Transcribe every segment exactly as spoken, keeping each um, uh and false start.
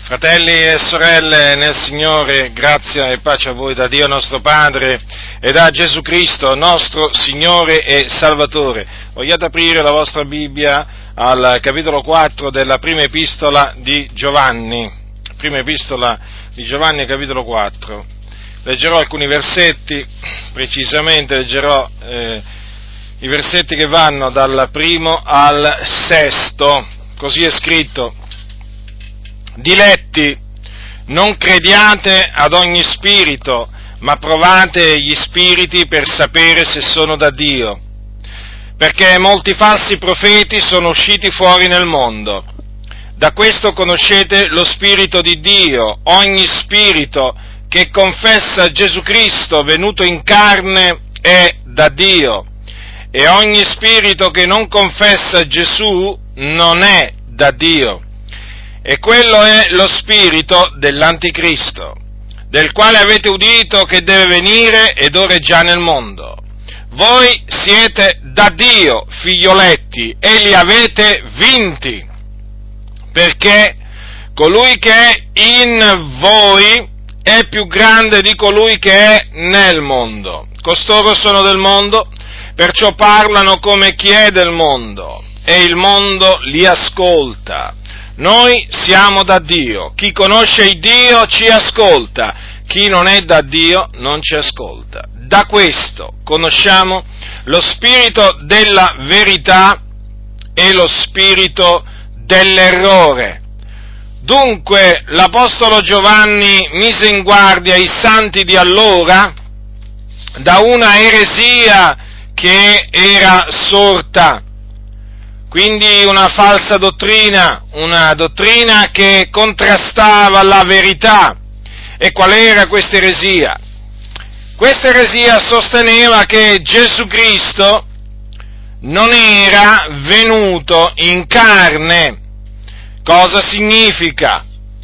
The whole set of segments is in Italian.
Fratelli e sorelle nel Signore, grazia e pace a voi da Dio nostro Padre e da Gesù Cristo, nostro Signore e Salvatore. Vogliate aprire la vostra Bibbia al capitolo quattro della prima epistola di Giovanni. Prima epistola di Giovanni, capitolo quattro. Leggerò alcuni versetti, precisamente leggerò eh, i versetti che vanno dal primo al sesto. Così è scritto: Diletti, non crediate ad ogni spirito, ma provate gli spiriti per sapere se sono da Dio, perché molti falsi profeti sono usciti fuori nel mondo. Da questo conoscete lo Spirito di Dio. Ogni spirito che confessa Gesù Cristo venuto in carne è da Dio, e ogni spirito che non confessa Gesù non è da Dio. E quello è lo spirito dell'Anticristo, del quale avete udito che deve venire ed ora è già nel mondo. Voi siete da Dio, figlioletti, e li avete vinti, perché colui che è in voi è più grande di colui che è nel mondo. Costoro sono del mondo, perciò parlano come chi è del mondo, e il mondo li ascolta. Noi siamo da Dio, chi conosce il Dio ci ascolta, chi non è da Dio non ci ascolta. Da questo conosciamo lo spirito della verità e lo spirito dell'errore. Dunque l'Apostolo Giovanni mise in guardia i santi di allora da una eresia che era sorta, quindi una falsa dottrina, una dottrina che contrastava la verità. E qual era questa eresia? Questa eresia sosteneva che Gesù Cristo non era venuto in carne. Cosa significa?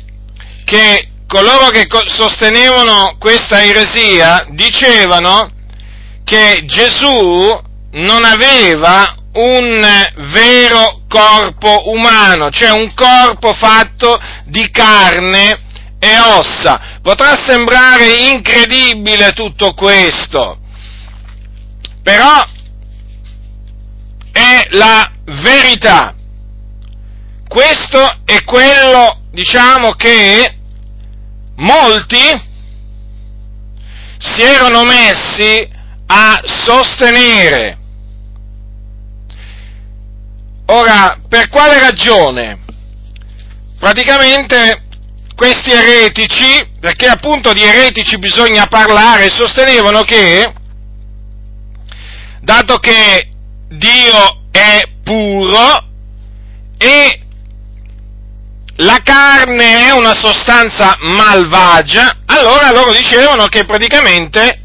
Che coloro che sostenevano questa eresia dicevano che Gesù non aveva un vero corpo umano, cioè un corpo fatto di carne e ossa. Potrà sembrare incredibile tutto questo, però è la verità. Questo è quello, diciamo, che molti si erano messi a sostenere. Ora, per quale ragione? Praticamente questi eretici, perché appunto di eretici bisogna parlare, sostenevano che, dato che Dio è puro e la carne è una sostanza malvagia, allora loro dicevano che praticamente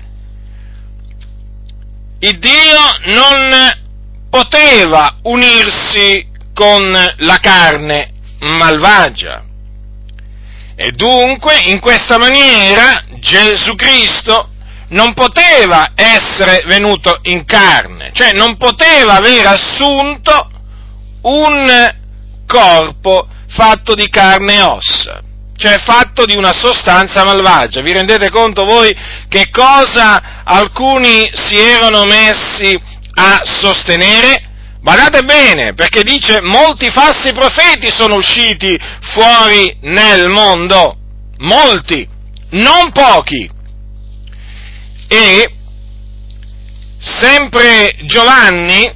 il Dio non poteva unirsi con la carne malvagia. E dunque, in questa maniera, Gesù Cristo non poteva essere venuto in carne, cioè non poteva aver assunto un corpo fatto di carne e ossa, cioè fatto di una sostanza malvagia. Vi rendete conto voi che cosa alcuni si erano messi a sostenere? Badate bene, perché dice: molti falsi profeti sono usciti fuori nel mondo, molti, non pochi. E sempre Giovanni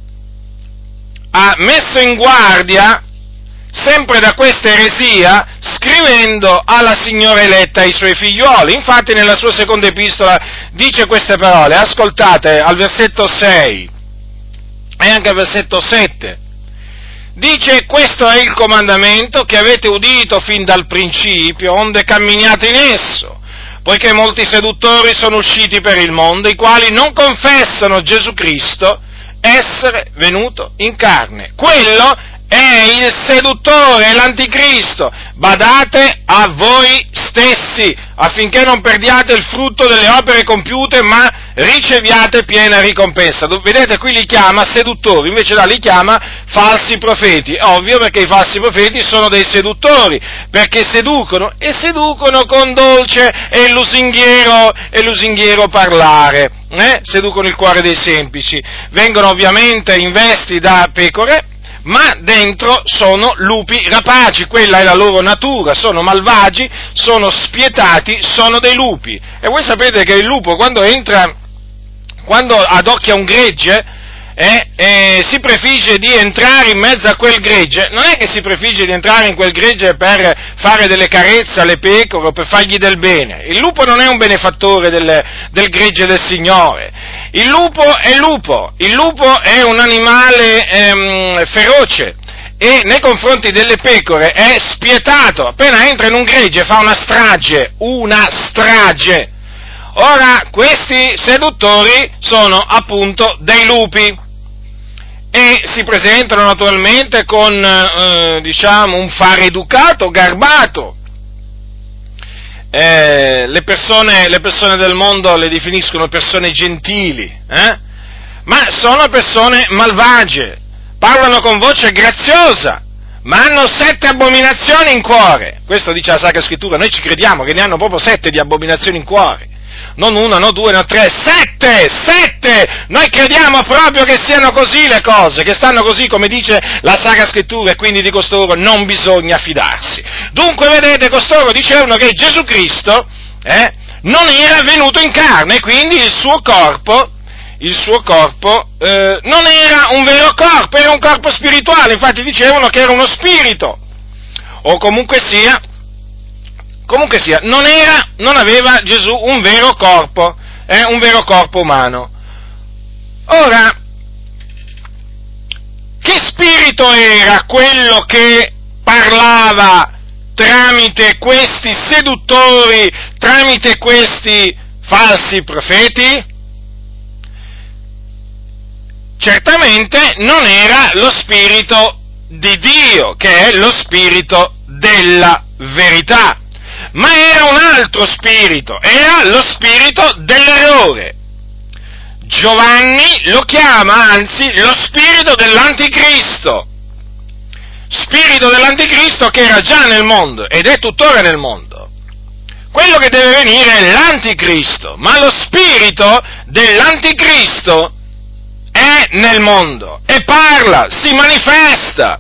ha messo in guardia sempre da questa eresia, scrivendo alla signora eletta e ai suoi figlioli. Infatti nella sua seconda epistola dice queste parole, ascoltate al versetto sei e anche al versetto sette. Dice: questo è il comandamento che avete udito fin dal principio, onde camminiate in esso, poiché molti seduttori sono usciti per il mondo, i quali non confessano Gesù Cristo essere venuto in carne. Quello è il seduttore, è l'anticristo. Badate a voi stessi, affinché non perdiate il frutto delle opere compiute, ma riceviate piena ricompensa. Vedete, qui li chiama seduttori, invece là li chiama falsi profeti. È ovvio, perché i falsi profeti sono dei seduttori, perché seducono, e seducono con dolce e lusinghiero, e lusinghiero parlare, eh? Seducono il cuore dei semplici, vengono ovviamente in vesti da pecore, ma dentro sono lupi rapaci, quella è la loro natura, sono malvagi, sono spietati, sono dei lupi. E voi sapete che il lupo, quando entra, quando adocchia un gregge, eh, eh, si prefigge di entrare in mezzo a quel gregge. Non è che si prefigge di entrare in quel gregge per fare delle carezze alle pecore o per fargli del bene. Il lupo non è un benefattore del, del gregge del Signore. Il lupo è lupo, il lupo è un animale ehm, feroce e nei confronti delle pecore è spietato. Appena entra in un gregge fa una strage, una strage. Ora, questi seduttori sono appunto dei lupi e si presentano naturalmente con, eh, diciamo, un fare educato, garbato. Eh, le, persone, le persone del mondo le definiscono persone gentili, eh? Ma sono persone malvagie, parlano con voce graziosa, ma hanno sette abominazioni in cuore. Questo dice la Sacra Scrittura, noi ci crediamo che ne hanno proprio sette di abominazioni in cuore. Non una, no due, no tre, sette, sette! Noi crediamo proprio che siano così le cose, che stanno così come dice la Sacra Scrittura, e quindi di costoro non bisogna fidarsi. Dunque, vedete, costoro dicevano che Gesù Cristo eh, non era venuto in carne, e quindi il suo corpo, il suo corpo eh, non era un vero corpo, era un corpo spirituale, infatti dicevano che era uno spirito, o comunque sia, Comunque sia, non era, non aveva Gesù un vero corpo, eh, un vero corpo umano. Ora, che spirito era quello che parlava tramite questi seduttori, tramite questi falsi profeti? Certamente non era lo spirito di Dio, che è lo spirito della verità. Ma era un altro spirito, era lo spirito dell'errore. Giovanni lo chiama anzi lo spirito dell'anticristo, spirito dell'anticristo che era già nel mondo ed è tuttora nel mondo. Quello che deve venire è l'anticristo, ma lo spirito dell'anticristo è nel mondo e parla, si manifesta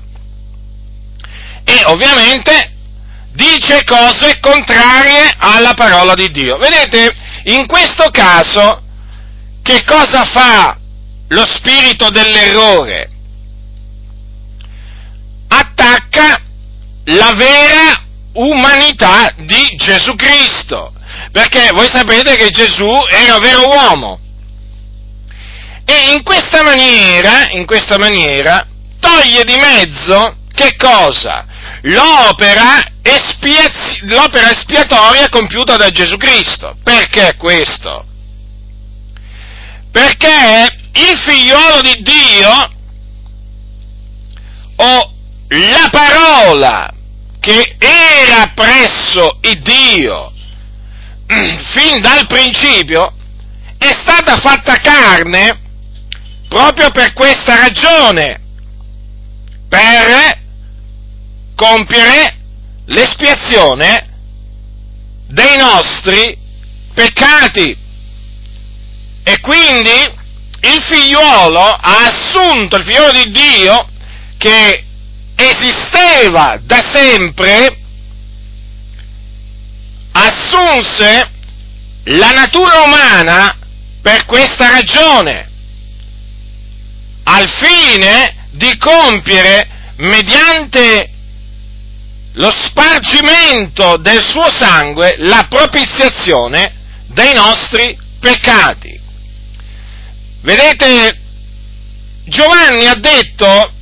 e ovviamente dice cose contrarie alla parola di Dio. Vedete, in questo caso, che cosa fa lo spirito dell'errore? Attacca la vera umanità di Gesù Cristo, perché voi sapete che Gesù era vero uomo, e in questa maniera, in questa maniera, toglie di mezzo, che cosa? L'opera, espiaz- l'opera espiatoria compiuta da Gesù Cristo. Perché questo? Perché il figliolo di Dio, o la parola che era presso il Dio fin dal principio, è stata fatta carne proprio per questa ragione, per compiere l'espiazione dei nostri peccati. E quindi il figliolo ha assunto, il figliolo di Dio, che esisteva da sempre, assunse la natura umana per questa ragione, al fine di compiere, mediante lo spargimento del suo sangue, la propiziazione dei nostri peccati. Vedete, Giovanni ha detto,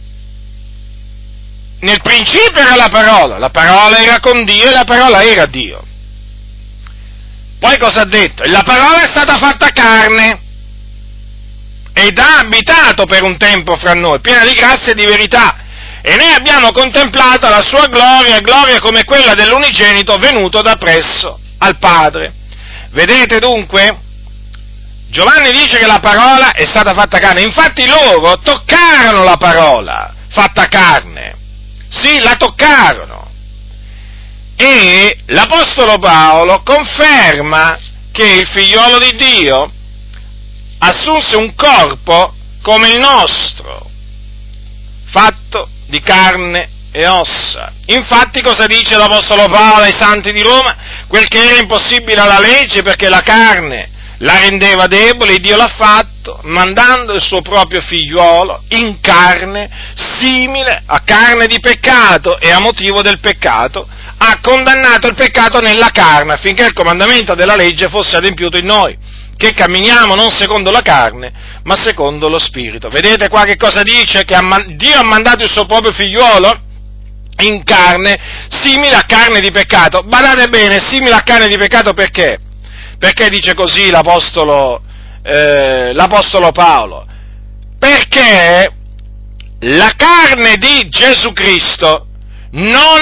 nel principio era la parola, la parola era con Dio e la parola era Dio. Poi cosa ha detto? La parola è stata fatta carne ed ha abitato per un tempo fra noi, piena di grazia e di verità. e noi abbiamo contemplato la sua gloria, gloria come quella dell'unigenito venuto da presso al Padre. Vedete dunque? Giovanni dice che la parola è stata fatta carne, infatti loro toccarono la parola fatta carne, sì, la toccarono, e l'Apostolo Paolo conferma che il figliolo di Dio assunse un corpo come il nostro, fatto di carne e ossa. Infatti cosa dice l'Apostolo Paolo ai santi di Roma? Quel che era impossibile alla legge perché la carne la rendeva debole, Dio l'ha fatto mandando il suo proprio figliuolo in carne, simile a carne di peccato, e a motivo del peccato ha condannato il peccato nella carne, affinché il comandamento della legge fosse adempiuto in noi, che camminiamo non secondo la carne, ma secondo lo Spirito. Vedete qua che cosa dice? Che Dio ha mandato il suo proprio figliuolo in carne, simile a carne di peccato. Badate bene, simile a carne di peccato perché? Perché dice così l'Apostolo, eh, l'Apostolo Paolo? Perché la carne di Gesù Cristo non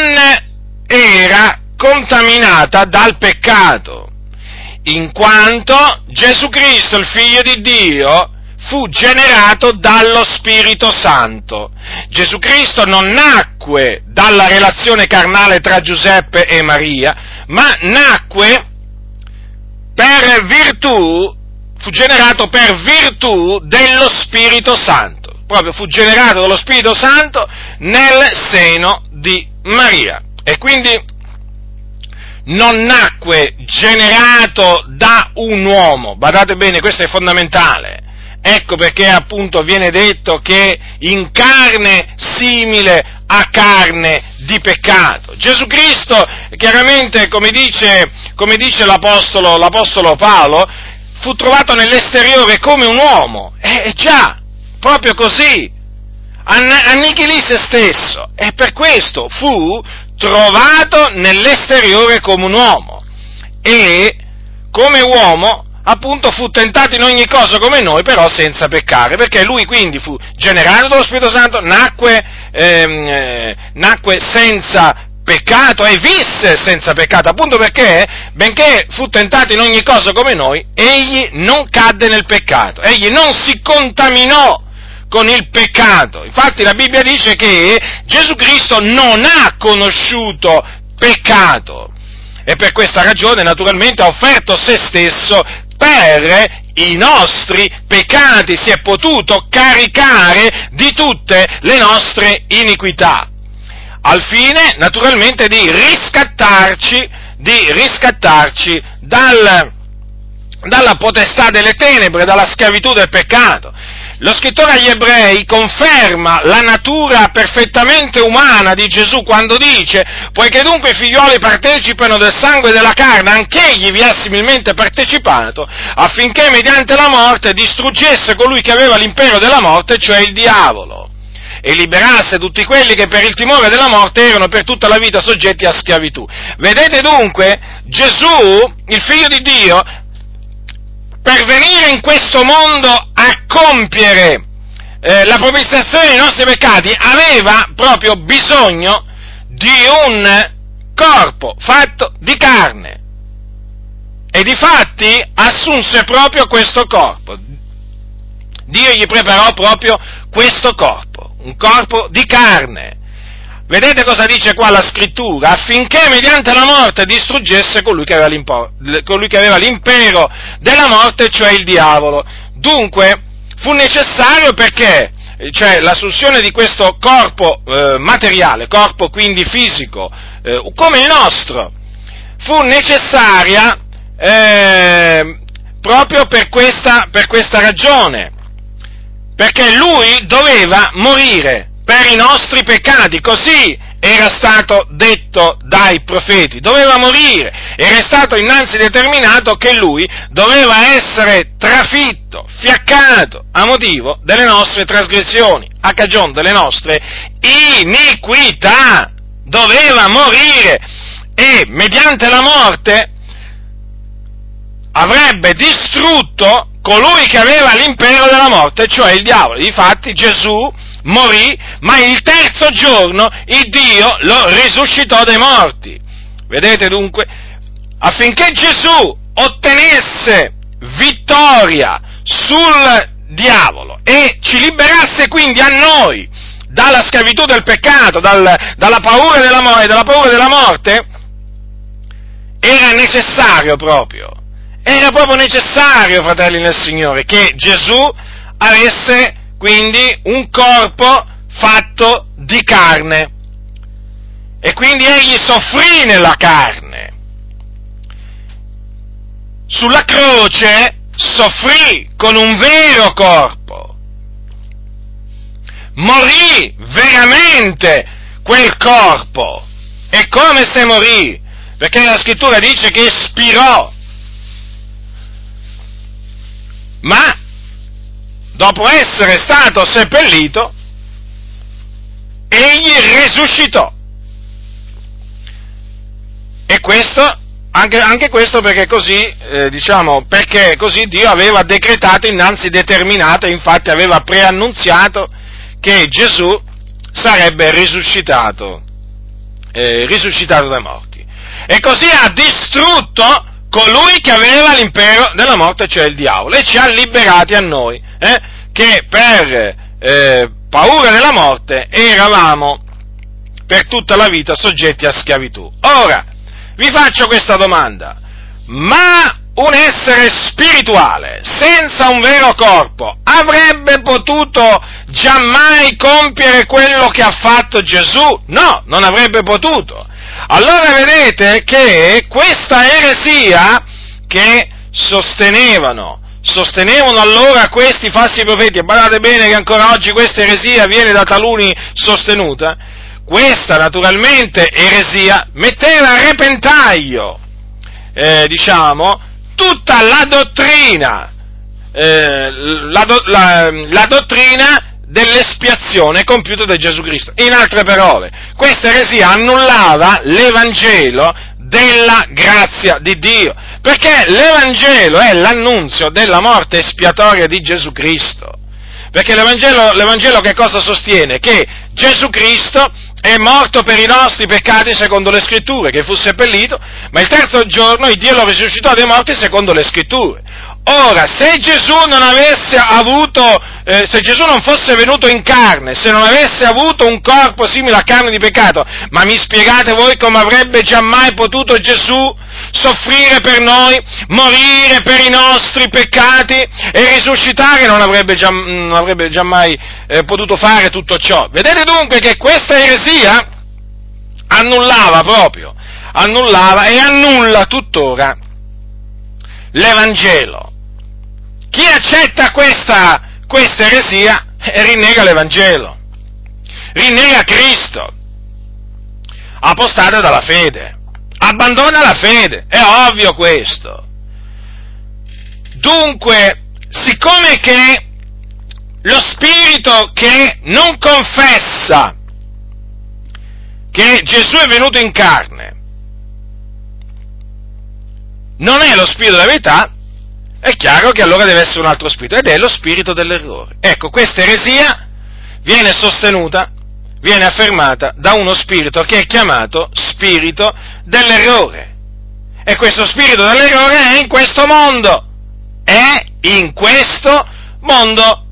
era contaminata dal peccato, in quanto Gesù Cristo, il Figlio di Dio, fu generato dallo Spirito Santo. Gesù Cristo non nacque dalla relazione carnale tra Giuseppe e Maria, ma nacque per virtù, fu generato per virtù dello Spirito Santo, proprio fu generato dallo Spirito Santo nel seno di Maria, e quindi non nacque generato da un uomo. Badate bene, questo è fondamentale. Ecco perché appunto viene detto che in carne simile a carne di peccato. Gesù Cristo, chiaramente, come dice, come dice l'Apostolo, l'Apostolo Paolo, fu trovato nell'esteriore come un uomo. Eh già, proprio così. Annichilì se stesso, e per questo fu trovato nell'esteriore come un uomo, e come uomo appunto fu tentato in ogni cosa come noi, però senza peccare, perché lui quindi fu generato dallo Spirito Santo, nacque, ehm, eh, nacque senza peccato e visse senza peccato, appunto perché, benché fu tentato in ogni cosa come noi, egli non cadde nel peccato, egli non si contaminò con il peccato. Infatti la Bibbia dice che Gesù Cristo non ha conosciuto peccato, e per questa ragione naturalmente ha offerto se stesso per i nostri peccati, si è potuto caricare di tutte le nostre iniquità, al fine naturalmente di riscattarci, di riscattarci dal, dalla potestà delle tenebre, dalla schiavitù del peccato. Lo scrittore agli Ebrei conferma la natura perfettamente umana di Gesù quando dice: poiché dunque i figlioli partecipano del sangue e della carne, anch'egli vi ha similmente partecipato, affinché mediante la morte distruggesse colui che aveva l'impero della morte, cioè il diavolo, e liberasse tutti quelli che per il timore della morte erano per tutta la vita soggetti a schiavitù. Vedete dunque, Gesù, il Figlio di Dio, per venire in questo mondo a compiere eh, la propiziazione dei nostri peccati, aveva proprio bisogno di un corpo fatto di carne, e difatti assunse proprio questo corpo. Dio gli preparò proprio questo corpo, un corpo di carne. Vedete cosa dice qua la scrittura? Affinché mediante la morte distruggesse colui che aveva, colui che aveva l'impero della morte, cioè il diavolo. Dunque, fu necessario perché, cioè l'assunzione di questo corpo eh, materiale, corpo quindi fisico, eh, come il nostro, fu necessaria eh, proprio per questa, per questa ragione, perché lui doveva morire per i nostri peccati, così era stato detto dai profeti, doveva morire, era stato innanzi determinato che lui doveva essere trafitto, fiaccato a motivo delle nostre trasgressioni, a cagione delle nostre iniquità, doveva morire, e mediante la morte avrebbe distrutto colui che aveva l'impero della morte, cioè il diavolo. Difatti Gesù morì ma il terzo giorno il Dio lo risuscitò dai morti. Vedete dunque? Affinché Gesù ottenesse vittoria sul diavolo e ci liberasse quindi a noi dalla schiavitù del peccato, dal, dalla paura della, mo- dalla paura della morte, era necessario proprio, era proprio necessario, fratelli nel Signore, che Gesù avesse quindi un corpo fatto di carne, e quindi egli soffrì nella carne. Sulla croce soffrì con un vero corpo, morì veramente quel corpo. E come se morì? Perché la scrittura dice che spirò, ma dopo essere stato seppellito, egli risuscitò. E questo, anche, anche questo perché così, eh, diciamo, perché così Dio aveva decretato, innanzi determinato, infatti aveva preannunziato che Gesù sarebbe risuscitato, eh, risuscitato dai morti. E così ha distrutto colui che aveva l'impero della morte, cioè il diavolo, e ci ha liberati a noi, eh, che per eh, paura della morte eravamo per tutta la vita soggetti a schiavitù. Ora, vi faccio questa domanda: ma un essere spirituale senza un vero corpo avrebbe potuto giammai compiere quello che ha fatto Gesù? No, non avrebbe potuto. Allora vedete che questa eresia che sostenevano, sostenevano allora questi falsi profeti, e badate bene che ancora oggi questa eresia viene da taluni sostenuta, questa naturalmente eresia metteva a repentaglio, eh, diciamo, tutta la dottrina, eh, la, do, la, la dottrina dell'espiazione compiuta da Gesù Cristo. In altre parole, questa eresia annullava l'Evangelo della grazia di Dio, perché l'Evangelo è l'annunzio della morte espiatoria di Gesù Cristo. Perché l'Evangelo, l'Evangelo che cosa sostiene? Che Gesù Cristo è morto per i nostri peccati secondo le Scritture, che fu seppellito, ma il terzo giorno il Dio lo risuscitò dai morti secondo le Scritture. Ora, se Gesù non avesse avuto, eh, se Gesù non fosse venuto in carne, se non avesse avuto un corpo simile a carne di peccato, ma mi spiegate voi come avrebbe giammai potuto Gesù soffrire per noi, morire per i nostri peccati e risuscitare? Non avrebbe, già, non avrebbe giammai eh, potuto fare tutto ciò. Vedete dunque che questa eresia annullava proprio, annullava e annulla tuttora l'Evangelo. Chi accetta questa, questa eresia rinnega l'Evangelo, rinnega Cristo, apostata dalla fede, abbandona la fede, è ovvio questo. Dunque, siccome che lo spirito che non confessa che Gesù è venuto in carne non è lo spirito della verità, è chiaro che allora deve essere un altro spirito, ed è lo spirito dell'errore. Ecco, questa eresia viene sostenuta, viene affermata da uno spirito che è chiamato spirito dell'errore. E questo spirito dell'errore è in questo mondo, è in questo mondo.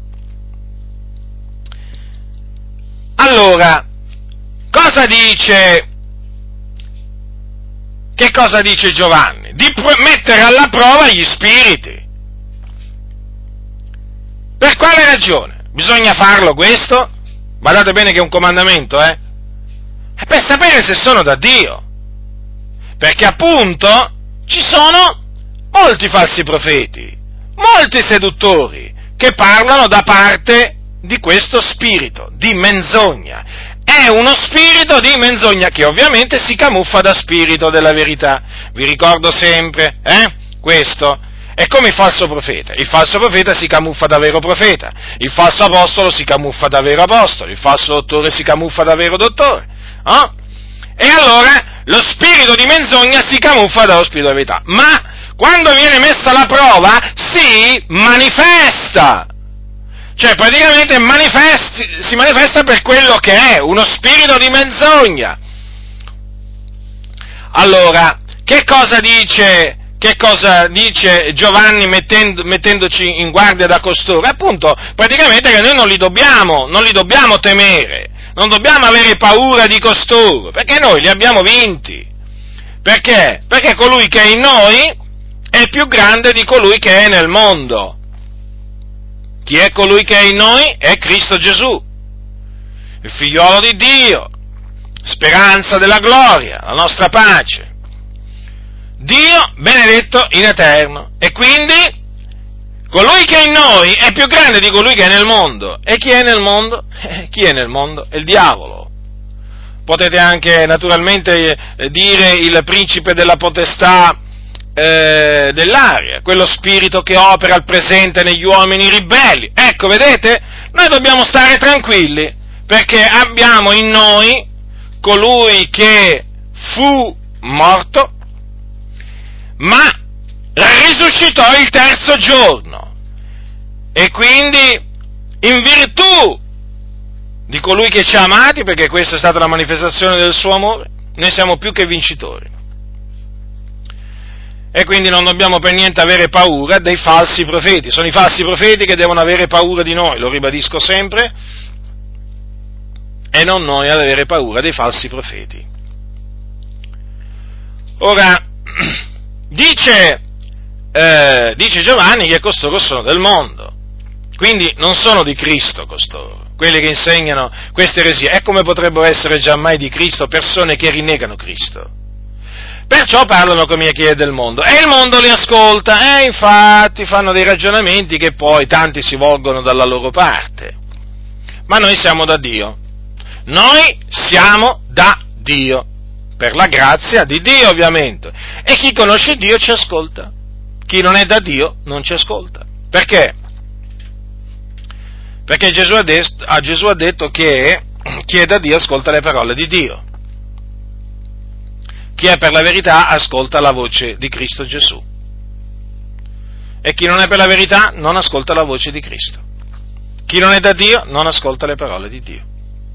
Allora, cosa dice, che cosa dice Giovanni? Di mettere alla prova gli spiriti. Per quale ragione? Bisogna farlo questo? Guardate bene che è un comandamento, eh? È per sapere se sono da Dio. Perché appunto ci sono molti falsi profeti, molti seduttori che parlano da parte di questo spirito di menzogna. È uno spirito di menzogna che ovviamente si camuffa da spirito della verità. Vi ricordo sempre, eh? Questo. È come il falso profeta. Il falso profeta si camuffa da vero profeta, il falso apostolo si camuffa da vero apostolo, il falso dottore si camuffa da vero dottore. Eh? E allora lo spirito di menzogna si camuffa dallo spirito della verità. Ma quando viene messa alla prova si manifesta. Cioè, praticamente manifesti, si manifesta per quello che è, uno spirito di menzogna. Allora, che cosa dice, che cosa dice Giovanni mettendo, mettendoci in guardia da costoro? Appunto, praticamente che noi non li dobbiamo, non li dobbiamo temere, non dobbiamo avere paura di costoro, perché noi li abbiamo vinti. Perché? Perché colui che è in noi è più grande di colui che è nel mondo. Chi è colui che è in noi? È Cristo Gesù, il figliuolo di Dio, speranza della gloria, la nostra pace. Dio benedetto in eterno. E quindi colui che è in noi è più grande di colui che è nel mondo. E chi è nel mondo? Eh, chi è nel mondo? È il diavolo. Potete anche naturalmente eh, dire il principe della potestà eh, dell'aria, quello spirito che opera al presente negli uomini ribelli. Ecco, vedete? Noi dobbiamo stare tranquilli, perché abbiamo in noi colui che fu morto, ma risuscitò il terzo giorno, e quindi in virtù di colui che ci ha amati, perché questa è stata la manifestazione del suo amore, noi siamo più che vincitori. E quindi non dobbiamo per niente avere paura dei falsi profeti. Sono i falsi profeti che devono avere paura di noi, lo ribadisco sempre, e non noi ad avere paura dei falsi profeti. Ora, dice, eh, dice Giovanni che costoro sono del mondo, quindi non sono di Cristo costoro, quelli che insegnano queste eresie. E come potrebbero essere giammai di Cristo persone che rinnegano Cristo? Perciò parlano come chi è del mondo, e il mondo li ascolta, e infatti fanno dei ragionamenti che poi tanti si volgono dalla loro parte. Ma noi siamo da Dio, noi siamo da Dio, per la grazia di Dio ovviamente, e chi conosce Dio ci ascolta, chi non è da Dio non ci ascolta. Perché? Perché Gesù ha, detto, Gesù ha detto che chi è da Dio ascolta le parole di Dio. Chi è per la verità ascolta la voce di Cristo Gesù. E chi non è per la verità non ascolta la voce di Cristo. Chi non è da Dio non ascolta le parole di Dio.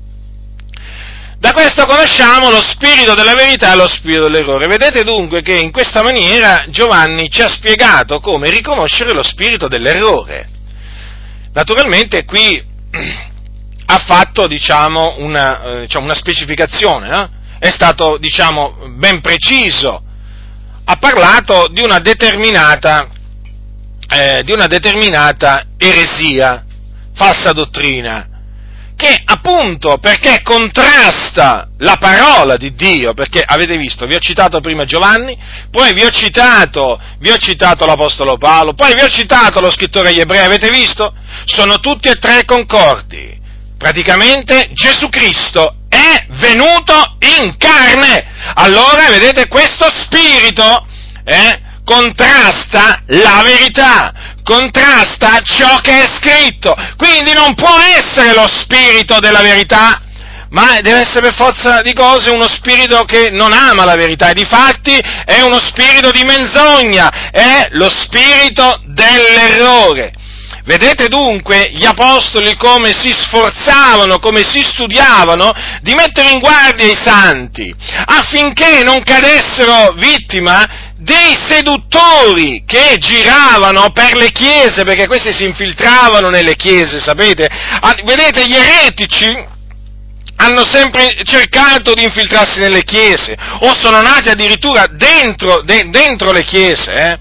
Da questo conosciamo lo spirito della verità e lo spirito dell'errore. Vedete dunque che in questa maniera Giovanni ci ha spiegato come riconoscere lo spirito dell'errore. Naturalmente qui ha fatto, diciamo, una, eh, diciamo, una specificazione, eh? È stato, diciamo, ben preciso, ha parlato di una determinata, eh, di una determinata eresia, falsa dottrina, che appunto perché contrasta la parola di Dio, perché avete visto, vi ho citato prima Giovanni, poi vi ho citato, vi ho citato l'Apostolo Paolo, poi vi ho citato lo scrittore agli Ebrei, avete visto? Sono tutti e tre concordi. Praticamente Gesù Cristo è venuto in carne. Allora, vedete, questo spirito eh, contrasta la verità, contrasta ciò che è scritto, quindi non può essere lo spirito della verità, ma deve essere per forza di cose uno spirito che non ama la verità, e difatti è uno spirito di menzogna, è lo spirito dell'errore. Vedete dunque gli apostoli come si sforzavano, come si studiavano di mettere in guardia i santi, affinché non cadessero vittima dei seduttori che giravano per le chiese, perché questi si infiltravano nelle chiese, sapete? Vedete, gli eretici hanno sempre cercato di infiltrarsi nelle chiese, o sono nati addirittura dentro, de, dentro le chiese, eh?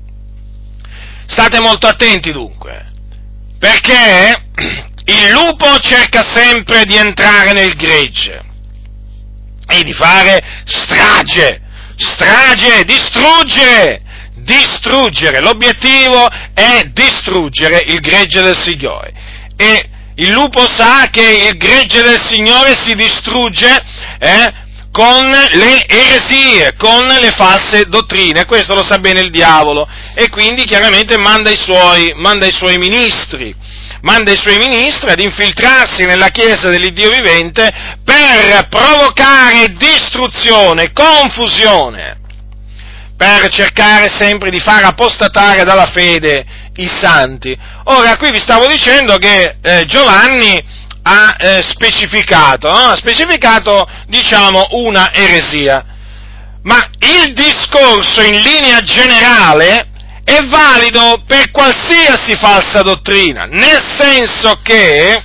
State molto attenti dunque, perché il lupo cerca sempre di entrare nel gregge e di fare strage, strage, distruggere, distruggere, l'obiettivo è distruggere il gregge del Signore, e il lupo sa che il gregge del Signore si distrugge eh, con le eresie, con le false dottrine, questo lo sa bene il diavolo, e quindi chiaramente manda i suoi, manda i suoi ministri, manda i suoi ministri ad infiltrarsi nella Chiesa dell'Iddio vivente per provocare distruzione, confusione, per cercare sempre di far apostatare dalla fede i santi. Ora, qui vi stavo dicendo che eh, Giovanni ha eh, specificato, no? ha specificato, diciamo, una eresia. Ma il discorso in linea generale è valido per qualsiasi falsa dottrina, nel senso che,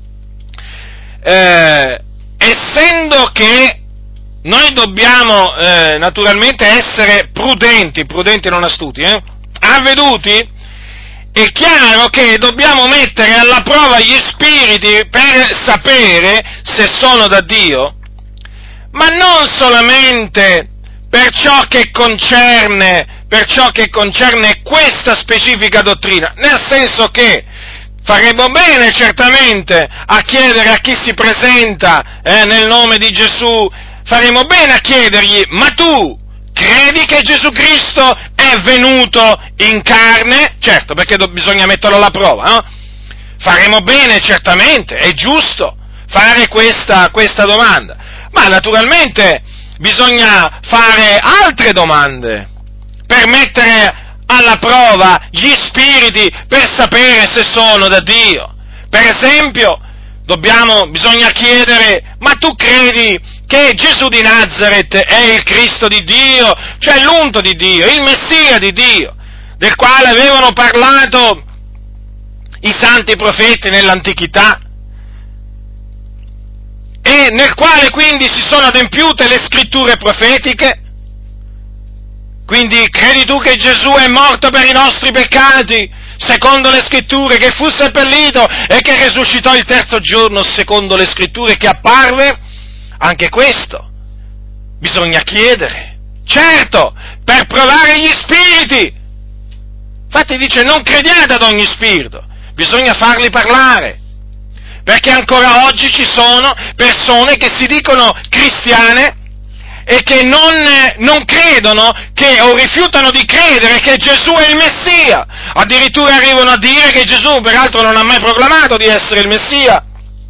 eh, essendo che noi dobbiamo eh, naturalmente essere prudenti, prudenti non astuti, eh, avveduti, è chiaro che dobbiamo mettere alla prova gli spiriti per sapere se sono da Dio, ma non solamente per ciò che concerne, per ciò che concerne questa specifica dottrina, nel senso che faremo bene certamente a chiedere a chi si presenta eh, nel nome di Gesù, faremo bene a chiedergli: ma tu credi che Gesù Cristo è venuto in carne? Certo, perché do, bisogna metterlo alla prova, no? Faremo bene certamente, è giusto fare questa, questa domanda, ma naturalmente bisogna fare altre domande per mettere alla prova gli spiriti, per sapere se sono da Dio. Per esempio, dobbiamo, bisogna chiedere: ma tu credi che Gesù di Nazaret è il Cristo di Dio, cioè l'unto di Dio, il Messia di Dio, del quale avevano parlato i santi profeti nell'antichità, e nel quale quindi si sono adempiute le scritture profetiche? Quindi credi tu che Gesù è morto per i nostri peccati, secondo le scritture, che fu seppellito e che risuscitò il terzo giorno, secondo le scritture, che apparve? Anche questo bisogna chiedere, certo, per provare gli spiriti. Infatti dice: non crediate ad ogni spirito, bisogna farli parlare, perché ancora oggi ci sono persone che si dicono cristiane e che non, non credono che, o rifiutano di credere che Gesù è il Messia. Addirittura arrivano a dire che Gesù, peraltro, non ha mai proclamato di essere il Messia,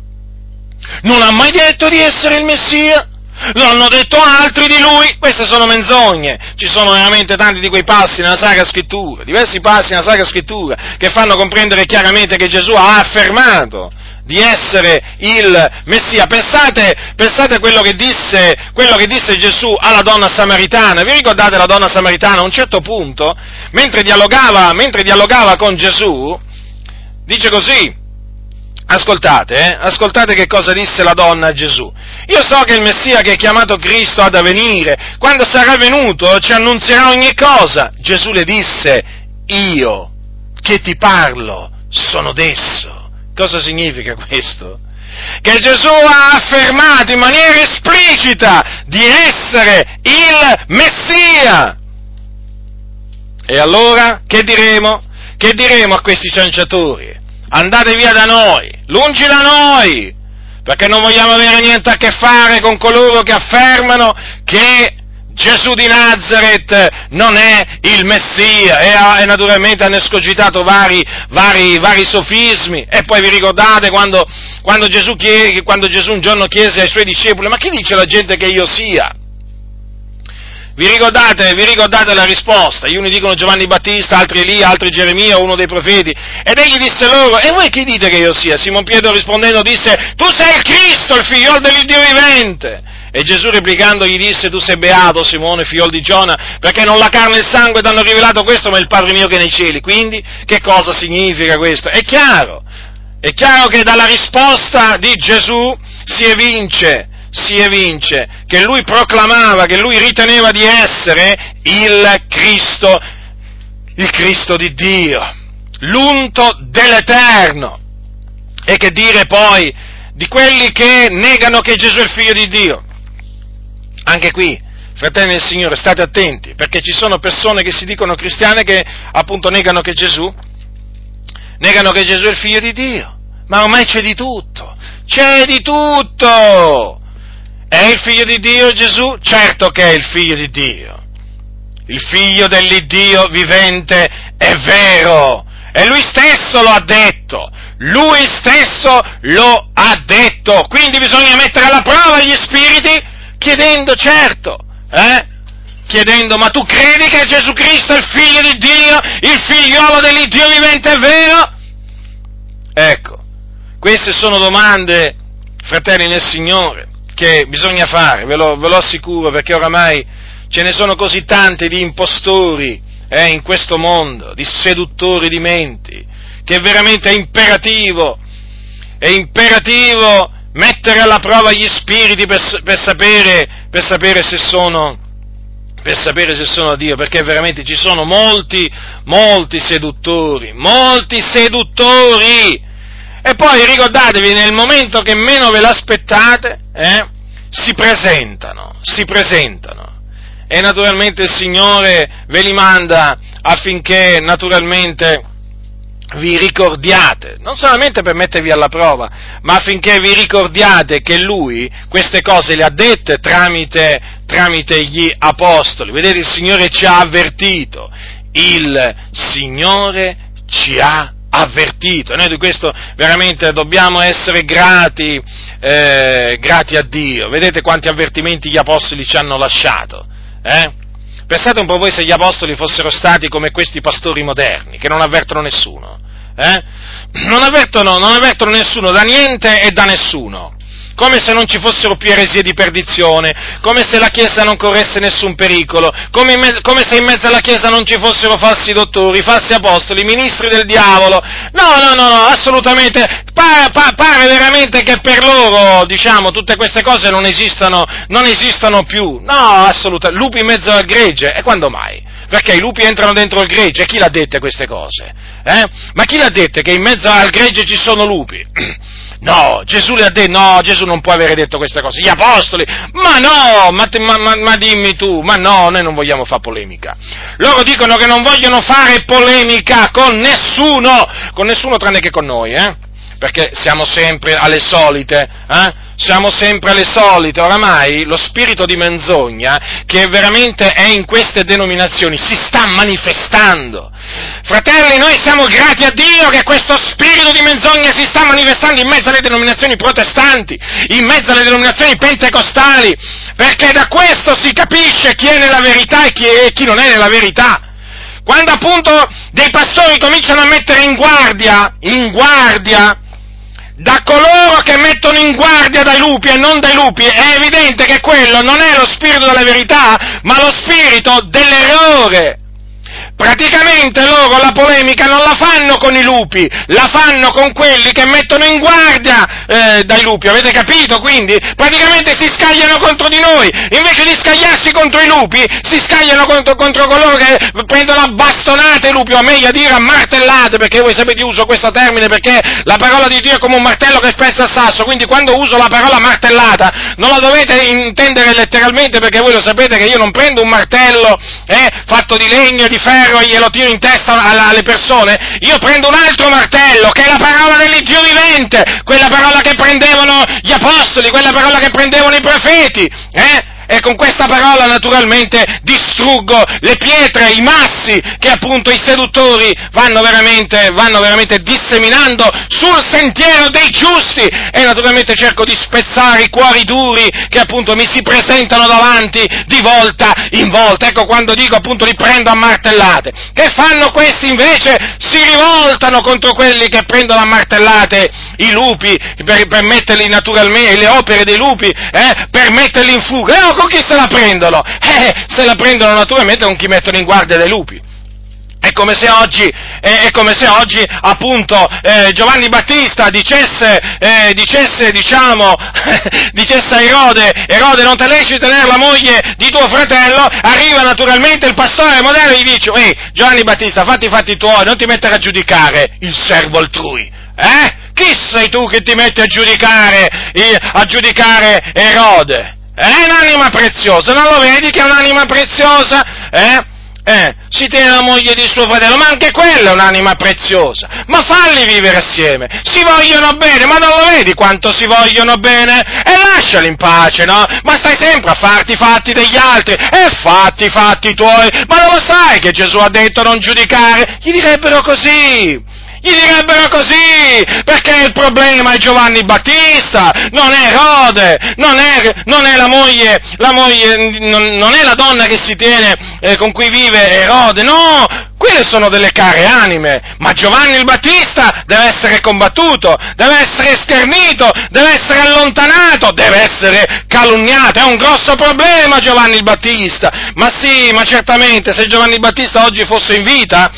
non ha mai detto di essere il Messia, lo hanno detto altri di lui. Queste sono menzogne. Ci sono veramente tanti di quei passi nella Sacra Scrittura, diversi passi nella Sacra Scrittura, che fanno comprendere chiaramente che Gesù ha affermato di essere il Messia. Pensate, pensate a quello che disse, quello che disse Gesù alla donna samaritana. Vi ricordate la donna samaritana? A un certo punto, mentre dialogava, mentre dialogava con Gesù, dice così: ascoltate, eh, ascoltate che cosa disse la donna a Gesù. Io so che il Messia, che è chiamato Cristo, ha da venire. Quando sarà venuto ci annunzierà ogni cosa. Gesù le disse: io che ti parlo sono d'esso. Cosa significa questo? Che Gesù ha affermato in maniera esplicita di essere il Messia. E allora che diremo? Che diremo a questi cianciatori? Andate via da noi, lungi da noi, perché non vogliamo avere niente a che fare con coloro che affermano che Gesù di Nazaret non è il Messia, e, ha, e naturalmente hanno escogitato vari, vari, vari sofismi. E poi vi ricordate quando, quando, Gesù chiede, quando Gesù un giorno chiese ai suoi discepoli: ma chi dice la gente che io sia? Vi ricordate, vi ricordate la risposta? Gli uni dicono Giovanni Battista, altri Elia, altri Geremia, uno dei profeti. Ed egli disse loro: e voi chi dite che io sia? Simon Pietro rispondendo disse: tu sei il Cristo, il figliolo dell'Iddio vivente. E Gesù replicando gli disse: tu sei beato, Simone, figliol di Giona, perché non la carne e il sangue ti hanno rivelato questo, ma il Padre mio che è nei cieli. Quindi, che cosa significa questo? È chiaro, è chiaro che dalla risposta di Gesù si evince, si evince che lui proclamava, che lui riteneva di essere il Cristo, il Cristo di Dio, l'unto dell'Eterno. E che dire poi di quelli che negano che Gesù è il Figlio di Dio? Anche qui, fratelli del Signore, state attenti, perché ci sono persone che si dicono cristiane che appunto negano che Gesù, negano che Gesù è il Figlio di Dio. Ma ormai c'è di tutto, c'è di tutto! È il Figlio di Dio Gesù? Certo che è il Figlio di Dio. Il Figlio dell'Iddio vivente è vero, e Lui stesso lo ha detto, Lui stesso lo ha detto. Quindi bisogna mettere alla prova gli spiriti chiedendo, certo, eh? chiedendo: ma tu credi che Gesù Cristo è il Figlio di Dio, il figliolo dell'Iddio vivente, è vero? Ecco, queste sono domande, fratelli nel Signore, che bisogna fare, ve lo, ve lo assicuro, perché oramai ce ne sono così tanti di impostori eh, in questo mondo, di seduttori di menti, che veramente è imperativo, è imperativo mettere alla prova gli spiriti per, per sapere, per sapere se sono, per sapere se sono Dio, perché veramente ci sono molti, molti seduttori, molti seduttori. E poi ricordatevi, nel momento che meno ve l'aspettate, eh, si presentano, si presentano. E naturalmente il Signore ve li manda affinché naturalmente vi ricordiate, non solamente per mettervi alla prova, ma affinché vi ricordiate che Lui queste cose le ha dette tramite, tramite gli apostoli. Vedete, il Signore ci ha avvertito, il Signore ci ha avvertito. Noi di questo veramente dobbiamo essere grati, eh, grati a Dio. Vedete quanti avvertimenti gli apostoli ci hanno lasciato, eh? Pensate un po' voi se gli apostoli fossero stati come questi pastori moderni, che non avvertono nessuno, eh? Non avvertono, non avvertono nessuno da niente e da nessuno, come se non ci fossero più eresie di perdizione, come se la Chiesa non corresse nessun pericolo, come, me- come se in mezzo alla Chiesa non ci fossero falsi dottori, falsi apostoli, ministri del diavolo. No, no, no, no, assolutamente, pa- pa- pare veramente che per loro, diciamo, tutte queste cose non esistano, non esistano più. No, assolutamente, lupi in mezzo al gregge, e quando mai? Perché i lupi entrano dentro il gregge, e chi l'ha dette queste cose? Eh? Ma chi l'ha dette che in mezzo al gregge ci sono lupi? No, Gesù le ha detto, no, Gesù non può avere detto queste cose, gli apostoli, ma no, ma, te, ma, ma, ma dimmi tu, ma no, noi non vogliamo fare polemica. Loro dicono che non vogliono fare polemica con nessuno, con nessuno tranne che con noi, eh? Perché siamo sempre alle solite, eh? Siamo sempre alle solite, oramai lo spirito di menzogna che veramente è in queste denominazioni si sta manifestando. Fratelli, noi siamo grati a Dio che questo spirito di menzogna si sta manifestando in mezzo alle denominazioni protestanti, in mezzo alle denominazioni pentecostali, perché da questo si capisce chi è nella verità e chi, è, e chi non è nella verità. Quando appunto dei pastori cominciano a mettere in guardia, in guardia, da coloro che mettono in guardia dai lupi e non dai lupi, è evidente che quello non è lo spirito della verità, ma lo spirito dell'errore. Praticamente loro la polemica non la fanno con i lupi, la fanno con quelli che mettono in guardia eh, dai lupi, avete capito? Quindi praticamente si scagliano contro di noi, invece di scagliarsi contro i lupi, si scagliano contro, contro coloro che prendono a bastonate i lupi, o meglio a dire a martellate, perché voi sapete uso questo termine perché la parola di Dio è come un martello che spezza il sasso, quindi quando uso la parola martellata non la dovete intendere letteralmente, perché voi lo sapete che io non prendo un martello eh, fatto di legno e di ferro e glielo tiro in testa alle persone, io prendo un altro martello, che è la parola dell'Iddio vivente, quella parola che prendevano gli apostoli, quella parola che prendevano i profeti, eh? E con questa parola naturalmente distruggo le pietre, i massi che appunto i seduttori vanno veramente, vanno veramente disseminando sul sentiero dei giusti, e naturalmente cerco di spezzare i cuori duri che appunto mi si presentano davanti di volta in volta. Ecco quando dico appunto li prendo a martellate. Che fanno questi invece? Si rivoltano contro quelli che prendono a martellate i lupi per, per metterli naturalmente, le opere dei lupi, eh, per metterli in fuga. Eh, con chi se la prendono? Eh, se la prendono naturalmente con chi mettono in guardia dei lupi. È come se oggi, eh, è come se oggi appunto eh, Giovanni Battista dicesse, eh, dicesse diciamo, dicesse a Erode, Erode non te leciti tenere la moglie di tuo fratello, arriva naturalmente il pastore moderno e gli dice, ehi Giovanni Battista, fatti i fatti tuoi, non ti mettere a giudicare il servo altrui, eh? Chi sei tu che ti metti a giudicare, eh, a giudicare Erode? È un'anima preziosa, non lo vedi che è un'anima preziosa? Eh? Eh, si tiene la moglie di suo fratello, ma anche quella è un'anima preziosa, ma falli vivere assieme, si vogliono bene, ma non lo vedi quanto si vogliono bene? E lasciali in pace, no? Ma stai sempre a farti i fatti degli altri, e fatti i fatti tuoi, ma non lo sai che Gesù ha detto non giudicare? Gli direbbero così, Gli direbbero così, perché il problema è Giovanni Battista, non è Erode, non è, non è la moglie, la moglie, non, non è la donna che si tiene, eh, con cui vive Erode, no, quelle sono delle care anime, ma Giovanni il Battista deve essere combattuto, deve essere schernito, deve essere allontanato, deve essere calunniato, è un grosso problema Giovanni il Battista, ma sì, ma certamente, se Giovanni il Battista oggi fosse in vita,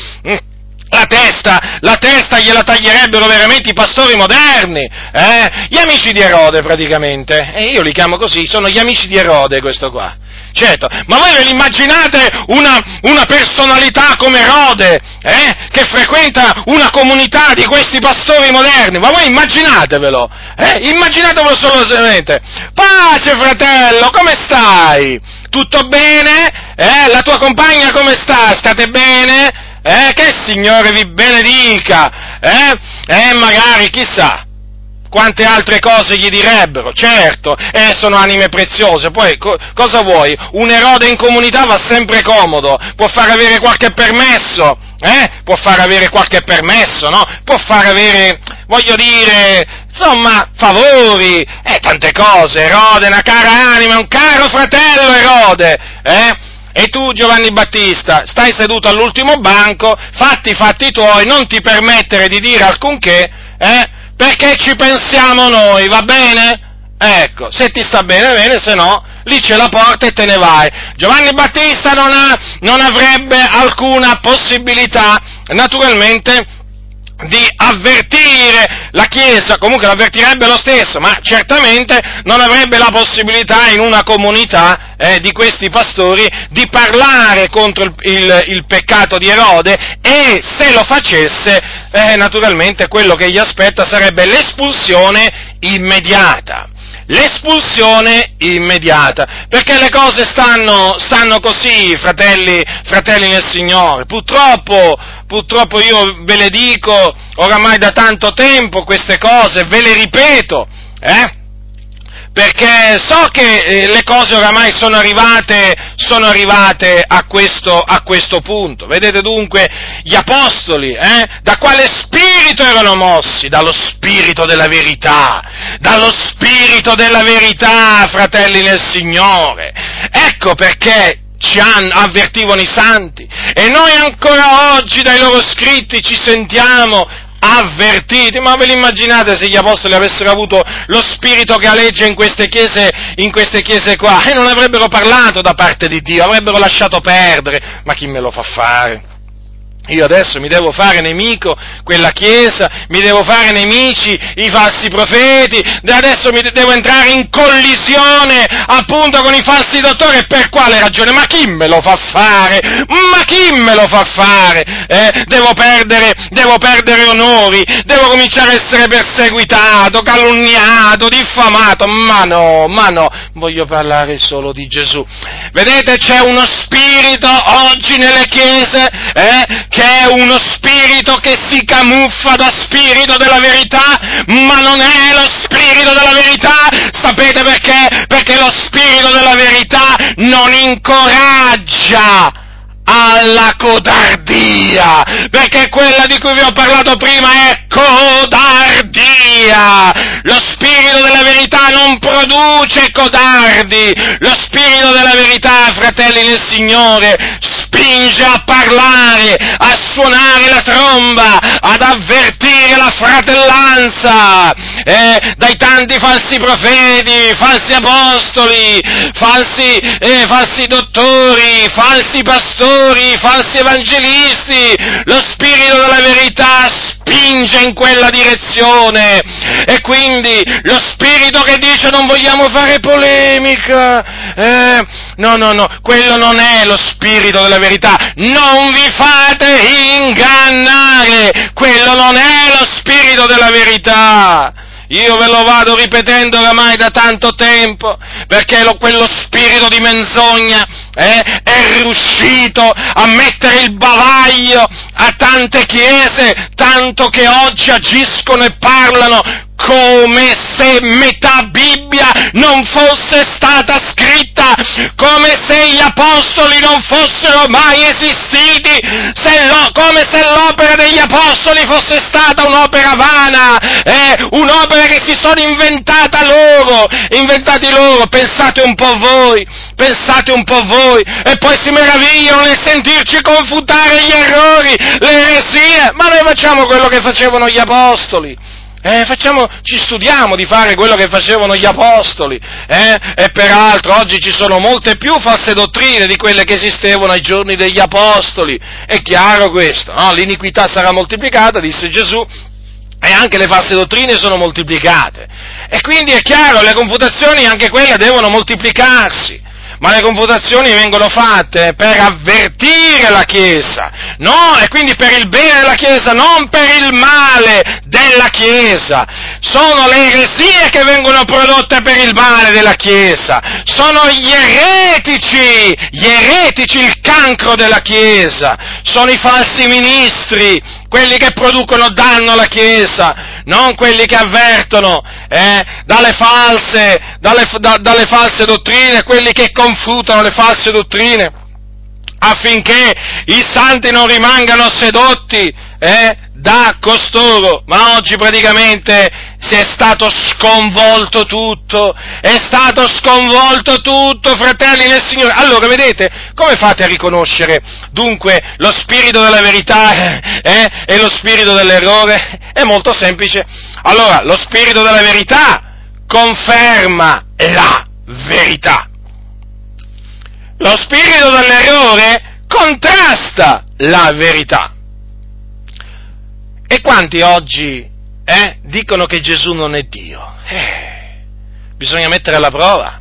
La testa, la testa gliela taglierebbero veramente i pastori moderni, eh? Gli amici di Erode praticamente, e io li chiamo così, sono gli amici di Erode questo qua. Certo, ma voi ve l'immaginate una, una personalità come Erode, eh? Che frequenta una comunità di questi pastori moderni, ma voi immaginatevelo, eh? Immaginatevelo solamente. Pace fratello, come stai? Tutto bene? Eh? La tua compagna come sta? State bene? Eh, che il Signore vi benedica, eh, eh, magari, chissà, quante altre cose gli direbbero, certo, eh, sono anime preziose, poi, co- cosa vuoi, un Erode in comunità va sempre comodo, può far avere qualche permesso, eh, può far avere qualche permesso, no, può far avere, voglio dire, insomma, favori, eh, tante cose, Erode è una cara anima, un caro fratello Erode, eh, E tu, Giovanni Battista, stai seduto all'ultimo banco, fatti i fatti tuoi, non ti permettere di dire alcunché, eh, perché ci pensiamo noi, va bene? Ecco, se ti sta bene, bene, se no, lì c'è la porta e te ne vai. Giovanni Battista non, ha, non avrebbe alcuna possibilità, naturalmente, di avvertire la Chiesa, comunque l'avvertirebbe lo stesso, ma certamente non avrebbe la possibilità in una comunità eh, di questi pastori di parlare contro il, il, il peccato di Erode, e se lo facesse, eh, naturalmente quello che gli aspetta sarebbe l'espulsione immediata. L'espulsione immediata, perché le cose stanno, stanno così, fratelli, fratelli nel Signore, purtroppo, purtroppo io ve le dico oramai da tanto tempo queste cose, ve le ripeto, eh? Perché so che eh, le cose oramai sono arrivate, sono arrivate a questo, a questo punto. Vedete dunque, gli apostoli, eh, da quale spirito erano mossi? Dallo spirito della verità, dallo spirito della verità, fratelli nel Signore. Ecco perché ci hanno, avvertivano i santi, e noi ancora oggi dai loro scritti ci sentiamo avvertiti. Ma ve l'immaginate se gli apostoli avessero avuto lo spirito che aleggia in queste chiese, in queste chiese qua, e non avrebbero parlato da parte di Dio, avrebbero lasciato perdere. Ma chi me lo fa fare? Io adesso mi devo fare nemico quella chiesa, mi devo fare nemici i falsi profeti, adesso mi devo entrare in collisione appunto con i falsi dottori, e per quale ragione? Ma chi me lo fa fare? Ma chi me lo fa fare? Eh, devo perdere, devo perdere onori, devo cominciare a essere perseguitato, calunniato, diffamato, ma no, ma no, voglio parlare solo di Gesù. Vedete, c'è uno spirito oggi nelle chiese, eh, che è uno spirito che si camuffa da spirito della verità, ma non è lo spirito della verità. Sapete perché? Perché lo spirito della verità non incoraggia alla codardia, perché quella di cui vi ho parlato prima è codardia. Lo spirito della verità non produce codardi, lo spirito della verità, fratelli nel Signore, spinge a parlare, a suonare la tromba, ad avvertire la fratellanza, eh, dai tanti falsi profeti, falsi apostoli, falsi, eh, falsi dottori, falsi pastori, falsi evangelisti. Lo spirito della verità spinge in quella direzione, e quindi lo spirito che dice non vogliamo fare polemica, eh, no, no, no, quello non è lo spirito della verità, non vi fate ingannare, quello non è lo spirito della verità. Io ve lo vado ripetendo oramai da tanto tempo, perché lo, quello spirito di menzogna eh, è riuscito a mettere il bavaglio a tante chiese, tanto che oggi agiscono e parlano come se metà Bibbia non fosse stata scritta, come se gli apostoli non fossero mai esistiti, se lo, come se l'opera degli apostoli fosse stata un'opera vana, eh, un'opera che si sono inventata loro, inventati loro, pensate un po' voi, pensate un po' voi, e poi si meravigliano nel sentirci confutare gli errori, le eresie, ma noi facciamo quello che facevano gli apostoli. Eh, facciamo, ci studiamo di fare quello che facevano gli apostoli, eh? E peraltro oggi ci sono molte più false dottrine di quelle che esistevano ai giorni degli apostoli, è chiaro questo, no? L'iniquità sarà moltiplicata, disse Gesù, e anche le false dottrine sono moltiplicate, e quindi è chiaro, le confutazioni anche quelle devono moltiplicarsi. Ma le confutazioni vengono fatte per avvertire la Chiesa, no? E quindi per il bene della Chiesa, non per il male della Chiesa. Sono le eresie che vengono prodotte per il male della Chiesa. Sono gli eretici, gli eretici il cancro della Chiesa. Sono i falsi ministri, quelli che producono danno alla Chiesa, non quelli che avvertono eh, dalle false, dalle, da, dalle false dottrine, quelli che confutano le false dottrine, affinché i santi non rimangano sedotti eh, da costoro. Ma oggi praticamente si è stato sconvolto tutto, è stato sconvolto tutto, fratelli nel Signore. Allora, vedete, come fate a riconoscere dunque lo spirito della verità eh, e lo spirito dell'errore? È molto semplice. Allora, lo spirito della verità conferma la verità. Lo spirito dell'errore contrasta la verità. E quanti oggi eh, dicono che Gesù non è Dio? Eh, bisogna mettere alla prova.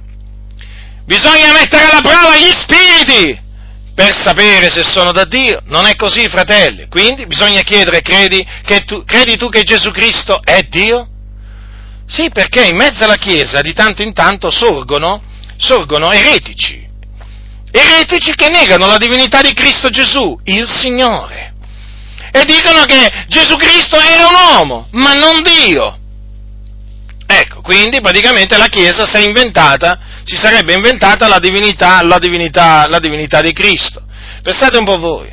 Bisogna mettere alla prova gli spiriti per sapere se sono da Dio. Non è così, fratelli. Quindi bisogna chiedere, credi, che tu, credi tu che Gesù Cristo è Dio? Sì, perché in mezzo alla Chiesa di tanto in tanto sorgono, sorgono eretici. Eretici che negano la divinità di Cristo Gesù, il Signore. E dicono che Gesù Cristo era un uomo, ma non Dio. Ecco, quindi praticamente la Chiesa si è inventata, si sarebbe inventata la divinità, la divinità, la divinità di Cristo. Pensate un po' voi,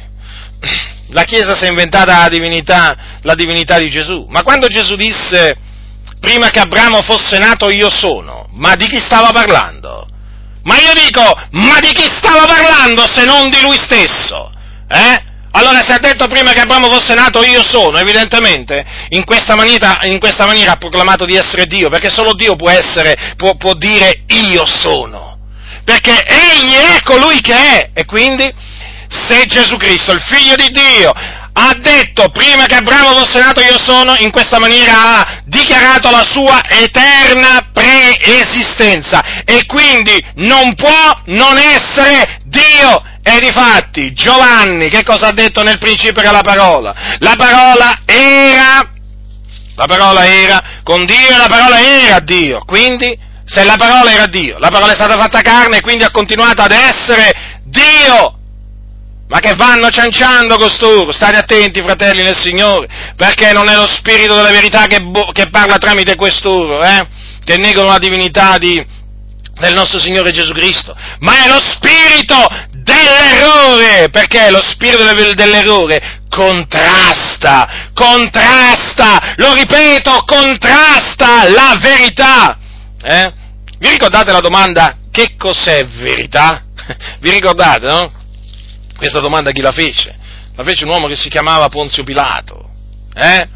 la Chiesa si è inventata la divinità, la divinità di Gesù, ma quando Gesù disse, prima che Abramo fosse nato io sono, ma di chi stava parlando? Ma io dico, ma di chi stava parlando se non di lui stesso? Eh? Allora se ha detto prima che Abramo fosse nato io sono, evidentemente in questa maniera, in questa maniera ha proclamato di essere Dio, perché solo Dio può essere, può, può dire io sono, perché Egli è colui che è, e quindi se Gesù Cristo, il Figlio di Dio, ha detto prima che Abramo fosse nato io sono, in questa maniera ha dichiarato la sua eterna preesistenza, e quindi non può non essere Dio. E difatti Giovanni, che cosa ha detto nel principio era la parola? La parola era, la parola era con Dio e la parola era Dio, quindi se la parola era Dio, la parola è stata fatta carne e quindi ha continuato ad essere Dio. Ma che vanno cianciando costoro, state attenti fratelli nel Signore, perché non è lo spirito della verità che, bo- che parla tramite quest'oro, eh? Che negano la divinità di, del nostro Signore Gesù Cristo, ma è lo spirito dell'errore, perché lo spirito dell'errore contrasta, contrasta, lo ripeto, contrasta la verità. Eh? Vi ricordate la domanda, che cos'è verità? Vi ricordate, no? Questa domanda chi la fece? La fece un uomo che si chiamava Ponzio Pilato, eh?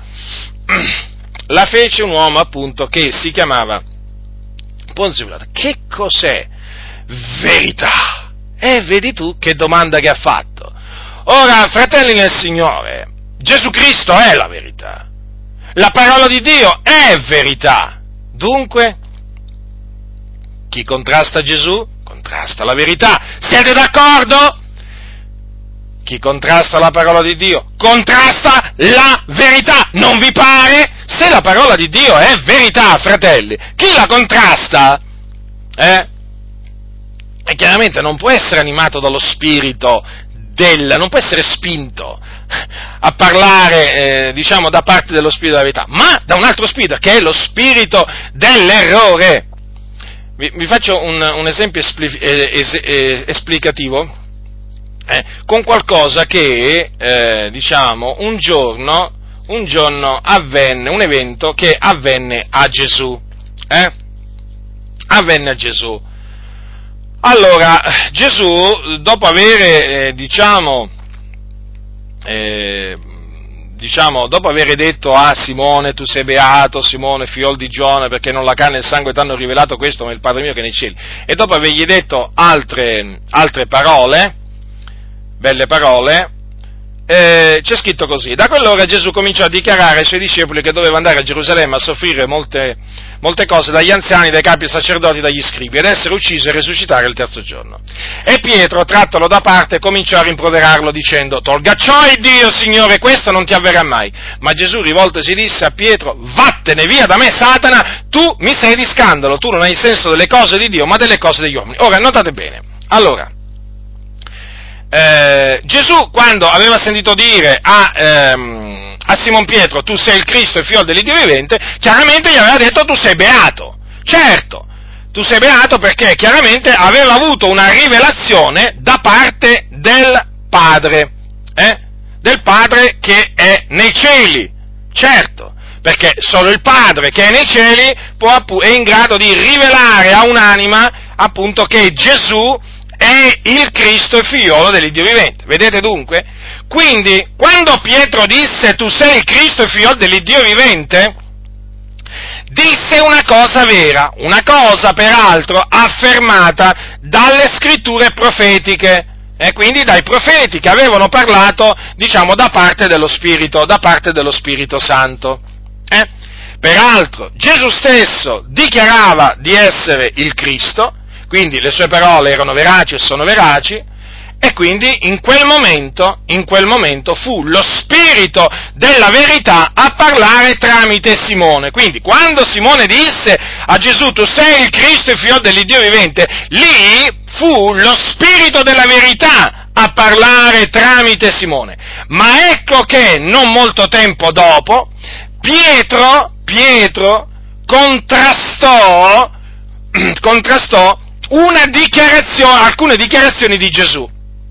La fece un uomo appunto che si chiamava Ponzio Pilato. Che cos'è verità? E vedi tu che domanda che ha fatto. Ora, fratelli nel Signore, Gesù Cristo è la verità. La parola di Dio è verità. Dunque, chi contrasta Gesù, contrasta la verità. Siete d'accordo? Chi contrasta la parola di Dio, contrasta la verità. Non vi pare? Se la parola di Dio è verità, fratelli, chi la contrasta, eh? E chiaramente non può essere animato dallo spirito della, non può essere spinto a parlare, eh, diciamo, da parte dello spirito della verità, ma da un altro spirito, che è lo spirito dell'errore. Vi, vi faccio un, un esempio espli, eh, es, eh, esplicativo, eh, con qualcosa che, eh, diciamo, un giorno, un giorno avvenne, un evento che avvenne a Gesù, eh? avvenne a Gesù. Allora, Gesù, dopo avere, eh, diciamo, eh, diciamo, dopo avere detto a Simone, tu sei beato, Simone, figliol di Giona, perché non la carne e il sangue ti hanno rivelato questo, ma il Padre mio che è nei cieli, e dopo avergli detto altre, altre parole, belle parole, eh, c'è scritto così: da quell'ora Gesù cominciò a dichiarare ai suoi discepoli che doveva andare a Gerusalemme a soffrire molte, molte cose dagli anziani, dai capi sacerdoti, dagli scribi, ed essere ucciso e risuscitare il terzo giorno. E Pietro, trattolo da parte, cominciò a rimproverarlo dicendo: tolga ciò il Dio, Signore, questo non ti avverrà mai. Ma Gesù rivoltosi disse a Pietro: vattene via da me, Satana, tu mi sei di scandalo, tu non hai il senso delle cose di Dio, ma delle cose degli uomini. Ora, notate bene, allora, Eh, Gesù, quando aveva sentito dire a, ehm, a Simon Pietro, tu sei il Cristo, il figlio dell'Iddio vivente, chiaramente gli aveva detto: tu sei beato. Certo, tu sei beato perché chiaramente aveva avuto una rivelazione da parte del Padre, eh? del Padre che è nei cieli. Certo, perché solo il Padre che è nei cieli può, è in grado di rivelare a un'anima, appunto, che Gesù è il Cristo e figliolo dell'Iddio vivente. Vedete dunque? Quindi, quando Pietro disse tu sei il Cristo e figliolo dell'Iddio vivente, disse una cosa vera, una cosa peraltro affermata dalle scritture profetiche, e quindi dai profeti che avevano parlato, diciamo, da parte dello Spirito, da parte dello Spirito Santo. Eh? Peraltro, Gesù stesso dichiarava di essere il Cristo, quindi le sue parole erano veraci e sono veraci, e quindi in quel momento, in quel momento fu lo Spirito della verità a parlare tramite Simone. Quindi quando Simone disse a Gesù tu sei il Cristo, il figlio dell'Iddio vivente, lì fu lo Spirito della verità a parlare tramite Simone. Ma ecco che non molto tempo dopo Pietro, Pietro contrastò, contrastò una dichiarazione, alcune dichiarazioni di Gesù,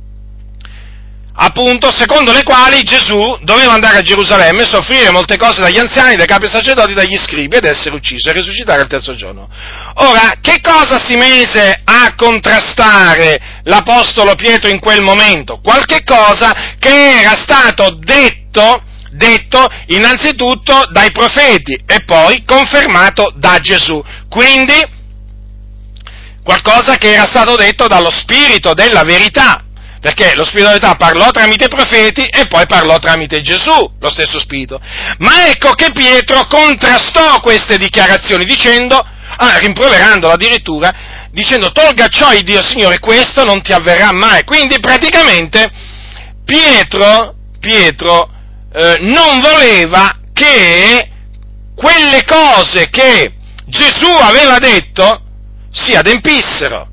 appunto, secondo le quali Gesù doveva andare a Gerusalemme, soffrire molte cose dagli anziani, dai capi sacerdoti, dagli scribi, ed essere ucciso e risuscitare il terzo giorno. Ora, che cosa si mise a contrastare l'apostolo Pietro in quel momento? Qualche cosa che era stato detto, detto innanzitutto dai profeti e poi confermato da Gesù. Quindi, qualcosa che era stato detto dallo Spirito della verità, perché lo Spirito della verità parlò tramite i profeti e poi parlò tramite Gesù, lo stesso Spirito. Ma ecco che Pietro contrastò queste dichiarazioni dicendo, ah, rimproverandolo addirittura, dicendo tolga ciò il Dio, Signore, questo non ti avverrà mai. Quindi praticamente Pietro, Pietro eh, non voleva che quelle cose che Gesù aveva detto si adempissero.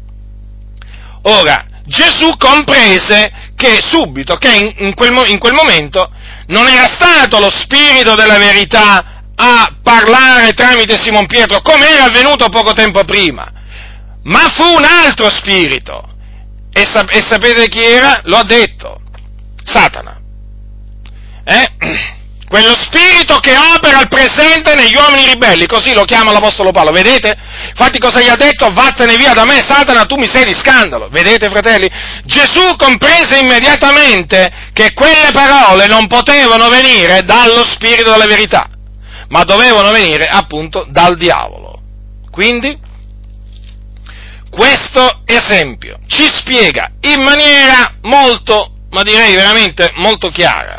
Ora, Gesù comprese che subito, che in, in, quel, in quel momento non era stato lo Spirito della verità a parlare tramite Simon Pietro, come era avvenuto poco tempo prima, ma fu un altro spirito. E, sap- e sapete chi era? Lo ha detto, Satana. Eh? Quello spirito che opera al presente negli uomini ribelli, così lo chiama l'Apostolo Paolo, vedete? Infatti cosa gli ha detto? Vattene via da me, Satana, tu mi sei di scandalo. Vedete, fratelli? Gesù comprese immediatamente che quelle parole non potevano venire dallo spirito della verità, ma dovevano venire appunto dal diavolo. Quindi, questo esempio ci spiega in maniera molto, ma direi veramente molto chiara,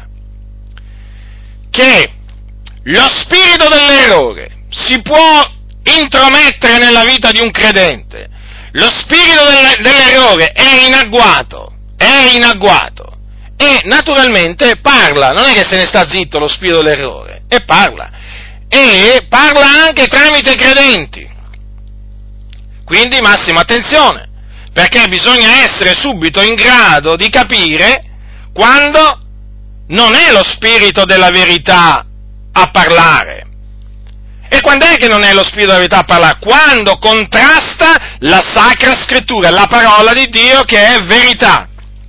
che lo spirito dell'errore si può intromettere nella vita di un credente. Lo spirito dell'errore è in agguato, è in agguato, e naturalmente parla, non è che se ne sta zitto lo spirito dell'errore, e parla, e parla anche tramite i credenti. Quindi massima attenzione, perché bisogna essere subito in grado di capire quando non è lo Spirito della verità a parlare. E quando è che non è lo Spirito della verità a parlare? Quando contrasta la Sacra Scrittura, la parola di Dio che è verità.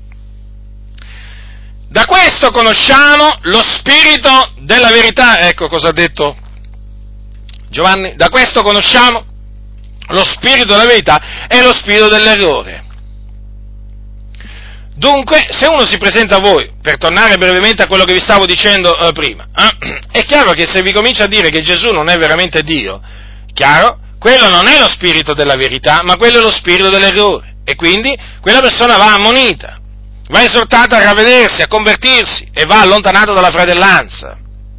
Da questo conosciamo lo Spirito della verità. Ecco cosa ha detto Giovanni. Da questo conosciamo lo Spirito della verità e lo Spirito dell'errore. Dunque, se uno si presenta a voi, per tornare brevemente a quello che vi stavo dicendo eh, prima, eh, è chiaro che se vi comincia a dire che Gesù non è veramente Dio, chiaro, quello non è lo Spirito della verità, ma quello è lo Spirito dell'errore. E quindi quella persona va ammonita, va esortata a ravvedersi, a convertirsi e va allontanata dalla fratellanza.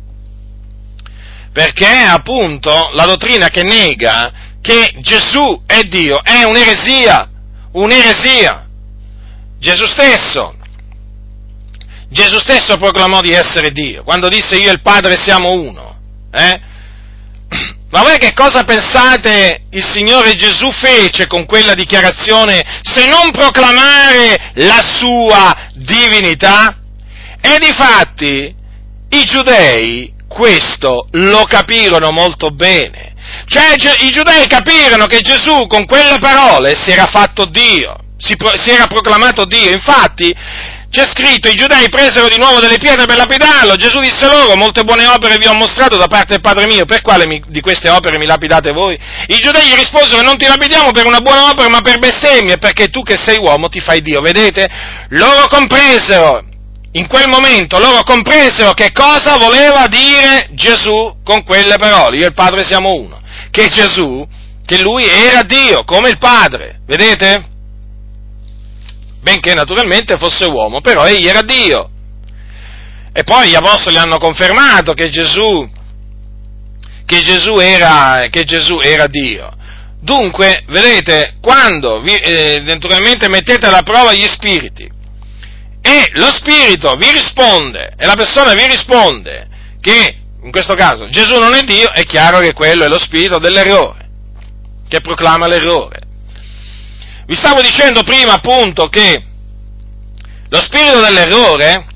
Perché appunto la dottrina che nega che Gesù è Dio è un'eresia, un'eresia. Gesù stesso, Gesù stesso proclamò di essere Dio, quando disse io e il Padre siamo uno. Eh? Ma voi che cosa pensate il Signore Gesù fece con quella dichiarazione se non proclamare la sua divinità? E difatti i giudei questo lo capirono molto bene. Cioè i giudei capirono che Gesù con quelle parole si era fatto Dio. Si, si era proclamato Dio, infatti c'è scritto, i giudei presero di nuovo delle pietre per lapidarlo, Gesù disse loro, molte buone opere vi ho mostrato da parte del Padre mio, per quale mi, di queste opere mi lapidate voi? I giudei gli risposero, non ti lapidiamo per una buona opera, ma per bestemmie, perché tu che sei uomo ti fai Dio, vedete? Loro compresero, in quel momento, loro compresero che cosa voleva dire Gesù con quelle parole, io e il Padre siamo uno, che Gesù, che lui era Dio, come il Padre, vedete? Benché naturalmente fosse uomo, però egli era Dio. E poi gli apostoli hanno confermato che Gesù, che Gesù era, che Gesù era Dio. Dunque, vedete, quando vi, eh, naturalmente mettete alla prova gli spiriti e lo spirito vi risponde, e la persona vi risponde che, in questo caso, Gesù non è Dio, è chiaro che quello è lo spirito dell'errore, che proclama l'errore. Vi stavo dicendo prima appunto che lo spirito dell'errore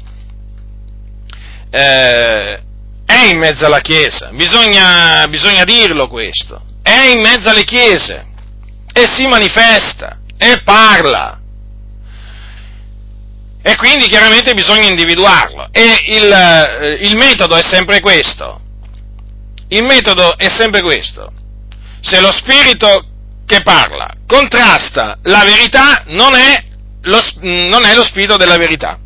eh, è in mezzo alla Chiesa, bisogna, bisogna dirlo questo, è in mezzo alle Chiese e si manifesta e parla e quindi chiaramente bisogna individuarlo e il, il metodo è sempre questo, il metodo è sempre questo, se lo spirito che parla contrasta la verità, non è lo, non è lo spirito della verità.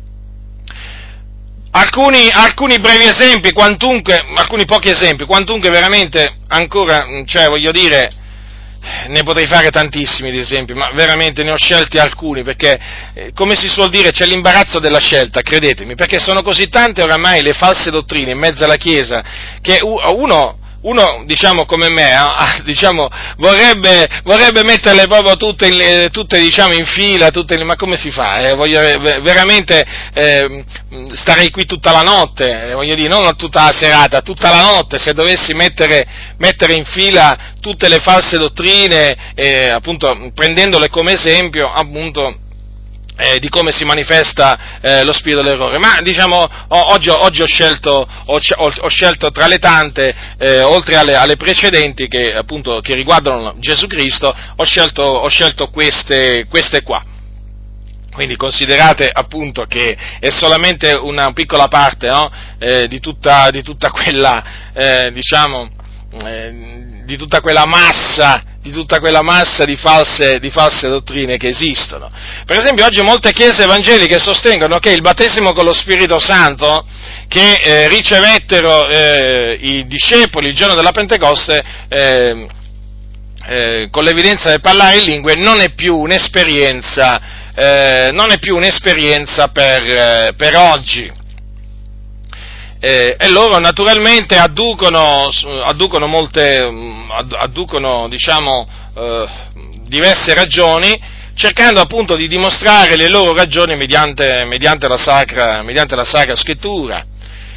Alcuni, alcuni brevi esempi, quantunque, alcuni pochi esempi, quantunque veramente ancora, cioè voglio dire, ne potrei fare tantissimi di esempi, ma veramente ne ho scelti alcuni, perché, eh, come si suol dire, c'è l'imbarazzo della scelta, credetemi, perché sono così tante oramai le false dottrine in mezzo alla Chiesa, che uno... Uno, diciamo, come me, eh, diciamo, vorrebbe, vorrebbe metterle proprio tutte, in, tutte diciamo, in fila, tutte in, ma come si fa? Eh, voglio, veramente eh, starei qui tutta la notte, eh, voglio dire, non tutta la serata, tutta la notte, se dovessi mettere, mettere in fila tutte le false dottrine, eh, appunto, prendendole come esempio, appunto, Eh, di come si manifesta eh, lo spirito dell'errore, ma diciamo ho, oggi, oggi ho, scelto, ho, ho scelto tra le tante, eh, oltre alle, alle precedenti che appunto che riguardano Gesù Cristo, ho scelto, ho scelto queste, queste qua. Quindi considerate appunto che è solamente una piccola parte, no? eh, di, tutta, di tutta quella, eh, diciamo, eh, di tutta quella massa di tutta quella massa di false, di false dottrine che esistono. Per esempio oggi molte chiese evangeliche sostengono che il battesimo con lo Spirito Santo che eh, ricevettero eh, i discepoli il giorno della Pentecoste eh, eh, con l'evidenza del parlare in lingue non è più un'esperienza, eh, non è più un'esperienza per, eh, per oggi. Eh, e loro naturalmente adducono, adducono molte, adducono diciamo eh, diverse ragioni, cercando appunto di dimostrare le loro ragioni mediante, mediante, la sacra, mediante la Sacra Scrittura.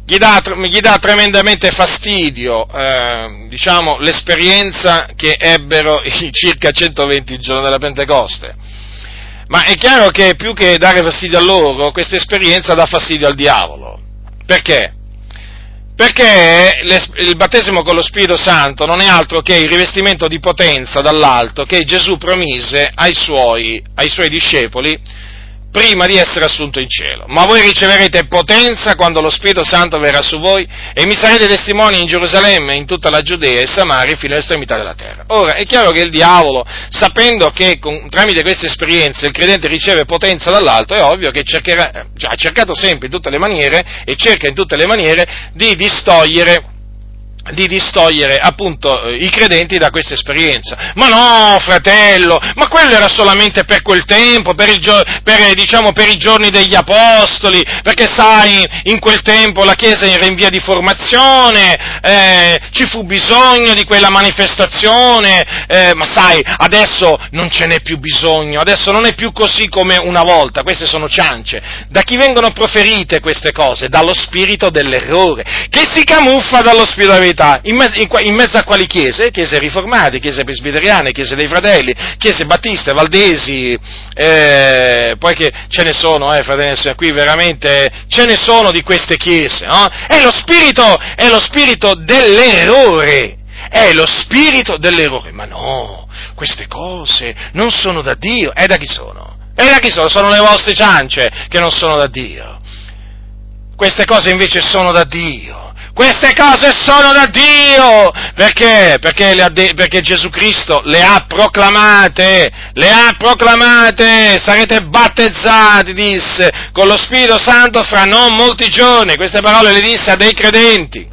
gli dà, gli dà tremendamente fastidio, eh, diciamo, l'esperienza che ebbero i circa centoventi giorni della Pentecoste. Ma è chiaro che più che dare fastidio a loro, questa esperienza dà fastidio al diavolo. Perché? Perché il battesimo con lo Spirito Santo non è altro che il rivestimento di potenza dall'alto che Gesù promise ai suoi, ai suoi discepoli prima di essere assunto in cielo. Ma voi riceverete potenza quando lo Spirito Santo verrà su voi e mi sarete testimoni in Gerusalemme, in tutta la Giudea e Samaria fino all'estremità della terra. Ora, è chiaro che il diavolo, sapendo che con, tramite queste esperienze il credente riceve potenza dall'alto, è ovvio che cercherà, cioè, ha cercato sempre in tutte le maniere e cerca in tutte le maniere di distogliere di distogliere appunto i credenti da questa esperienza. Ma no, fratello, ma quello era solamente per quel tempo, per, il, per, diciamo, per i giorni degli apostoli, perché sai, in quel tempo la Chiesa era in via di formazione, eh, ci fu bisogno di quella manifestazione, eh, ma sai, adesso non ce n'è più bisogno, adesso non è più così come una volta, queste sono ciance. Da chi vengono proferite queste cose? Dallo spirito dell'errore, che si camuffa dallo spirito della verità. In mezzo, in mezzo a quali chiese? Chiese riformate, chiese presbiteriane, chiese dei fratelli, chiese battiste, valdesi, eh, poi che ce ne sono, eh, fratelli, qui veramente ce ne sono di queste chiese, no? È lo spirito, è lo spirito dell'errore, è lo spirito dell'errore, ma no, queste cose non sono da Dio, e da chi sono? E da chi sono? Sono le vostre ciance che non sono da Dio, queste cose invece sono da Dio. Queste cose sono da Dio, perché? Perché, le ha de- perché Gesù Cristo le ha proclamate, le ha proclamate, sarete battezzati, disse, con lo Spirito Santo fra non molti giorni. Queste parole le disse a dei credenti,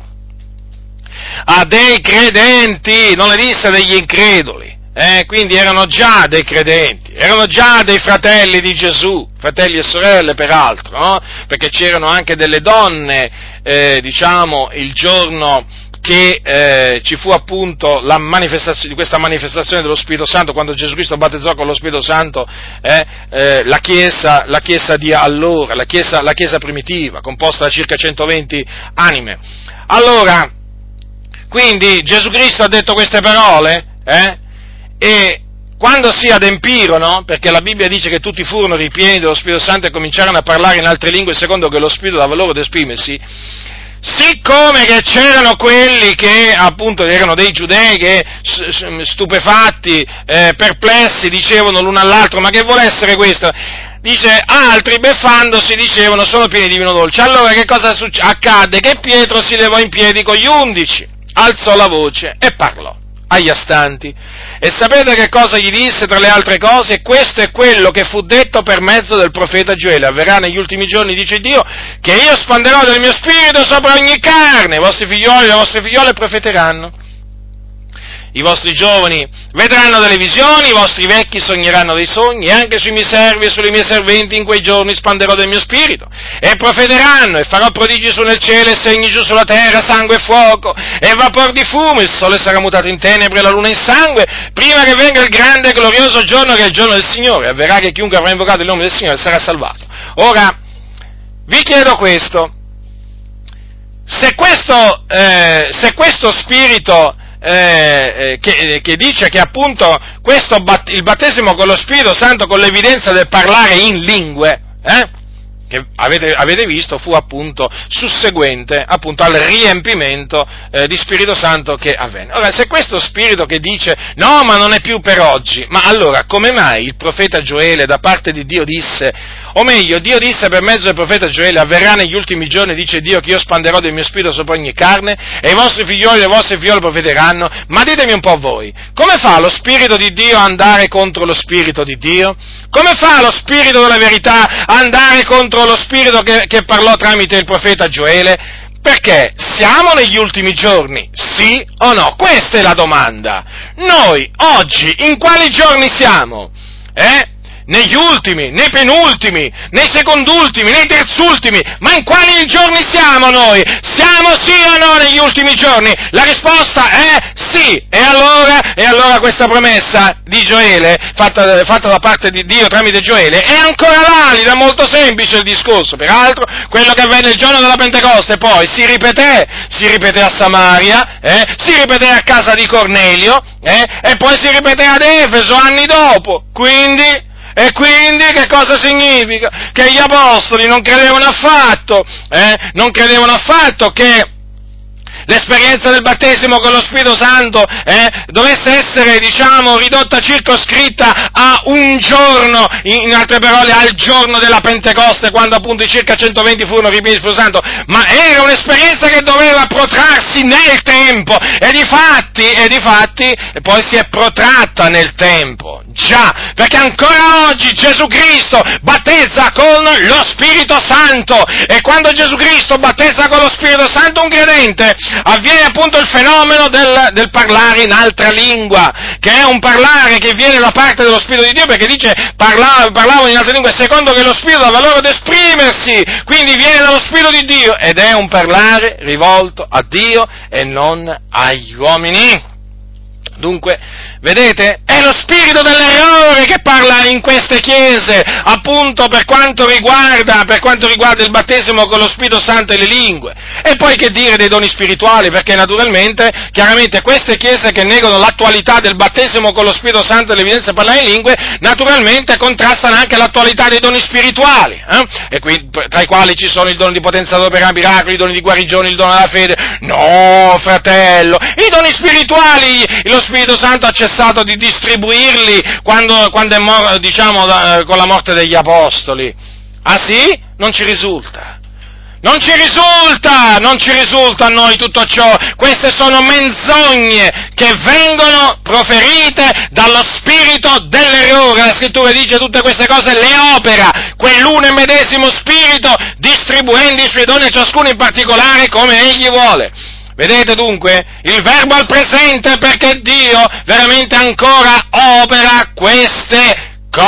a dei credenti, non le disse a degli increduli. Eh, quindi erano già dei credenti, erano già dei fratelli di Gesù, fratelli e sorelle peraltro, no? Perché c'erano anche delle donne, eh, diciamo, il giorno che eh, ci fu appunto la manifestazione di questa manifestazione dello Spirito Santo, quando Gesù Cristo battezzò con lo Spirito Santo eh, eh, la Chiesa, la Chiesa di allora, la Chiesa, la Chiesa primitiva, composta da circa centoventi anime. Allora, quindi Gesù Cristo ha detto queste parole, eh? E quando si adempirono, perché la Bibbia dice che tutti furono ripieni dello Spirito Santo e cominciarono a parlare in altre lingue secondo che lo Spirito dava loro ad esprimersi, siccome che c'erano quelli che appunto erano dei giudei che stupefatti, eh, perplessi, dicevano l'uno all'altro, ma che vuole essere questo? Dice, altri beffandosi dicevano, sono pieni di vino dolce. Allora che cosa succe- accadde? Che Pietro si levò in piedi con gli undici, alzò la voce e parlò agli astanti. E sapete che cosa gli disse tra le altre cose? Questo è quello che fu detto per mezzo del profeta Gioele. Avverrà negli ultimi giorni, dice Dio, che io spanderò del mio spirito sopra ogni carne, i vostri figlioli e le vostre figliole profeteranno. I vostri giovani vedranno delle visioni, i vostri vecchi sogneranno dei sogni, e anche sui miei servi e sulle mie serventi in quei giorni spanderò del mio spirito, e profeteranno, e farò prodigi su nel cielo e segni giù sulla terra, sangue e fuoco, e vapor di fumo, il sole sarà mutato in tenebre e la luna in sangue, prima che venga il grande e glorioso giorno che è il giorno del Signore, avverrà che chiunque avrà invocato il nome del Signore sarà salvato. Ora, vi chiedo questo, se questo, eh, se questo spirito Eh, che, che dice che appunto questo bat- il battesimo con lo Spirito Santo con l'evidenza del parlare in lingue, eh, che avete, avete visto, fu appunto susseguente appunto al riempimento eh, di Spirito Santo che avvenne. Ora, se questo spirito che dice no, ma non è più per oggi, ma allora come mai il profeta Gioele da parte di Dio disse, o meglio, Dio disse per mezzo del profeta Gioele, avverrà negli ultimi giorni, dice Dio, che io spanderò del mio spirito sopra ogni carne, e i vostri figlioli e le vostre figliole profeteranno, ma ditemi un po' voi, come fa lo spirito di Dio a andare contro lo spirito di Dio? Come fa lo spirito della verità a andare contro lo spirito che, che parlò tramite il profeta Gioele? Perché siamo negli ultimi giorni, sì o no? Questa è la domanda. Noi, oggi, in quali giorni siamo? Eh? negli ultimi, nei penultimi, nei secondultimi, nei terzultimi, ma in quali giorni siamo noi? Siamo sì o no negli ultimi giorni? La risposta è sì, e allora, e allora questa promessa di Gioele, fatta, fatta da parte di Dio tramite Gioele, è ancora valida, è molto semplice il discorso. Peraltro, quello che avvenne il giorno della Pentecoste poi si ripeté, si ripeté a Samaria, eh, si ripeté a casa di Cornelio, eh, e poi si ripeté ad Efeso anni dopo, quindi... E quindi che cosa significa? Che gli apostoli non credevano affatto, eh? non credevano affatto che l'esperienza del battesimo con lo Spirito Santo eh, dovesse essere, diciamo, ridotta, circoscritta a un giorno, in, in altre parole al giorno della Pentecoste, quando appunto i circa centoventi furono ripieni di Spirito Santo, ma era un'esperienza che doveva protrarsi nel tempo, e difatti, e difatti poi si è protratta nel tempo, già, perché ancora oggi Gesù Cristo battezza con lo Spirito Santo, e quando Gesù Cristo battezza con lo Spirito Santo un credente, avviene appunto il fenomeno del, del parlare in altra lingua, che è un parlare che viene da parte dello Spirito di Dio, perché dice parla, parlavano in altre lingue secondo che lo Spirito dava loro ad esprimersi, quindi viene dallo Spirito di Dio, ed è un parlare rivolto a Dio e non agli uomini. Dunque, vedete, è lo spirito dell'errore che parla in queste chiese, appunto per quanto riguarda, per quanto riguarda il battesimo con lo Spirito Santo e le lingue. E poi che dire dei doni spirituali, perché naturalmente, chiaramente queste chiese che negano l'attualità del battesimo con lo Spirito Santo e l'evidenza di parlare in lingue, naturalmente contrastano anche l'attualità dei doni spirituali, eh? E qui, tra i quali ci sono il dono di potenza d'opera, miracoli, i doni di guarigione, il dono della fede. No, fratello, i doni spirituali, lo Spirito Santo ha cessato di distribuirli quando, quando è morto, diciamo, da, con la morte degli apostoli. Ah sì? Non ci risulta. Non ci risulta, non ci risulta a noi tutto ciò. Queste sono menzogne che vengono proferite dallo spirito dell'errore. La Scrittura dice tutte queste cose le opera quell'uno e medesimo spirito, distribuendo i suoi doni a ciascuno in particolare come egli vuole. Vedete dunque? Il verbo al presente, perché Dio veramente ancora opera queste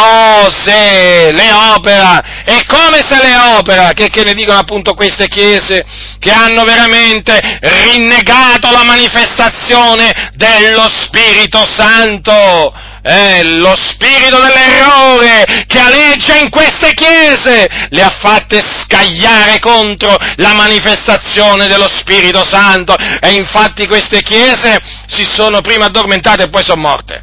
cose, le opera, e come se le opera, che, che ne dicono appunto queste chiese che hanno veramente rinnegato la manifestazione dello Spirito Santo, eh, lo spirito dell'errore che aleggia in queste chiese le ha fatte scagliare contro la manifestazione dello Spirito Santo, e infatti queste chiese si sono prima addormentate e poi sono morte.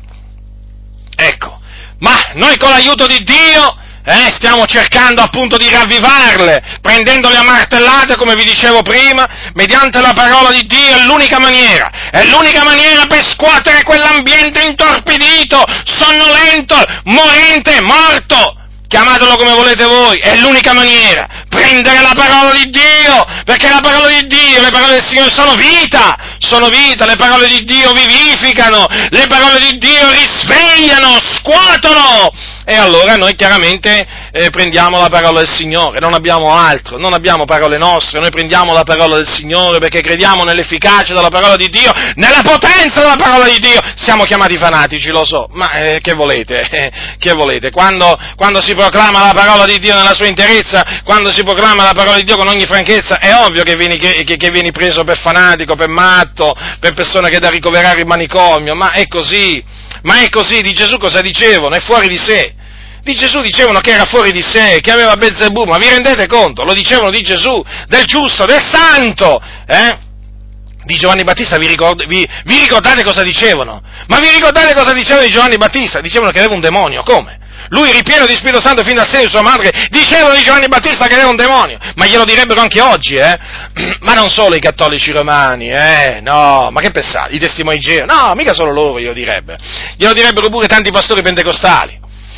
Ecco. Ma noi con l'aiuto di Dio eh, stiamo cercando appunto di ravvivarle, prendendole a martellate, come vi dicevo prima, mediante la parola di Dio. È l'unica maniera, è l'unica maniera per scuotere quell'ambiente intorpidito, sonnolento, morente, morto. Chiamatelo come volete voi, è l'unica maniera, prendere la parola di Dio, perché la parola di Dio, le parole del Signore sono vita, sono vita, le parole di Dio vivificano, le parole di Dio risvegliano, scuotono, e allora noi chiaramente eh, prendiamo la parola del Signore, non abbiamo altro, non abbiamo parole nostre, noi prendiamo la parola del Signore perché crediamo nell'efficacia della parola di Dio, nella potenza della parola di Dio. Siamo chiamati fanatici, lo so, ma eh, che volete, eh, che volete, quando, quando si proclama la parola di Dio nella sua interezza, quando si proclama la parola di Dio con ogni franchezza, è ovvio che vieni, che, che, che vieni preso per fanatico, per matto, per persona che è da ricoverare in manicomio, ma è così. Ma è così. Di Gesù cosa dicevano? È fuori di sé. Di Gesù dicevano che era fuori di sé, che aveva Beelzebù, ma vi rendete conto? Lo dicevano di Gesù, del giusto, del santo, eh? Di Giovanni Battista vi, ricord- vi, vi ricordate cosa dicevano? Ma vi ricordate cosa dicevano di Giovanni Battista? Dicevano che aveva un demonio, come? Lui ripieno di Spirito Santo fin dal seno di sua madre, dicevano di Giovanni Battista che aveva un demonio, ma glielo direbbero anche oggi, eh? Ma non solo i cattolici romani, eh? No, ma che pensate? I testimoni di Geova? No, mica solo loro glielo direbbero. Glielo direbbero pure tanti pastori pentecostali.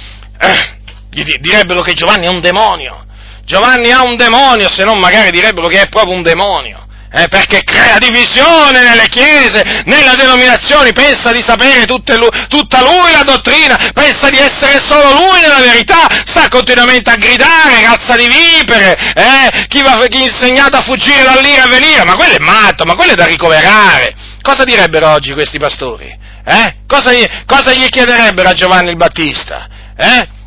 Eh, gli direbbero che Giovanni è un demonio. Giovanni ha un demonio, se non magari direbbero che è proprio un demonio. Eh, perché crea divisione nelle chiese, nelle denominazioni, pensa di sapere tutte lui, tutta lui la dottrina, pensa di essere solo lui nella verità, sta continuamente a gridare, razza di vipere, eh, chi, va, chi è insegnato a fuggire dall'ira e a venire, ma quello è matto, ma quello è da ricoverare. Cosa direbbero oggi questi pastori? Eh? Cosa, gli, cosa gli chiederebbero a Giovanni il Battista? Eh?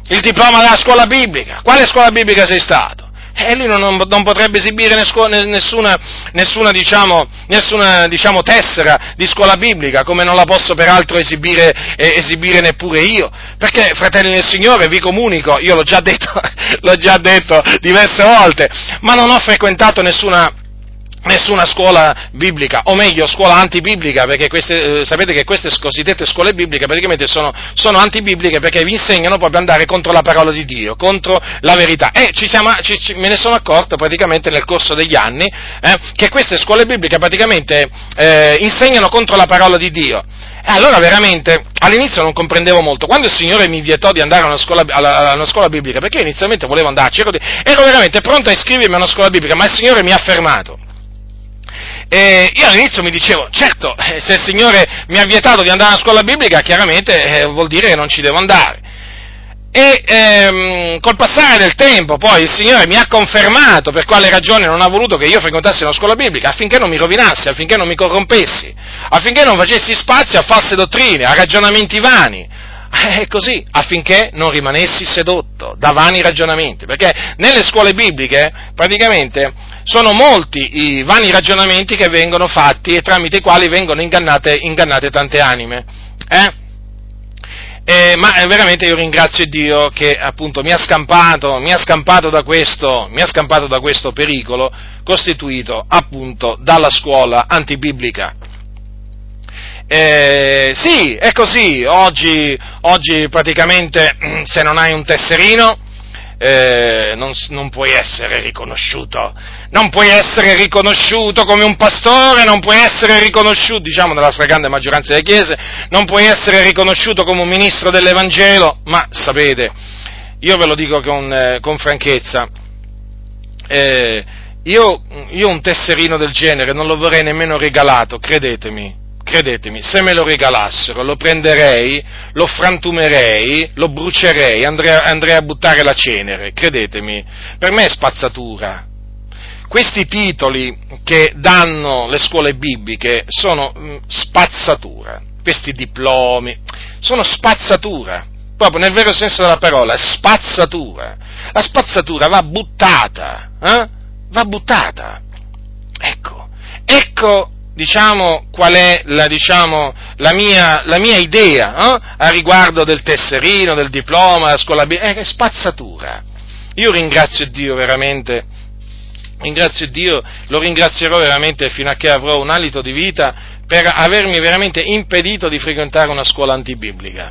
il diploma della scuola biblica. Quale scuola biblica sei stato? E lui non, non potrebbe esibire nessuna, nessuna, diciamo, nessuna diciamo, tessera di scuola biblica, come non la posso peraltro esibire, eh, esibire neppure io, perché, fratelli del Signore, vi comunico, io l'ho già detto, l'ho già detto diverse volte, ma non ho frequentato nessuna nessuna scuola biblica, o meglio scuola antibiblica, perché queste, eh, sapete che queste cosiddette scuole bibliche praticamente sono, sono antibibliche perché vi insegnano proprio ad andare contro la parola di Dio, contro la verità, e ci siamo, ci, ci, me ne sono accorto praticamente nel corso degli anni, eh, che queste scuole bibliche praticamente eh, insegnano contro la parola di Dio. E allora veramente all'inizio non comprendevo molto, quando il Signore mi vietò di andare a una scuola, a una scuola biblica, perché io inizialmente volevo andarci, ero, ero veramente pronto a iscrivermi a una scuola biblica, ma il Signore mi ha fermato. E io all'inizio mi dicevo, certo, se il Signore mi ha vietato di andare a una scuola biblica, chiaramente eh, vuol dire che non ci devo andare. E ehm, col passare del tempo poi il Signore mi ha confermato per quale ragione non ha voluto che io frequentassi una scuola biblica, affinché non mi rovinassi, affinché non mi corrompessi, affinché non facessi spazio a false dottrine, a ragionamenti vani, e così, affinché non rimanessi sedotto da vani ragionamenti, perché nelle scuole bibliche praticamente sono molti i vani ragionamenti che vengono fatti e tramite i quali vengono ingannate, ingannate tante anime, eh? Eh, ma eh, veramente io ringrazio Dio che appunto mi ha scampato, mi ha scampato da questo, mi ha scampato da questo pericolo costituito appunto dalla scuola antibiblica. Eh, sì, è così, oggi, oggi praticamente se non hai un tesserino eh, non, non puoi essere riconosciuto, non puoi essere riconosciuto come un pastore, non puoi essere riconosciuto, diciamo nella stragrande maggioranza delle chiese, non puoi essere riconosciuto come un ministro dell'Evangelo, ma sapete, io ve lo dico con, eh, con franchezza, eh, io, io un tesserino del genere non lo vorrei nemmeno regalato, credetemi. Credetemi, se me lo regalassero, lo prenderei, lo frantumerei, lo brucerei, andrei, andrei a buttare la cenere, credetemi, per me è spazzatura. Questi titoli che danno le scuole bibliche sono mh, spazzatura, questi diplomi sono spazzatura, proprio nel vero senso della parola, è spazzatura. La spazzatura va buttata, eh? va buttata. Ecco, ecco. Diciamo, qual è la, diciamo, la, mia, la mia idea eh? a riguardo del tesserino, del diploma, della scuola biblica, è spazzatura. Io ringrazio Dio veramente, ringrazio Dio, lo ringrazierò veramente fino a che avrò un alito di vita per avermi veramente impedito di frequentare una scuola antibiblica.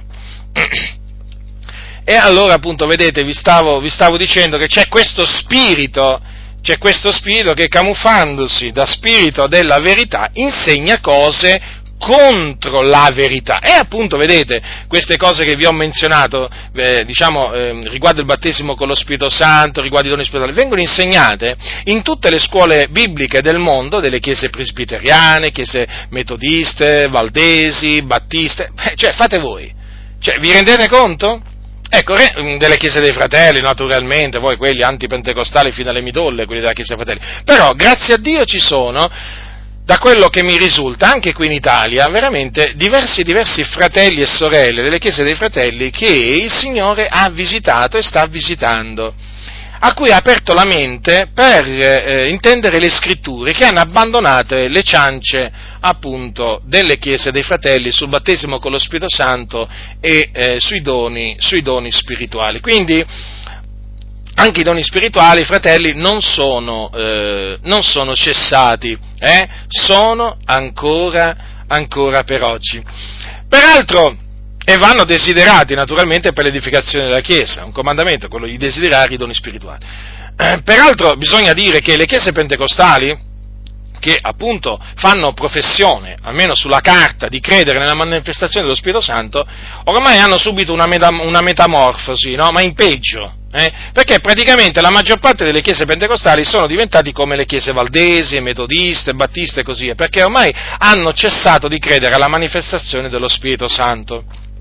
E allora appunto, vedete, vi stavo, vi stavo dicendo che c'è questo spirito, C'è questo spirito che, camuffandosi da spirito della verità, insegna cose contro la verità. E appunto, vedete, queste cose che vi ho menzionato, eh, diciamo, eh, riguardo il battesimo con lo Spirito Santo, riguardo i doni spirituali, vengono insegnate in tutte le scuole bibliche del mondo, delle chiese presbiteriane, chiese metodiste, valdesi, battiste, eh, cioè, fate voi. Cioè, vi rendete conto? Ecco, delle chiese dei fratelli, naturalmente, poi quelli antipentecostali fino alle midolle, quelli della chiesa dei fratelli. Però, grazie a Dio ci sono, da quello che mi risulta, anche qui in Italia, veramente diversi, diversi fratelli e sorelle delle chiese dei fratelli che il Signore ha visitato e sta visitando, a cui ha aperto la mente per eh, intendere le scritture, che hanno abbandonato le ciance appunto delle chiese dei fratelli sul battesimo con lo Spirito Santo e eh, sui doni, sui doni spirituali. Quindi anche i doni spirituali, fratelli, non sono, eh, non sono cessati, eh? sono ancora, ancora per oggi. Peraltro, e vanno desiderati naturalmente per l'edificazione della Chiesa, un comandamento, quello di desiderare i doni spirituali. Eh, peraltro bisogna dire che le chiese pentecostali, che appunto fanno professione, almeno sulla carta, di credere nella manifestazione dello Spirito Santo, ormai hanno subito una, metam- una metamorfosi, no? Ma in peggio, eh? Perché praticamente la maggior parte delle chiese pentecostali sono diventati come le chiese valdesi, metodiste, battiste e così via, perché ormai hanno cessato di credere alla manifestazione dello Spirito Santo.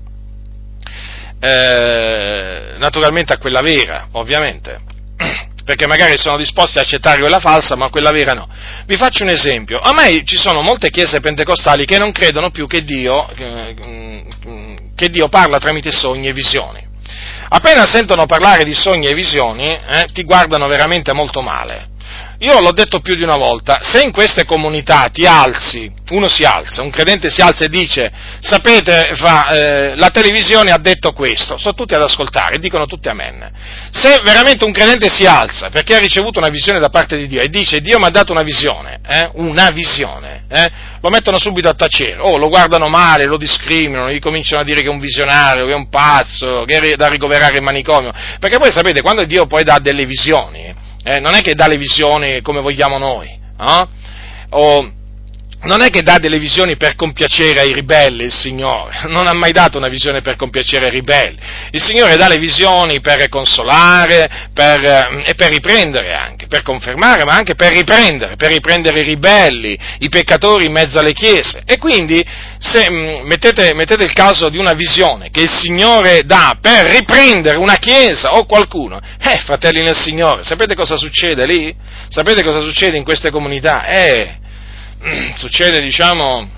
Eh, naturalmente a quella vera, ovviamente, perché magari sono disposti a accettare quella falsa, ma quella vera no. Vi faccio un esempio. Ormai ci sono molte chiese pentecostali che non credono più che Dio, che Dio parla tramite sogni e visioni. appena sentono parlare di sogni e visioni, eh, ti guardano veramente molto male. Io l'ho detto più di una volta, se in queste comunità ti alzi, uno si alza, un credente si alza e dice, sapete, fa, eh, la televisione ha detto questo, sto tutti ad ascoltare, dicono tutti amen. Se veramente un credente si alza perché ha ricevuto una visione da parte di Dio e dice, Dio mi ha dato una visione, eh, una visione, eh, lo mettono subito a tacere, oh, lo guardano male, lo discriminano, gli cominciano a dire che è un visionario, che è un pazzo, che è da ricoverare in manicomio, perché poi sapete, quando Dio poi dà delle visioni, Eh, non è che dà le visioni come vogliamo noi, eh? o non è che dà delle visioni per compiacere ai ribelli il Signore, non ha mai dato una visione per compiacere ai ribelli, il Signore dà le visioni per consolare per, eh, e per riprendere anche, per confermare, ma anche per riprendere, per riprendere i ribelli, i peccatori in mezzo alle chiese, e quindi se mh, mettete, mettete il caso di una visione che il Signore dà per riprendere una chiesa o qualcuno, eh, fratelli nel Signore, sapete cosa succede lì? Sapete cosa succede in queste comunità? Eh, succede, diciamo,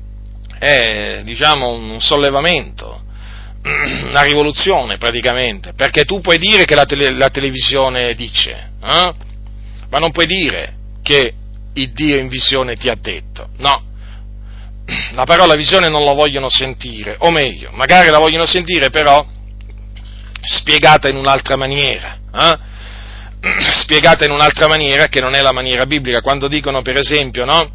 è, diciamo, un sollevamento, una rivoluzione praticamente, perché tu puoi dire che la, tele, la televisione dice, eh? ma non puoi dire che il Dio in visione ti ha detto, no, la parola visione non la vogliono sentire, o meglio, magari la vogliono sentire però spiegata in un'altra maniera, eh? spiegata in un'altra maniera che non è la maniera biblica, quando dicono per esempio, no?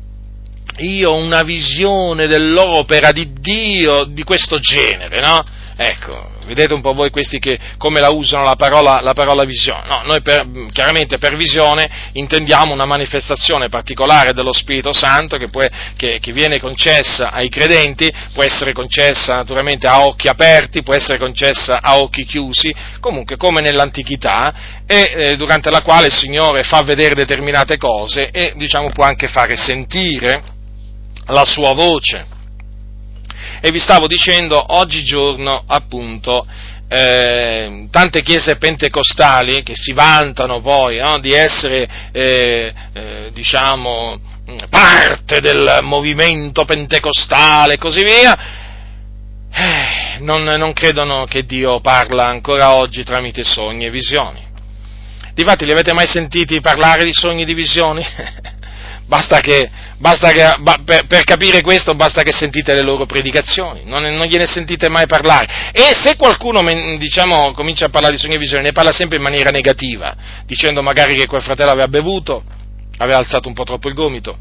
Io ho una visione dell'opera di Dio di questo genere, no? Ecco, vedete un po' voi questi che come la usano la parola, la parola visione. No, noi per, chiaramente per visione intendiamo una manifestazione particolare dello Spirito Santo che, può, che, che viene concessa ai credenti, può essere concessa naturalmente a occhi aperti, può essere concessa a occhi chiusi, comunque come nell'antichità, e eh, durante la quale il Signore fa vedere determinate cose e diciamo può anche fare sentire la sua voce. E vi stavo dicendo, oggigiorno appunto eh, tante chiese pentecostali che si vantano poi no, di essere eh, eh, diciamo parte del movimento pentecostale e così via, eh, non, non credono che Dio parla ancora oggi tramite sogni e visioni. Difatti, li avete mai sentiti parlare di sogni e di visioni? Basta che, basta che per, per capire questo basta che sentite le loro predicazioni, non, non gliene sentite mai parlare. E se qualcuno, diciamo, comincia a parlare di sogni e visioni, ne parla sempre in maniera negativa, dicendo magari che quel fratello aveva bevuto, aveva alzato un po' troppo il gomito,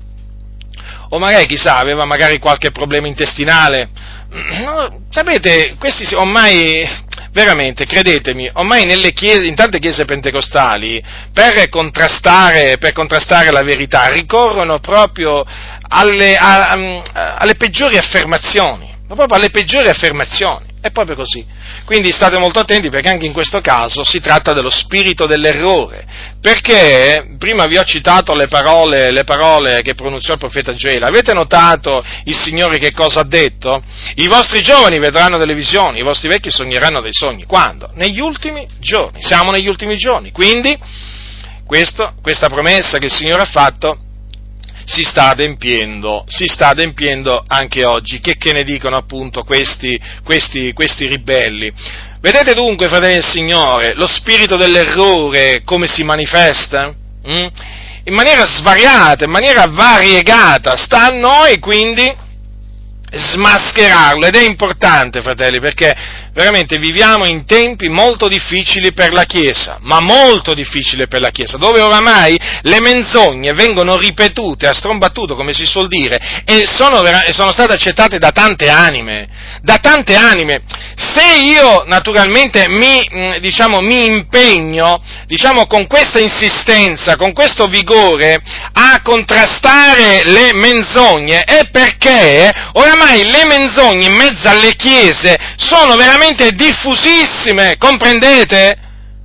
o magari, chissà, aveva magari qualche problema intestinale. No, sapete, questi ormai, veramente, credetemi, ormai nelle chiese, in tante chiese pentecostali, per contrastare, per contrastare la verità, ricorrono proprio alle, a, a, alle peggiori affermazioni, ma proprio alle peggiori affermazioni, è proprio così. Quindi state molto attenti, perché anche in questo caso si tratta dello spirito dell'errore, perché prima vi ho citato le parole, le parole che pronunziò il profeta Gioele. Avete notato il Signore che cosa ha detto? I vostri giovani vedranno delle visioni, i vostri vecchi sogneranno dei sogni. Quando? Negli ultimi giorni, siamo negli ultimi giorni, quindi questo, questa promessa che il Signore ha fatto si sta adempiendo, si sta adempiendo anche oggi. Che, che ne dicono appunto questi, questi, questi ribelli? Vedete dunque, fratelli del Signore, lo spirito dell'errore come si manifesta? Mm? In maniera svariata, in maniera variegata. Sta a noi quindi smascherarlo, ed è importante, fratelli, perché veramente viviamo in tempi molto difficili per la Chiesa, ma molto difficili per la Chiesa, dove oramai le menzogne vengono ripetute a strombattuto, come si suol dire, e sono, sono state accettate da tante anime, da tante anime. Se io naturalmente mi, diciamo, mi impegno, diciamo, con questa insistenza, con questo vigore a contrastare le menzogne, è perché oramai le menzogne in mezzo alle chiese sono veramente diffusissime, comprendete?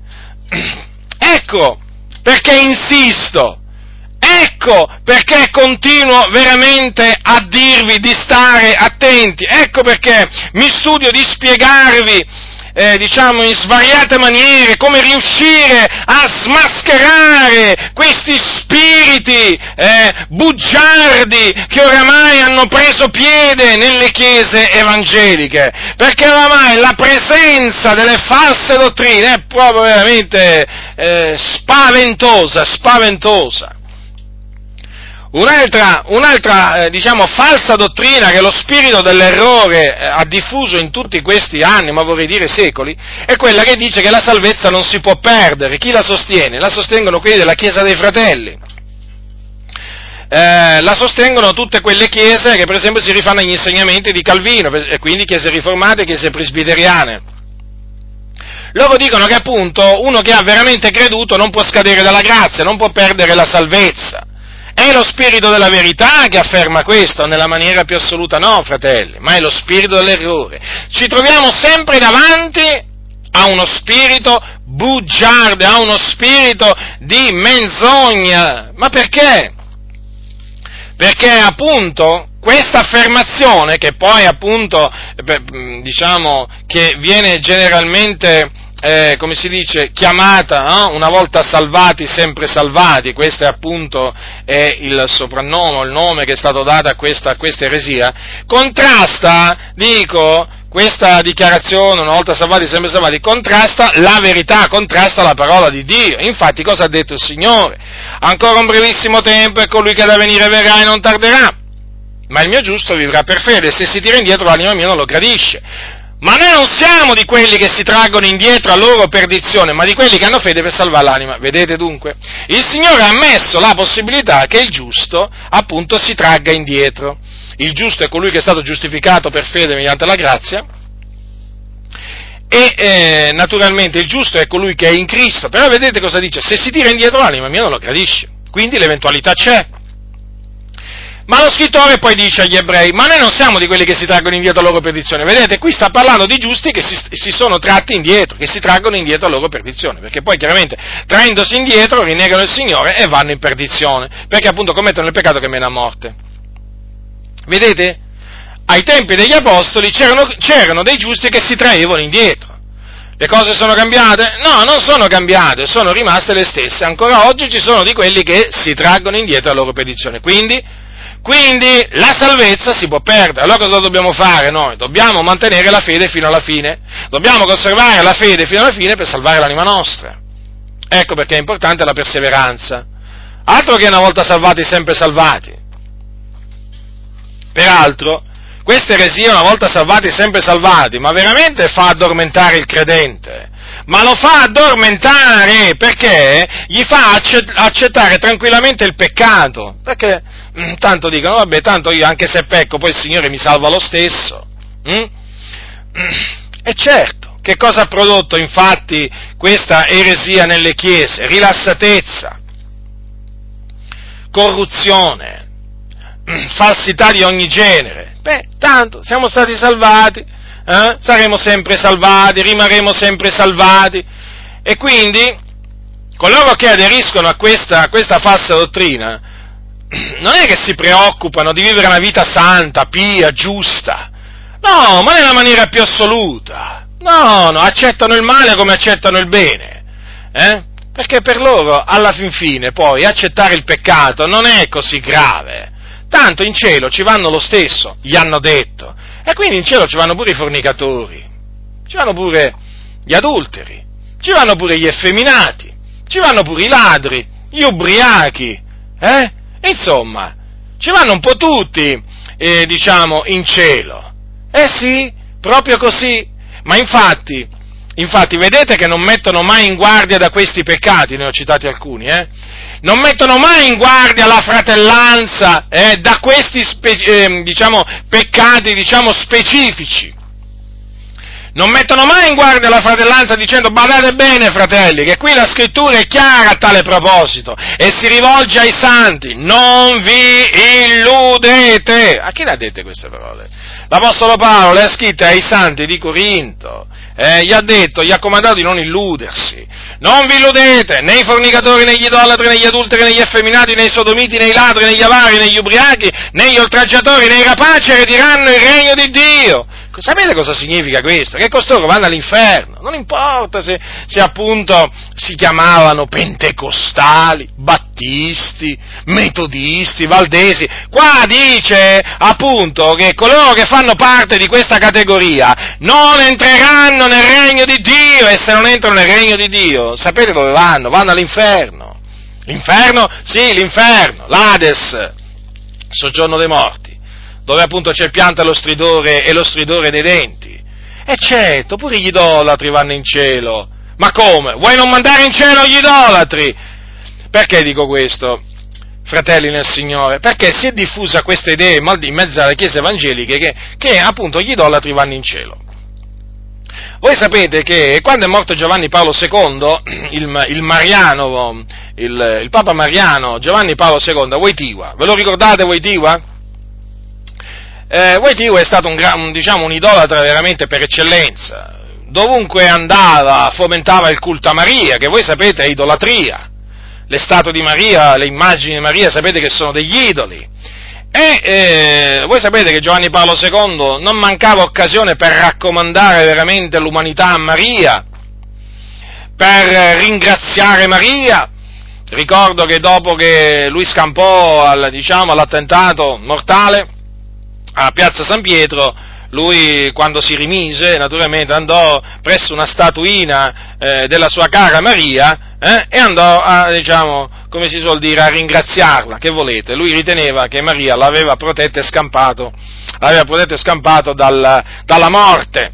Ecco perché insisto, ecco perché continuo veramente a dirvi di stare attenti, ecco perché mi studio di spiegarvi eh, diciamo, in svariate maniere, come riuscire a smascherare questi spiriti eh, bugiardi che oramai hanno preso piede nelle chiese evangeliche, perché oramai la presenza delle false dottrine è proprio veramente eh, spaventosa, spaventosa. Un'altra, un'altra eh, diciamo, falsa dottrina che lo spirito dell'errore eh, ha diffuso in tutti questi anni, ma vorrei dire secoli, è quella che dice che la salvezza non si può perdere. Chi la sostiene? La sostengono quelli della Chiesa dei Fratelli. Eh, la sostengono tutte quelle chiese che per esempio si rifanno agli insegnamenti di Calvino, e quindi chiese riformate e chiese presbiteriane. Loro dicono che appunto uno che ha veramente creduto non può scadere dalla grazia, non può perdere la salvezza. È lo spirito della verità che afferma questo, nella maniera più assoluta no, fratelli, ma è lo spirito dell'errore. Ci troviamo sempre davanti a uno spirito bugiardo, a uno spirito di menzogna. Ma perché? Perché appunto questa affermazione, che poi appunto, diciamo, che viene generalmente, eh, come si dice, chiamata, no? Una volta salvati, sempre salvati, questo è appunto è il soprannome, il nome che è stato dato a questa, a questa eresia, contrasta, dico, questa dichiarazione, una volta salvati, sempre salvati, contrasta la verità, contrasta la parola di Dio. Infatti cosa ha detto il Signore? Ancora un brevissimo tempo e colui che è da venire verrà e non tarderà, ma il mio giusto vivrà per fede, se si tira indietro l'anima mia non lo gradisce. Ma noi non siamo di quelli che si traggono indietro a loro perdizione, ma di quelli che hanno fede per salvare l'anima. Vedete dunque? Il Signore ha messo la possibilità che il giusto, appunto, si tragga indietro. Il giusto è colui che è stato giustificato per fede mediante la grazia, e eh, naturalmente il giusto è colui che è in Cristo. Però vedete cosa dice? Se si tira indietro l'anima mia non lo gradisce. Quindi l'eventualità c'è. Ma lo scrittore poi dice agli ebrei, ma noi non siamo di quelli che si traggono indietro a loro perdizione. Vedete, qui sta parlando di giusti che si, si sono tratti indietro, che si traggono indietro a loro perdizione, perché poi chiaramente traendosi indietro rinnegano il Signore e vanno in perdizione, perché appunto commettono il peccato che mena a morte. Vedete? Ai tempi degli Apostoli c'erano, c'erano dei giusti che si traevano indietro. Le cose sono cambiate? No, non sono cambiate, sono rimaste le stesse. Ancora oggi ci sono di quelli che si traggono indietro a loro perdizione. Quindi... Quindi la salvezza si può perdere. Allora cosa dobbiamo fare noi? Dobbiamo mantenere la fede fino alla fine. Dobbiamo conservare la fede fino alla fine per salvare l'anima nostra. Ecco perché è importante la perseveranza. Altro che una volta salvati, sempre salvati. Peraltro, questa eresia, una volta salvati, sempre salvati, ma veramente fa addormentare il credente. Ma lo fa addormentare perché gli fa accettare tranquillamente il peccato. Perché tanto dicono, vabbè, tanto io anche se pecco poi il Signore mi salva lo stesso. Mm? E certo, che cosa ha prodotto infatti questa eresia nelle chiese? Rilassatezza, corruzione, falsità di ogni genere. Beh, tanto, siamo stati salvati, eh? Saremo sempre salvati, rimarremo sempre salvati, e quindi coloro che aderiscono a questa, a questa falsa dottrina non è che si preoccupano di vivere una vita santa, pia, giusta, no, ma nella maniera più assoluta, no, no, accettano il male come accettano il bene, eh? Perché per loro, alla fin fine, poi, accettare il peccato non è così grave, tanto in cielo ci vanno lo stesso, gli hanno detto, e quindi in cielo ci vanno pure i fornicatori, ci vanno pure gli adulteri, ci vanno pure gli effeminati, ci vanno pure i ladri, gli ubriachi, eh? Insomma, ci vanno un po' tutti, eh, diciamo, in cielo. Eh sì, proprio così. Ma infatti, infatti, vedete che non mettono mai in guardia da questi peccati, ne ho citati alcuni, eh? Non mettono mai in guardia la fratellanza, eh, da questi, spe- eh, diciamo, peccati, diciamo, specifici. Non mettono mai in guardia la fratellanza dicendo, badate bene fratelli, che qui la scrittura è chiara a tale proposito, e si rivolge ai santi, non vi illudete. A chi le ha dette queste parole? L'Apostolo Paolo le ha scritte ai santi di Corinto, eh, gli ha detto, gli ha comandato di non illudersi. Non vi illudete, né i fornicatori, né gli idolatri, né gli adulteri, né gli effeminati, né i sodomiti, né i ladri, né gli avari, né gli ubriachi, né gli oltraggiatori, né i rapaci erediranno il regno di Dio. Sapete cosa significa questo? Che costoro vanno all'inferno, non importa se, se appunto si chiamavano pentecostali, battisti, metodisti, valdesi. Qua dice appunto che coloro che fanno parte di questa categoria non entreranno nel regno di Dio, e se non entrano nel regno di Dio, sapete dove vanno? Vanno all'inferno. L'inferno? Sì, l'inferno, l'Ades, soggiorno dei morti, dove appunto c'è il pianto e lo stridore, e lo stridore dei denti. E certo, pure gli idolatri vanno in cielo. Ma come? Vuoi non mandare in cielo gli idolatri? Perché dico questo, fratelli nel Signore? Perché si è diffusa questa idea in mezzo alle chiese evangeliche che, che appunto gli idolatri vanno in cielo. Voi sapete che quando è morto Giovanni Paolo secondo, il, il Mariano, il, il Papa Mariano, Giovanni Paolo secondo, Wojtyła, ve lo ricordate Wojtyła? Eh, Wojtyła è stato un, un, diciamo, un idolatra veramente per eccellenza. Dovunque andava fomentava il culto a Maria, che voi sapete è idolatria. Le statue di Maria, le immagini di Maria, sapete che sono degli idoli. E eh, voi sapete che Giovanni Paolo secondo non mancava occasione per raccomandare veramente l'umanità a Maria, per ringraziare Maria. Ricordo che dopo che lui scampò al, diciamo, all'attentato mortale a Piazza San Pietro, lui quando si rimise naturalmente andò presso una statuina eh, della sua cara Maria eh, e andò a, diciamo, come si suol dire, a ringraziarla. Che volete? Lui riteneva che Maria l'aveva protetto e scampato, l'aveva protetto e scampato dal, dalla morte.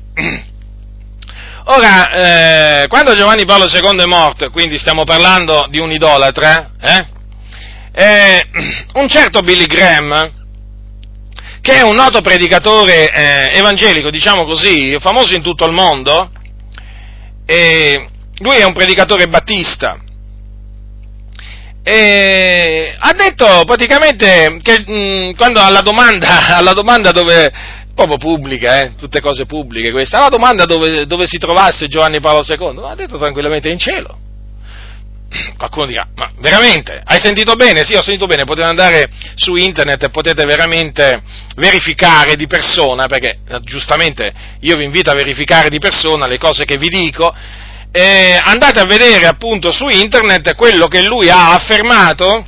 Ora, eh, quando Giovanni Paolo secondo è morto, quindi stiamo parlando di un idolatra, eh, eh, un certo Billy Graham, che è un noto predicatore eh, evangelico, diciamo così, famoso in tutto il mondo, e lui è un predicatore battista, e ha detto praticamente che mh, quando alla domanda, alla domanda dove, proprio pubblica, eh, tutte cose pubbliche queste, alla domanda dove, dove si trovasse Giovanni Paolo secondo, ha detto tranquillamente in cielo. Qualcuno dirà, ma veramente? Hai sentito bene? Sì, ho sentito bene, potete andare su internet e potete veramente verificare di persona, perché giustamente io vi invito a verificare di persona le cose che vi dico, eh, andate a vedere appunto su internet quello che lui ha affermato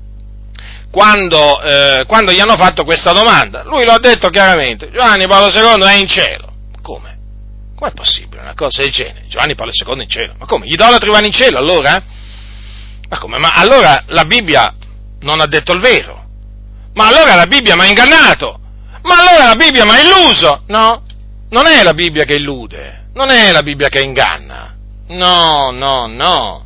quando, eh, quando gli hanno fatto questa domanda. Lui lo ha detto chiaramente, Giovanni Paolo secondo è in cielo. Come? Com'è possibile una cosa del genere? Giovanni Paolo secondo in cielo? Ma come? Gli idolatri vanno in cielo allora? Ma come? Ma allora la Bibbia non ha detto il vero? Ma allora la Bibbia mi ha ingannato? Ma allora la Bibbia mi ha illuso? No, non è la Bibbia che illude, non è la Bibbia che inganna, no, no, no,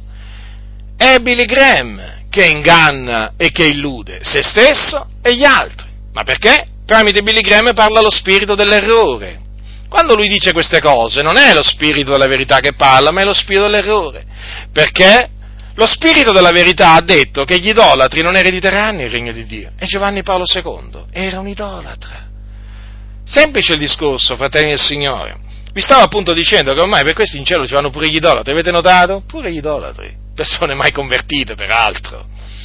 è Billy Graham che inganna e che illude se stesso e gli altri. Ma perché? Tramite Billy Graham parla lo spirito dell'errore. Quando lui dice queste cose non è lo spirito della verità che parla, ma è lo spirito dell'errore, perché lo spirito della verità ha detto che gli idolatri non erediteranno il regno di Dio, e Giovanni Paolo secondo era un idolatra. Semplice il discorso, fratelli del Signore. Vi stavo appunto dicendo che ormai per questi in cielo ci vanno pure gli idolatri, avete notato? Pure gli idolatri, persone mai convertite peraltro,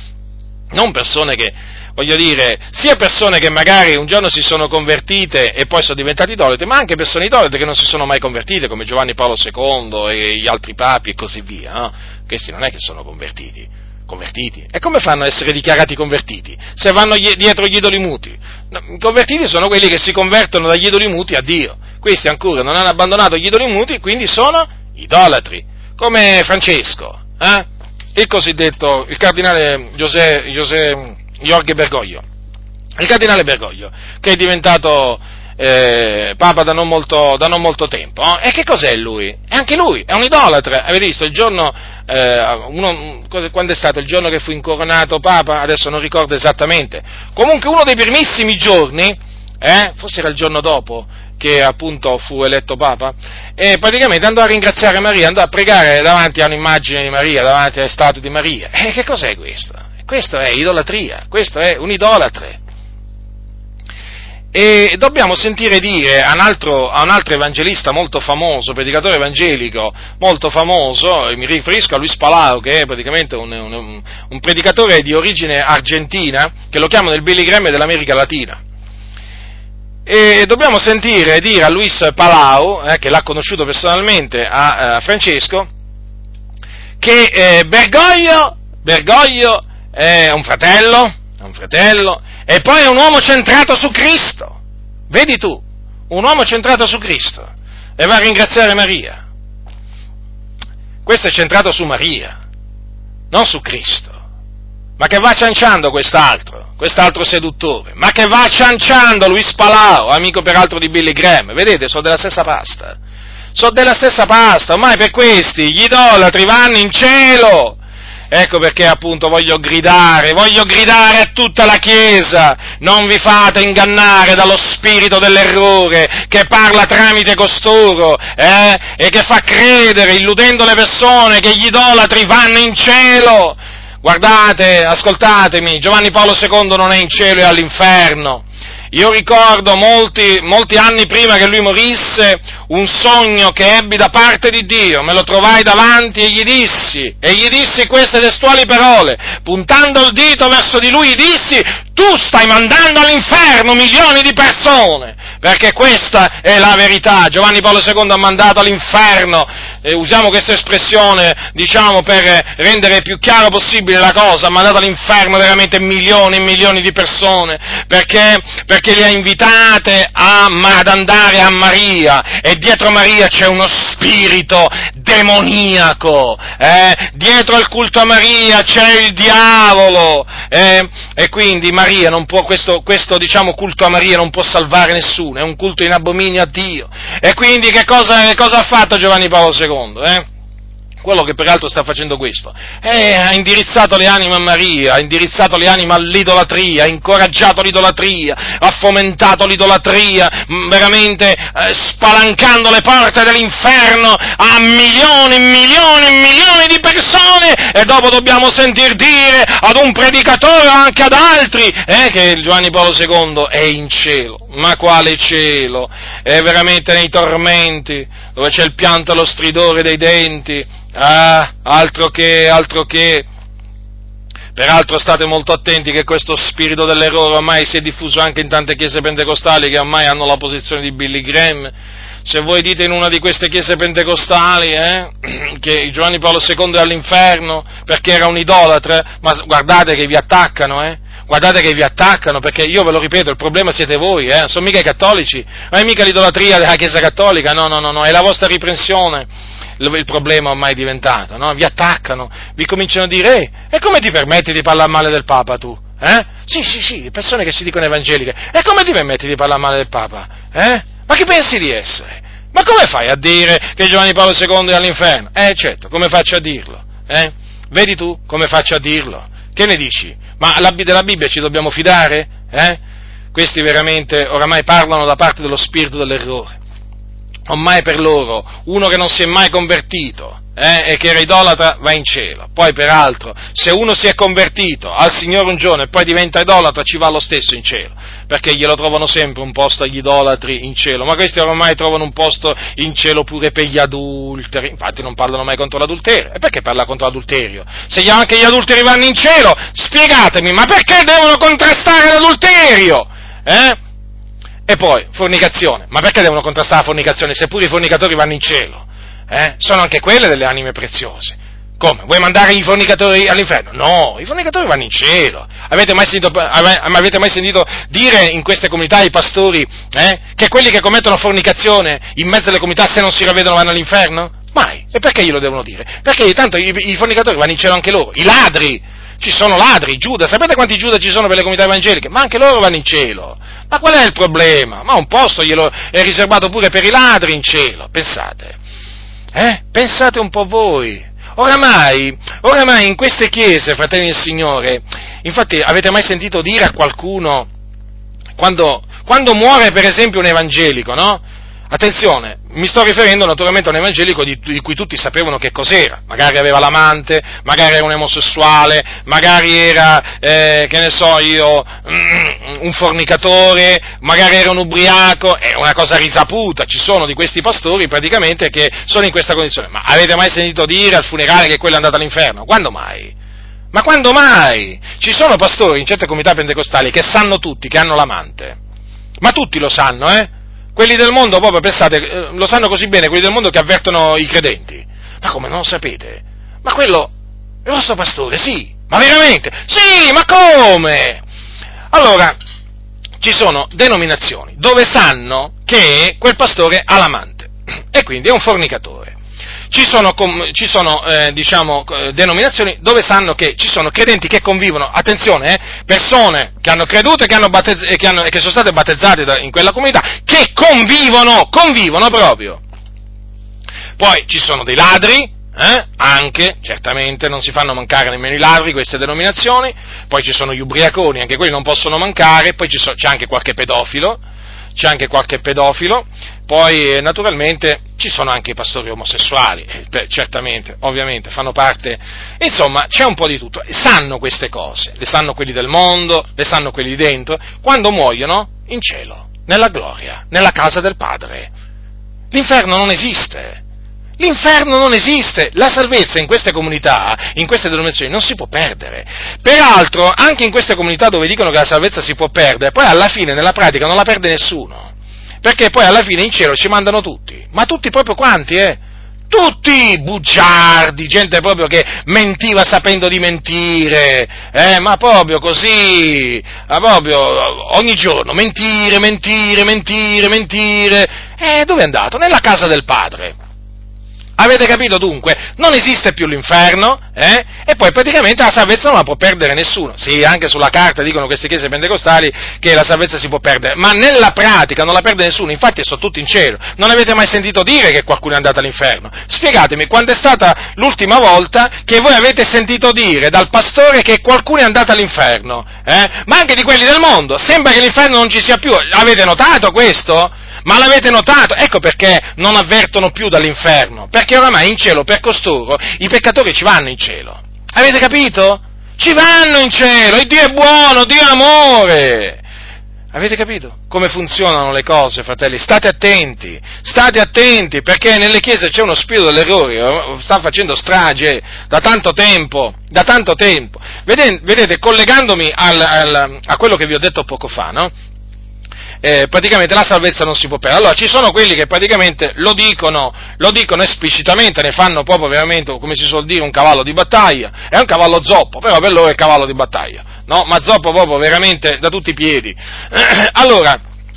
non persone che, voglio dire, sia persone che magari un giorno si sono convertite e poi sono diventati idolatri, ma anche persone idolatre che non si sono mai convertite, come Giovanni Paolo secondo e gli altri papi e così via, no? Questi non è che sono convertiti, convertiti. E come fanno a essere dichiarati convertiti? Se vanno dietro gli idoli muti. No, convertiti sono quelli che si convertono dagli idoli muti a Dio. Questi ancora non hanno abbandonato gli idoli muti, quindi sono idolatri. Come Francesco, eh? Il cosiddetto, il cardinale José, José Jorge Bergoglio, il cardinale Bergoglio, che è diventato eh, papa da non molto, da non molto tempo. Eh? E che cos'è lui? E anche lui è un idolatra. Avete visto il giorno, eh, uno, quando è stato il giorno che fu incoronato papa? Adesso non ricordo esattamente. Comunque uno dei primissimi giorni, eh, forse era il giorno dopo che appunto fu eletto papa, e praticamente andò a ringraziare Maria, andò a pregare davanti a un'immagine di Maria, davanti alle statue di Maria. E che cos'è questo? Questo è idolatria, questo è un idolatre. E dobbiamo sentire dire a un altro, a un altro evangelista molto famoso, predicatore evangelico molto famoso, mi riferisco a Luis Palau, che è praticamente un, un, un predicatore di origine argentina, che lo chiamano il Billy Graham dell'America Latina. E dobbiamo sentire dire a Luis Palau, eh, che l'ha conosciuto personalmente, a, a Francesco, che eh, Bergoglio, Bergoglio è un fratello, è un fratello, e poi è un uomo centrato su Cristo. Vedi tu, un uomo centrato su Cristo, e va a ringraziare Maria. Questo è centrato su Maria, non su Cristo. Ma che va cianciando quest'altro, quest'altro seduttore, ma che va cianciando Luis Palau, amico peraltro di Billy Graham, vedete, sono della stessa pasta, sono della stessa pasta, ormai per questi gli idolatri vanno in cielo. Ecco perché appunto voglio gridare, voglio gridare a tutta la Chiesa, non vi fate ingannare dallo spirito dell'errore che parla tramite costoro, eh, e che fa credere, illudendo le persone, che gli idolatri vanno in cielo. Guardate, ascoltatemi, Giovanni Paolo secondo non è in cielo, è all'inferno. Io ricordo molti, molti anni prima che lui morisse un sogno che ebbi da parte di Dio, me lo trovai davanti e gli dissi, e gli dissi queste testuali parole, puntando il dito verso di lui, gli dissi: tu stai mandando all'inferno milioni di persone, perché questa è la verità. Giovanni Paolo secondo ha mandato all'inferno, eh, usiamo questa espressione, diciamo, per rendere più chiaro possibile la cosa, ha mandato all'inferno veramente milioni e milioni di persone, perché, perché le ha invitate a, ad andare a Maria, e dietro Maria c'è uno spirito demoniaco, eh? Dietro al culto a Maria c'è il diavolo, eh? E quindi Maria non può, questo, questo diciamo culto a Maria non può salvare nessuno, è un culto in abominio a Dio. E quindi che cosa, che cosa ha fatto Giovanni Paolo secondo? Eh? Quello che peraltro sta facendo questo, eh, ha indirizzato le anime a Maria, ha indirizzato le anime all'idolatria, ha incoraggiato l'idolatria, ha fomentato l'idolatria, veramente eh, spalancando le porte dell'inferno a milioni, milioni e milioni di persone, e dopo dobbiamo sentir dire ad un predicatore o anche ad altri eh, che Giovanni Paolo secondo è in cielo. Ma quale cielo? È veramente nei tormenti, dove c'è il pianto e lo stridore dei denti. Ah, altro che, altro che. Peraltro state molto attenti che questo spirito dell'errore ormai si è diffuso anche in tante chiese pentecostali che ormai hanno la posizione di Billy Graham. Se voi dite in una di queste chiese pentecostali eh, che Giovanni Paolo secondo è all'inferno perché era un idolatra, ma guardate che vi attaccano, eh. Guardate che vi attaccano, perché io ve lo ripeto, il problema siete voi, eh? Sono mica i cattolici, non è mica l'idolatria della Chiesa Cattolica, no, no, no, no, è la vostra riprensione il problema ormai è diventato, no? Vi attaccano, vi cominciano a dire, eh, e come ti permetti di parlare male del Papa tu? Eh? Sì, sì, sì, persone che si dicono evangeliche, e come ti permetti di parlare male del Papa? Eh? Ma chi pensi di essere? Ma come fai a dire che Giovanni Paolo secondo è all'inferno? Eh, certo, come faccio a dirlo? Eh? Vedi tu come faccio a dirlo? Che ne dici? Ma della Bibbia ci dobbiamo fidare? Eh? Questi veramente oramai parlano da parte dello spirito dell'errore. Ormai per loro, uno che non si è mai convertito eh, e che era idolatra va in cielo. Poi peraltro, se uno si è convertito al Signore un giorno e poi diventa idolatra, ci va lo stesso in cielo, perché glielo trovano sempre un posto agli idolatri in cielo, ma questi ormai trovano un posto in cielo pure per gli adulteri, infatti non parlano mai contro l'adulterio. E perché parla contro l'adulterio? Se anche gli adulteri vanno in cielo, spiegatemi, ma perché devono contrastare l'adulterio? Eh? E poi, fornicazione, ma perché devono contrastare la fornicazione se pure i fornicatori vanno in cielo? Eh? Sono anche quelle delle anime preziose. Come? Vuoi mandare i fornicatori all'inferno? No, i fornicatori vanno in cielo. Avete mai sentito, avete mai sentito dire in queste comunità i pastori eh, che quelli che commettono fornicazione in mezzo alle comunità, se non si ravvedono, vanno all'inferno? Mai. E perché glielo devono dire? Perché tanto i, i fornicatori vanno in cielo anche loro, i ladri. Ci sono ladri, Giuda, sapete quanti Giuda ci sono per le comunità evangeliche? Ma anche loro vanno in cielo. Ma qual è il problema? Ma un posto glielo è riservato pure per i ladri in cielo, pensate. Eh? Pensate un po' voi. Oramai, oramai in queste chiese, fratelli del Signore, infatti avete mai sentito dire a qualcuno, quando, quando muore per esempio un evangelico, no? Attenzione, mi sto riferendo naturalmente a un evangelico di, di cui tutti sapevano che cos'era, magari aveva l'amante, magari era un omosessuale, magari era, eh, che ne so io, un fornicatore, magari era un ubriaco, è una cosa risaputa, ci sono di questi pastori praticamente che sono in questa condizione, ma avete mai sentito dire al funerale che quello è andato all'inferno? Quando mai? Ma quando mai? Ci sono pastori in certe comunità pentecostali che sanno tutti che hanno l'amante. Ma tutti lo sanno, eh? Quelli del mondo, proprio pensate, eh, lo sanno così bene quelli del mondo che avvertono i credenti. Ma come, non lo sapete? Ma quello è il vostro pastore, sì, ma veramente? Sì, ma come? Allora, ci sono denominazioni dove sanno che quel pastore ha l'amante e quindi è un fornicatore. Ci sono, ci sono eh, diciamo, denominazioni dove sanno che ci sono credenti che convivono, attenzione, eh, persone che hanno creduto e che, hanno battezz- e che, hanno, e che sono state battezzate da, in quella comunità, che convivono, convivono proprio. Poi ci sono dei ladri, eh, anche, certamente, non si fanno mancare nemmeno i ladri queste denominazioni, poi ci sono gli ubriaconi, anche quelli non possono mancare, poi ci so, c'è anche qualche pedofilo, c'è anche qualche pedofilo, poi eh, naturalmente ci sono anche i pastori omosessuali, eh, beh, certamente, ovviamente, fanno parte, insomma, c'è un po' di tutto, sanno queste cose, le sanno quelli del mondo, le sanno quelli dentro, quando muoiono in cielo, nella gloria, nella casa del Padre. L'inferno non esiste. L'inferno non esiste, la salvezza in queste comunità, in queste denominazioni non si può perdere. Peraltro, anche in queste comunità dove dicono che la salvezza si può perdere, poi alla fine, nella pratica, non la perde nessuno. Perché poi alla fine in cielo ci mandano tutti. Ma tutti proprio quanti, eh? Tutti bugiardi, gente proprio che mentiva sapendo di mentire, eh? Ma proprio così, ma proprio ogni giorno, mentire, mentire, mentire, mentire. E dove è andato? Nella casa del Padre. Avete capito dunque? Non esiste più l'inferno, eh? E poi praticamente la salvezza non la può perdere nessuno. Sì, anche sulla carta dicono queste chiese pentecostali che la salvezza si può perdere, ma nella pratica non la perde nessuno, infatti sono tutti in cielo. Non avete mai sentito dire che qualcuno è andato all'inferno? Spiegatemi, quando è stata l'ultima volta che voi avete sentito dire dal pastore che qualcuno è andato all'inferno? Eh? Ma anche di quelli del mondo, sembra che l'inferno non ci sia più. Avete notato questo? Ma l'avete notato? Ecco perché non avvertono più dall'inferno, perché oramai in cielo per costoro i peccatori ci vanno in cielo. Avete capito? Ci vanno in cielo, il Dio è buono, Dio è amore. Avete capito come funzionano le cose, fratelli? State attenti, state attenti, perché nelle chiese c'è uno spirito dell'errore, sta facendo strage da tanto tempo, da tanto tempo. Vedete, vedete collegandomi al, al, a quello che vi ho detto poco fa, no? Eh, praticamente la salvezza non si può perdere. Allora ci sono quelli che praticamente lo dicono, lo dicono esplicitamente, ne fanno proprio veramente, come si suol dire, un cavallo di battaglia, è un cavallo zoppo, però per loro è il cavallo di battaglia, no? Ma zoppo proprio veramente da tutti i piedi. Allora,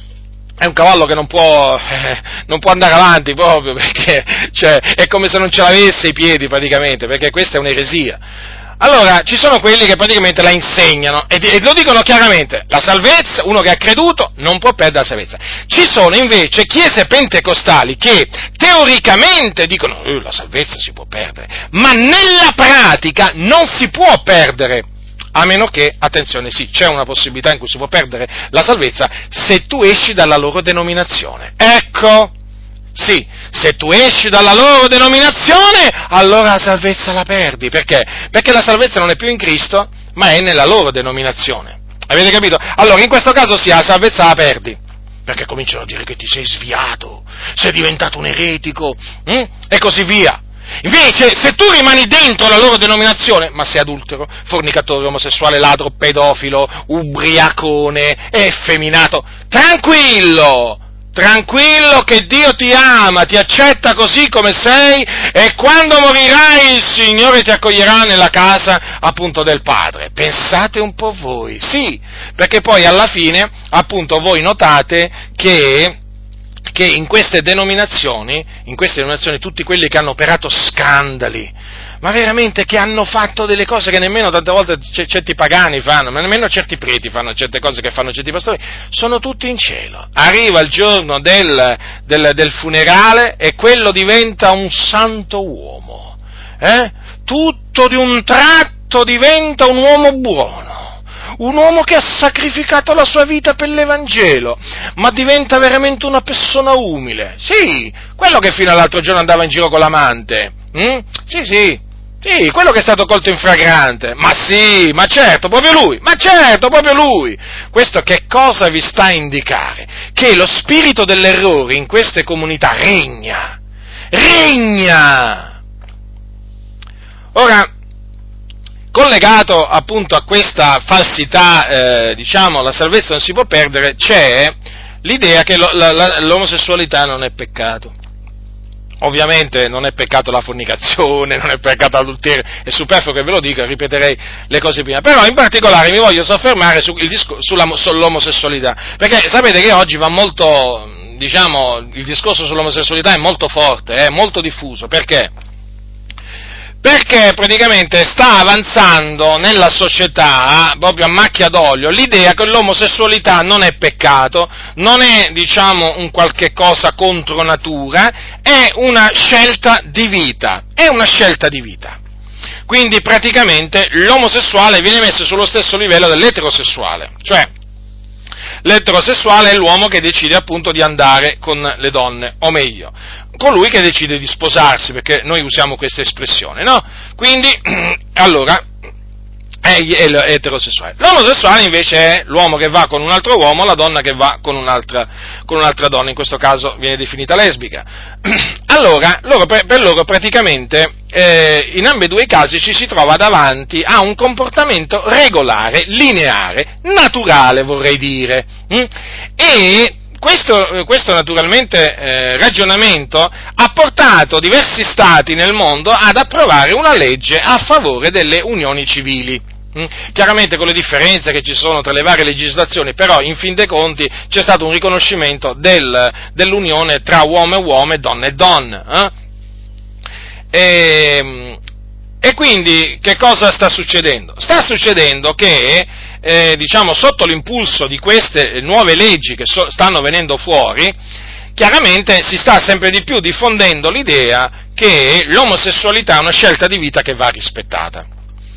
è un cavallo che non può, eh, non può andare avanti proprio, perché cioè, è come se non ce l'avesse i piedi praticamente, perché questa è un'eresia. Allora, ci sono quelli che praticamente la insegnano e, e lo dicono chiaramente, la salvezza, uno che ha creduto non può perdere la salvezza. Ci sono invece chiese pentecostali che teoricamente dicono eh, la salvezza si può perdere, ma nella pratica non si può perdere, a meno che, attenzione, sì, c'è una possibilità in cui si può perdere la salvezza se tu esci dalla loro denominazione. Ecco! Sì, se tu esci dalla loro denominazione, allora la salvezza la perdi. Perché? Perché la salvezza non è più in Cristo, ma è nella loro denominazione. Avete capito? Allora, in questo caso sì, la salvezza la perdi. Perché cominciano a dire che ti sei sviato, sei diventato un eretico, hm? E così via. Invece, se tu rimani dentro la loro denominazione, ma sei adultero, fornicatore, omosessuale, ladro, pedofilo, ubriacone, effeminato, tranquillo! Tranquillo che Dio ti ama, ti accetta così come sei e quando morirai il Signore ti accoglierà nella casa appunto del Padre. Pensate un po' voi, sì, perché poi alla fine appunto voi notate che, che in queste denominazioni, in queste denominazioni tutti quelli che hanno operato scandali, ma veramente che hanno fatto delle cose che nemmeno tante volte certi pagani fanno, ma nemmeno certi preti fanno certe cose che fanno certi pastori, sono tutti in cielo. Arriva il giorno del, del, del funerale e quello diventa un santo uomo, eh? Tutto di un tratto diventa un uomo buono, un uomo che ha sacrificato la sua vita per l'Evangelo, ma diventa veramente una persona umile. Sì, quello che fino all'altro giorno andava in giro con l'amante, hm? Sì, sì. Sì, quello che è stato colto in fragrante, ma sì, ma certo, proprio lui, ma certo, proprio lui. Questo che cosa vi sta a indicare? Che lo spirito dell'errore in queste comunità regna, regna! Ora, collegato appunto a questa falsità, eh, diciamo, la salvezza non si può perdere, c'è l'idea che lo, la, la, l'omosessualità non è peccato. Ovviamente non è peccato la fornicazione, non è peccato l'adulterio, è superfluo che ve lo dica, ripeterei le cose prima, però in particolare mi voglio soffermare su il discor- sulla, sull'omosessualità, perché sapete che oggi va molto, diciamo, il discorso sull'omosessualità è molto forte, è molto diffuso, perché? Perché praticamente sta avanzando nella società, proprio a macchia d'olio, l'idea che l'omosessualità non è peccato, non è, diciamo, un qualche cosa contro natura, è una scelta di vita, è una scelta di vita. Quindi praticamente l'omosessuale viene messo sullo stesso livello dell'eterosessuale, cioè l'eterosessuale è l'uomo che decide appunto di andare con le donne, o meglio, colui che decide di sposarsi, perché noi usiamo questa espressione, no? Quindi, allora, è eterosessuale. L'omosessuale invece è l'uomo che va con un altro uomo, la donna che va con un'altra, con un'altra donna, in questo caso viene definita lesbica. Allora, loro, per, per loro praticamente, eh, in ambedue i casi ci si trova davanti a un comportamento regolare, lineare, naturale vorrei dire, hm? e Questo, questo naturalmente eh, ragionamento ha portato diversi stati nel mondo ad approvare una legge a favore delle unioni civili. Mm? Chiaramente con le differenze che ci sono tra le varie legislazioni, però in fin dei conti c'è stato un riconoscimento del, dell'unione tra uomo e uomo e donna e donna. Eh? E, e quindi che cosa sta succedendo? Sta succedendo che Eh, diciamo, sotto l'impulso di queste nuove leggi che so, stanno venendo fuori, chiaramente si sta sempre di più diffondendo l'idea che l'omosessualità è una scelta di vita che va rispettata.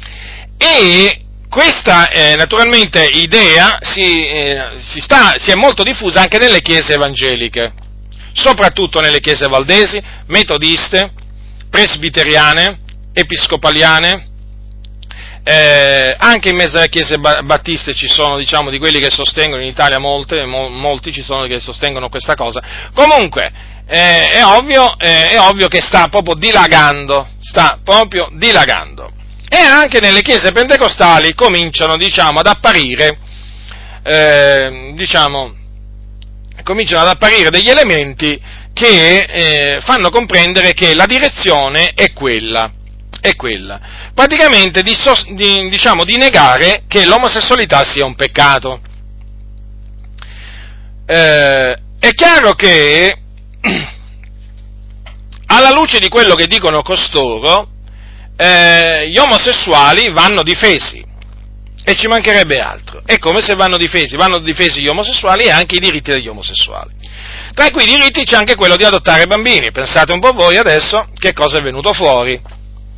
E questa, eh, naturalmente, idea si, eh, si, sta, si è molto diffusa anche nelle chiese evangeliche, soprattutto nelle chiese valdesi, metodiste, presbiteriane, episcopaliane. Eh, anche in mezzo alle chiese battiste ci sono, diciamo, di quelli che sostengono, in Italia molte, mo, molti ci sono che sostengono questa cosa. Comunque, eh, è ovvio, eh, è ovvio che sta proprio dilagando, sta proprio dilagando. E anche nelle chiese pentecostali cominciano, diciamo, ad apparire, eh, diciamo, cominciano ad apparire degli elementi che eh, fanno comprendere che la direzione è quella. È quella, praticamente di, di, diciamo, di negare che l'omosessualità sia un peccato. Eh, è chiaro che, alla luce di quello che dicono costoro, eh, gli omosessuali vanno difesi, e ci mancherebbe altro. È come se vanno difesi, vanno difesi gli omosessuali e anche i diritti degli omosessuali. Tra quei diritti c'è anche quello di adottare bambini. Pensate un po' voi adesso che cosa è venuto fuori.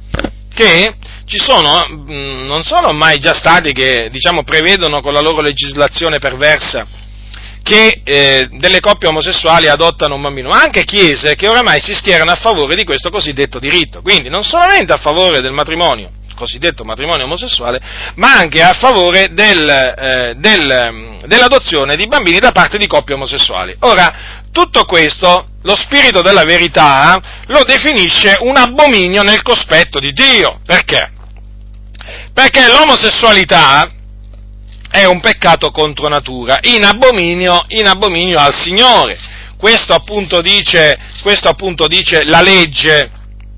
Che ci sono, non sono mai già stati che, diciamo, prevedono con la loro legislazione perversa che eh, delle coppie omosessuali adottano un bambino, ma anche chiese che oramai si schierano a favore di questo cosiddetto diritto, quindi non solamente a favore del matrimonio, cosiddetto matrimonio omosessuale, ma anche a favore del, eh, del, dell'adozione di bambini da parte di coppie omosessuali. Ora, tutto questo, lo spirito della verità lo definisce un abominio nel cospetto di Dio. Perché? Perché l'omosessualità è un peccato contro natura, in abominio, in abominio al Signore. Questo appunto dice, questo appunto dice la legge,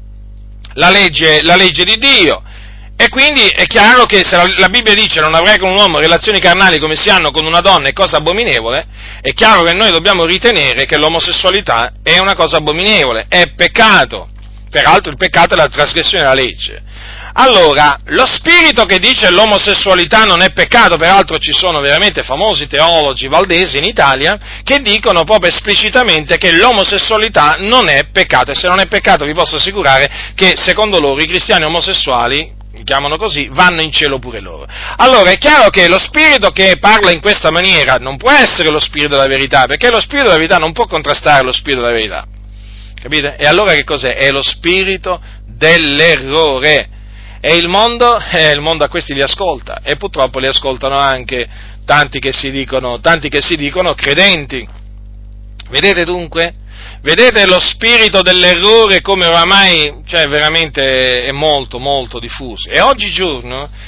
la legge, la legge di Dio. E quindi è chiaro che se la Bibbia dice non avrai con un uomo relazioni carnali come si hanno con una donna è cosa abominevole, è chiaro che noi dobbiamo ritenere che l'omosessualità è una cosa abominevole, è peccato. Peraltro il peccato è la trasgressione della legge. Allora, lo spirito che dice l'omosessualità non è peccato, peraltro ci sono veramente famosi teologi valdesi in Italia che dicono proprio esplicitamente che l'omosessualità non è peccato, e se non è peccato vi posso assicurare che secondo loro i cristiani omosessuali, li chiamano così, vanno in cielo pure loro. Allora è chiaro che lo spirito che parla in questa maniera non può essere lo spirito della verità, perché lo spirito della verità non può contrastare lo spirito della verità, capite? E allora che cos'è? È lo spirito dell'errore, e il mondo, eh, il mondo a questi li ascolta, e purtroppo li ascoltano anche tanti che si dicono, tanti che si dicono credenti. Vedete dunque? Vedete lo spirito dell'errore come oramai, cioè veramente è molto molto diffuso, e oggigiorno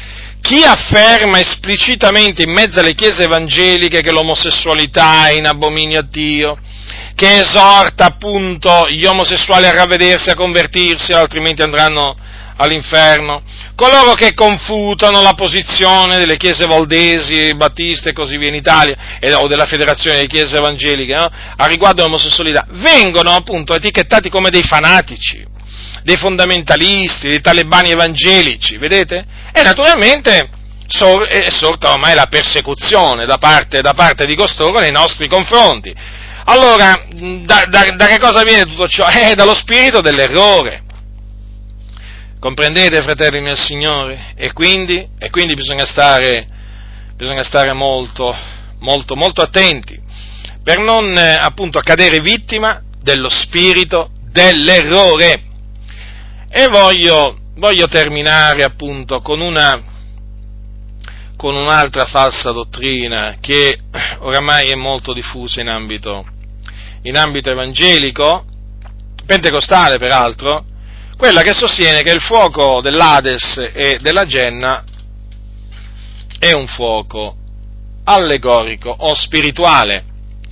chi afferma esplicitamente in mezzo alle chiese evangeliche che l'omosessualità è in abominio a Dio, che esorta appunto gli omosessuali a ravvedersi, a convertirsi, altrimenti andranno all'inferno, coloro che confutano la posizione delle chiese valdesi, battiste e così via in Italia, o della federazione delle chiese evangeliche, no? A riguardo dell'omosessualità, vengono appunto etichettati come dei fanatici, dei fondamentalisti, dei talebani evangelici, vedete? E naturalmente sor- è sorta ormai la persecuzione da parte, da parte di costoro nei nostri confronti. Allora, da, da, da che cosa viene tutto ciò? Eh, dallo spirito dell'errore. Comprendete, fratelli nel Signore? E quindi, e quindi bisogna stare, bisogna stare molto, molto, molto attenti per non eh, appunto cadere vittima dello spirito dell'errore. E voglio, voglio terminare appunto con una, con un'altra falsa dottrina che oramai è molto diffusa in ambito, in ambito evangelico, pentecostale peraltro, quella che sostiene che il fuoco dell'Ades e della Genna è un fuoco allegorico o spirituale.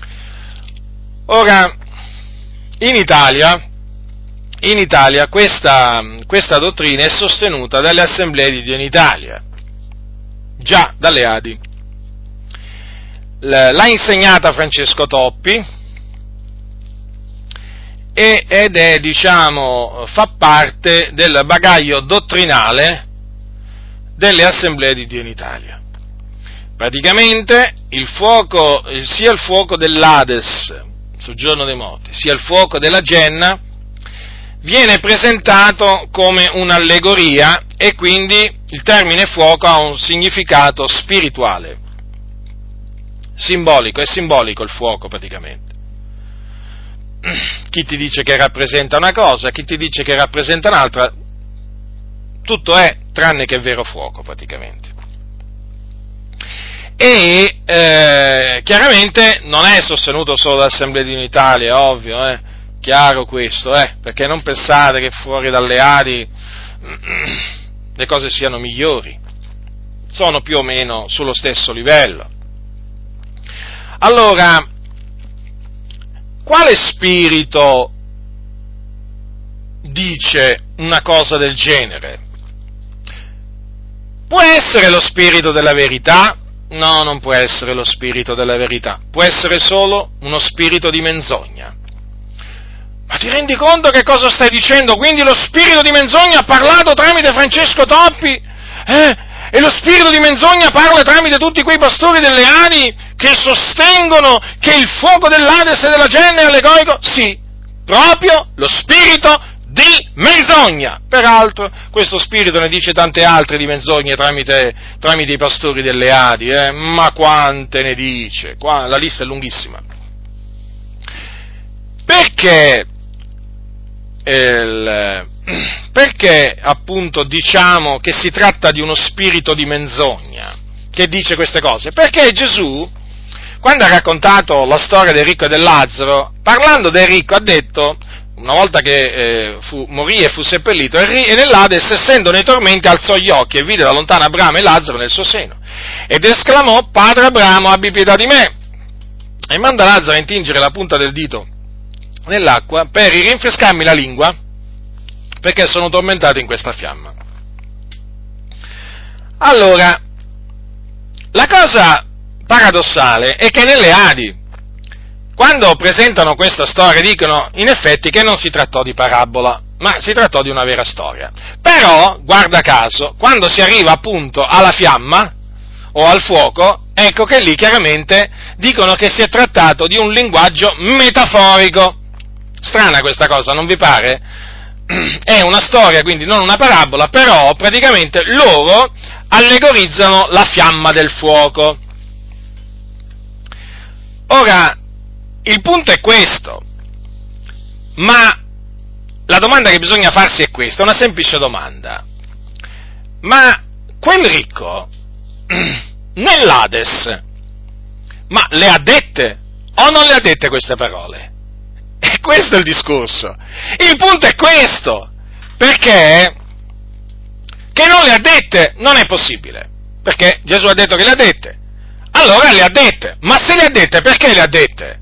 Ora, in Italia, in Italia questa, questa dottrina è sostenuta dalle assemblee di Dio in Italia, già dalle A D I. L'ha insegnata Francesco Toppi, ed è, diciamo, fa parte del bagaglio dottrinale delle assemblee di Dio in Italia. Praticamente il fuoco, sia il fuoco dell'Ades, soggiorno dei morti, sia il fuoco della Genna, viene presentato come un'allegoria e quindi il termine fuoco ha un significato spirituale, simbolico, è simbolico il fuoco praticamente. Chi ti dice che rappresenta una cosa, chi ti dice che rappresenta un'altra, tutto è tranne che vero fuoco praticamente. E eh, chiaramente non è sostenuto solo dall'Assemblea di Italia, è ovvio, eh, chiaro questo, eh, perché non pensate che fuori dalle A D I le cose siano migliori, sono più o meno sullo stesso livello. Allora, quale spirito dice una cosa del genere? Può essere lo spirito della verità? No, non può essere lo spirito della verità, può essere solo uno spirito di menzogna. Ma ti rendi conto che cosa stai dicendo? Quindi lo spirito di menzogna ha parlato tramite Francesco Toppi? Eh? E lo spirito di menzogna parla tramite tutti quei pastori delle A D I che sostengono che il fuoco dell'Ades e della Genna è allegorico? Sì, proprio lo spirito di menzogna. Peraltro, questo spirito ne dice tante altre di menzogne tramite, tramite i pastori delle A D I, eh? Ma quante ne dice? Qua, la lista è lunghissima. Perché, il, perché appunto diciamo che si tratta di uno spirito di menzogna che dice queste cose? Perché Gesù, quando ha raccontato la storia del ricco e del Lazzaro, parlando del ricco ha detto, una volta che eh, fu, morì e fu seppellito, e nell'Ades, essendo nei tormenti, alzò gli occhi e vide da lontano Abramo e Lazzaro nel suo seno, ed esclamò: Padre Abramo, abbi pietà di me, e manda Lazzaro a intingere la punta del dito nell'acqua per rinfrescarmi la lingua, perché sono tormentato in questa fiamma. Allora, la cosa paradossale è che nelle A D I, quando presentano questa storia, dicono in effetti che non si trattò di parabola, ma si trattò di una vera storia. Però, guarda caso, quando si arriva appunto alla fiamma o al fuoco, ecco che lì chiaramente dicono che si è trattato di un linguaggio metaforico. Strana questa cosa, non vi pare? È una storia, quindi non una parabola, però praticamente loro allegorizzano la fiamma del fuoco. Ora, il punto è questo, ma la domanda che bisogna farsi è questa, una semplice domanda: ma quel ricco nell'Ades, ma le ha dette o non le ha dette queste parole? E questo è il discorso. Il punto è questo, perché che non le ha dette non è possibile. Perché Gesù ha detto che le ha dette. Allora le ha dette. Ma se le ha dette, perché le ha dette?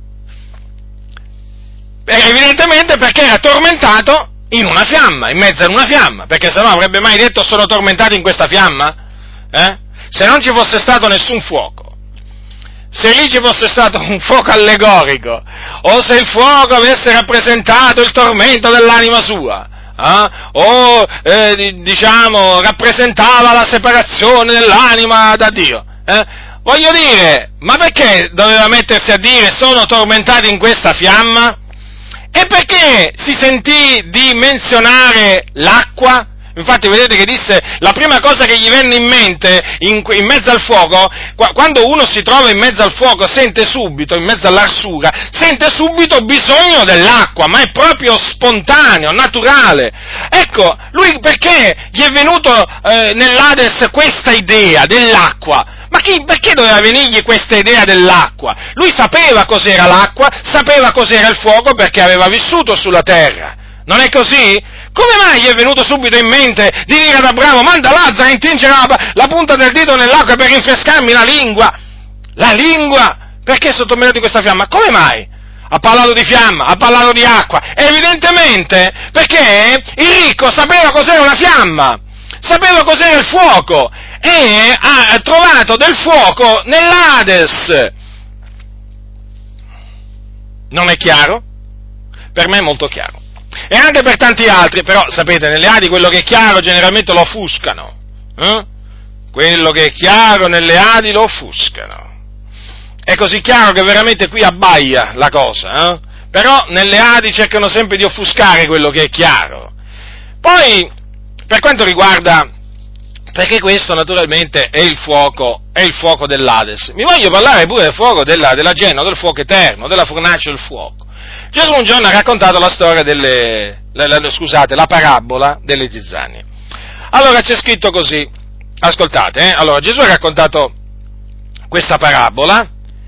Eh, evidentemente perché era tormentato in una fiamma, in mezzo a una fiamma, perché se no avrebbe mai detto sono tormentato in questa fiamma? Eh? Se non ci fosse stato nessun fuoco, se lì ci fosse stato un fuoco allegorico, o se il fuoco avesse rappresentato il tormento dell'anima sua, eh? o eh, diciamo rappresentava la separazione dell'anima da Dio, eh? voglio dire, ma perché doveva mettersi a dire sono tormentati in questa fiamma? E perché si sentì di menzionare l'acqua? Infatti vedete che disse, la prima cosa che gli venne in mente, in, in mezzo al fuoco, quando uno si trova in mezzo al fuoco, sente subito, in mezzo all'arsura, sente subito bisogno dell'acqua, ma è proprio spontaneo, naturale. Ecco, lui perché gli è venuto eh, nell'Ades questa idea dell'acqua? Ma chi, perché doveva venirgli questa idea dell'acqua? Lui sapeva cos'era l'acqua, sapeva cos'era il fuoco perché aveva vissuto sulla terra. Non è così? Come mai gli è venuto subito in mente di dire ad Abramo, manda Lazzaro a intingere la, la punta del dito nell'acqua per rinfrescarmi la lingua? La lingua? Perché è sottomesso di questa fiamma? Come mai? Ha parlato di fiamma, ha parlato di acqua. Evidentemente perché il ricco sapeva cos'era una fiamma, sapeva cos'era il fuoco, e ha trovato del fuoco nell'Ades. Non è chiaro? Per me è molto chiaro. E anche per tanti altri, però sapete, nelle Adi quello che è chiaro generalmente lo offuscano. Eh? Quello che è chiaro nelle Adi lo offuscano. È così chiaro che veramente qui abbaia la cosa, eh? Però nelle Adi cercano sempre di offuscare quello che è chiaro. Poi, per quanto riguarda, perché questo naturalmente è il fuoco, è il fuoco dell'Ades. Mi voglio parlare pure del fuoco della, della Genna, del fuoco eterno, della fornace del fuoco. Gesù un giorno ha raccontato la storia delle, la, la, scusate, la parabola delle zizzanie. Allora c'è scritto così, ascoltate, eh? Allora Gesù ha raccontato questa parabola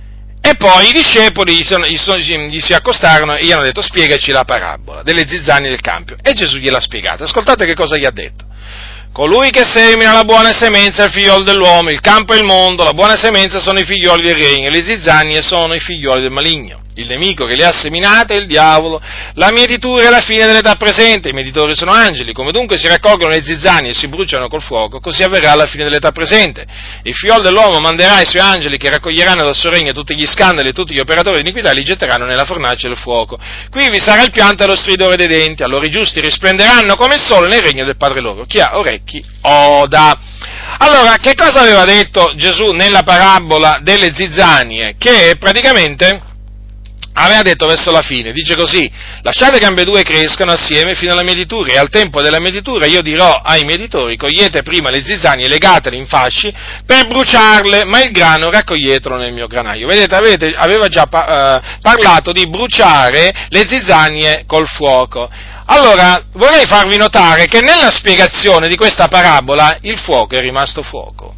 e poi i discepoli gli, sono, gli, sono, gli si accostarono e gli hanno detto spiegaci la parabola delle zizzanie del campo. E Gesù gliel'ha spiegata. Ascoltate che cosa gli ha detto. Colui che semina la buona semenza è il figliolo dell'uomo, il campo è il mondo, la buona semenza sono i figlioli del regno, e le zizzanie sono i figlioli del maligno. Il nemico che le ha seminate è il diavolo. La mietitura è la fine dell'età presente, i mietitori sono angeli. Come dunque si raccolgono le zizzanie e si bruciano col fuoco, così avverrà alla fine dell'età presente. Il figliolo dell'uomo manderà i suoi angeli che raccoglieranno dal suo regno tutti gli scandali e tutti gli operatori di iniquità e li getteranno nella fornace del fuoco. Qui vi sarà il pianto e lo stridore dei denti, allora i giusti risplenderanno come il sole nel regno del Padre loro. Chi ha orecchi oda. Allora, che cosa aveva detto Gesù nella parabola delle zizzanie? Che praticamente aveva detto verso la fine, dice così: lasciate che ambedue crescano assieme fino alla mietitura, e al tempo della mietitura io dirò ai mietitori: cogliete prima le zizzanie, legatele in fasci per bruciarle, ma il grano raccoglietelo nel mio granaio. Vedete, avete, aveva già pa- eh, parlato di bruciare le zizzanie col fuoco. Allora, vorrei farvi notare che nella spiegazione di questa parabola il fuoco è rimasto fuoco.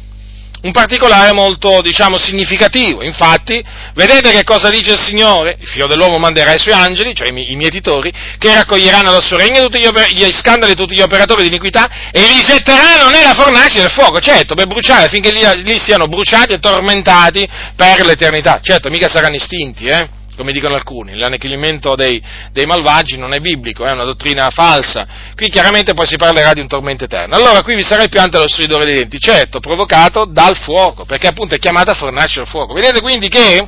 Un particolare molto, diciamo, significativo. Infatti, vedete che cosa dice il Signore? Il Figlio dell'uomo manderà i suoi angeli, cioè i, i mietitori, che raccoglieranno dal suo regno tutti gli, oper- gli scandali e tutti gli operatori di iniquità e li getteranno nella fornace del fuoco, certo, per bruciare, affinché lì, lì siano bruciati e tormentati per l'eternità. Certo, mica saranno estinti, eh? Come dicono alcuni, l'annichilimento dei, dei malvagi non è biblico, è una dottrina falsa. Qui chiaramente poi si parlerà di un tormento eterno. Allora qui vi sarà il pianto e lo stridore dei denti, certo, provocato dal fuoco, perché appunto è chiamata fornace del fuoco. Vedete quindi che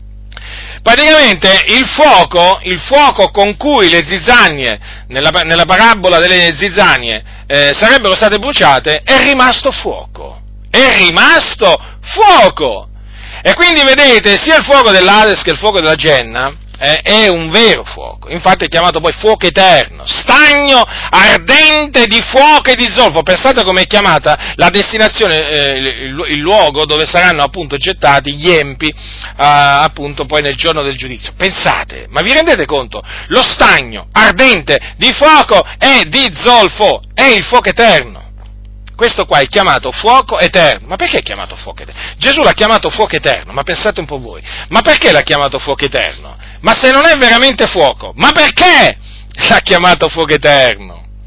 praticamente il fuoco, il fuoco con cui le zizzanie, nella, nella parabola delle zizzanie, eh, sarebbero state bruciate, è rimasto fuoco. È rimasto fuoco! E quindi vedete, sia il fuoco dell'Ades che il fuoco della Genna eh, è un vero fuoco, infatti è chiamato poi fuoco eterno, stagno ardente di fuoco e di zolfo. Pensate come è chiamata la destinazione, eh, il, il luogo dove saranno appunto gettati gli empi, eh, appunto poi nel giorno del giudizio. Pensate, ma vi rendete conto? Lo stagno ardente di fuoco e di zolfo è il fuoco eterno. Questo qua è chiamato fuoco eterno. Ma perché è chiamato fuoco eterno? Gesù l'ha chiamato fuoco eterno, ma pensate un po' voi. Ma perché l'ha chiamato fuoco eterno? Ma se non è veramente fuoco, ma perché l'ha chiamato fuoco eterno?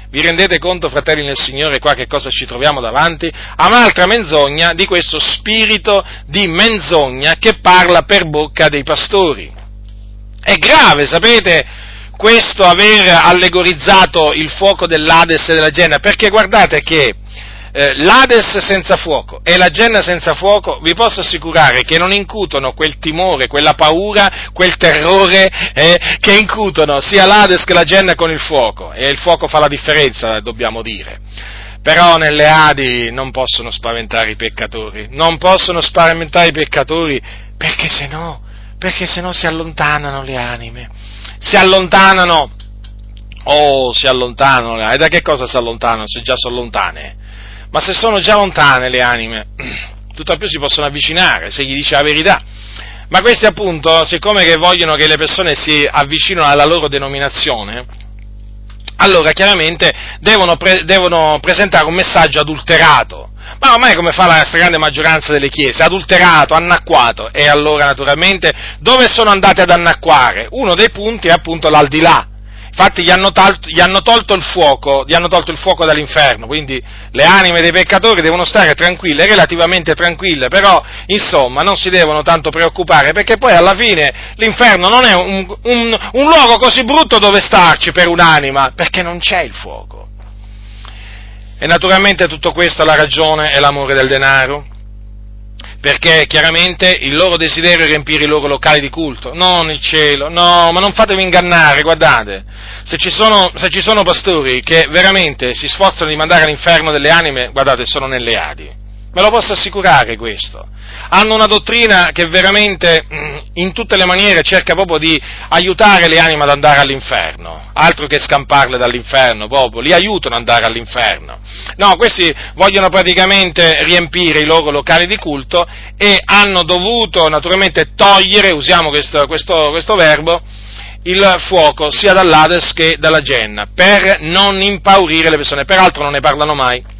Vi rendete conto, fratelli nel Signore, qua che cosa ci troviamo davanti? A un'altra menzogna di questo spirito di menzogna che parla per bocca dei pastori. È grave, sapete, questo aver allegorizzato il fuoco dell'Ades e della Genna, perché guardate che eh, l'Ades senza fuoco e la Genna senza fuoco, vi posso assicurare che non incutono quel timore, quella paura, quel terrore eh, che incutono sia l'Ades che la Genna con il fuoco, e il fuoco fa la differenza, dobbiamo dire. Però nelle Adi non possono spaventare i peccatori, non possono spaventare i peccatori, perché se no, perché se no si allontanano le anime, si allontanano, oh, si allontanano, e da che cosa si allontanano se già sono lontane? Ma se sono già lontane le anime, tutt'al più si possono avvicinare, se gli dice la verità. Ma questi appunto, siccome che vogliono che le persone si avvicinino alla loro denominazione, allora chiaramente devono, pre- devono presentare un messaggio adulterato. Ma ormai come fa la stragrande maggioranza delle chiese, adulterato, annacquato, e allora naturalmente dove sono andate ad annacquare? Uno dei punti è appunto l'aldilà. Infatti gli hanno, tolto, gli hanno tolto il fuoco, gli hanno tolto il fuoco dall'inferno, quindi le anime dei peccatori devono stare tranquille, relativamente tranquille, però insomma non si devono tanto preoccupare, perché poi alla fine l'inferno non è un, un, un luogo così brutto dove starci per un'anima, perché non c'è il fuoco. E naturalmente tutto questo la ragione è l'amore del denaro, perché chiaramente il loro desiderio è riempire i loro locali di culto, non il cielo, no, ma non fatevi ingannare, guardate, se ci sono, se ci sono pastori che veramente si sforzano di mandare all'inferno delle anime, guardate, sono nelle Adi, ve lo posso assicurare questo. Hanno una dottrina che veramente in tutte le maniere cerca proprio di aiutare le anime ad andare all'inferno, altro che scamparle dall'inferno, proprio, li aiutano ad andare all'inferno. No, questi vogliono praticamente riempire i loro locali di culto e hanno dovuto naturalmente togliere, usiamo questo, questo, questo verbo, il fuoco sia dall'Ades che dalla Genna, per non impaurire le persone, peraltro non ne parlano mai.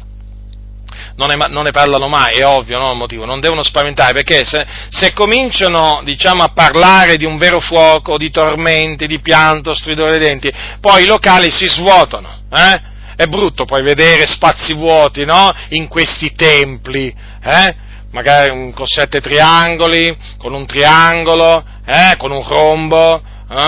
Non ne, non ne parlano mai, è ovvio, no? Il motivo, non devono spaventare, perché se, se cominciano, diciamo, a parlare di un vero fuoco, di tormenti, di pianto, stridore dei denti, poi i locali si svuotano, eh? È brutto poi vedere spazi vuoti, no? In questi templi, eh? Magari con sette triangoli, con un triangolo, eh? Con un rombo.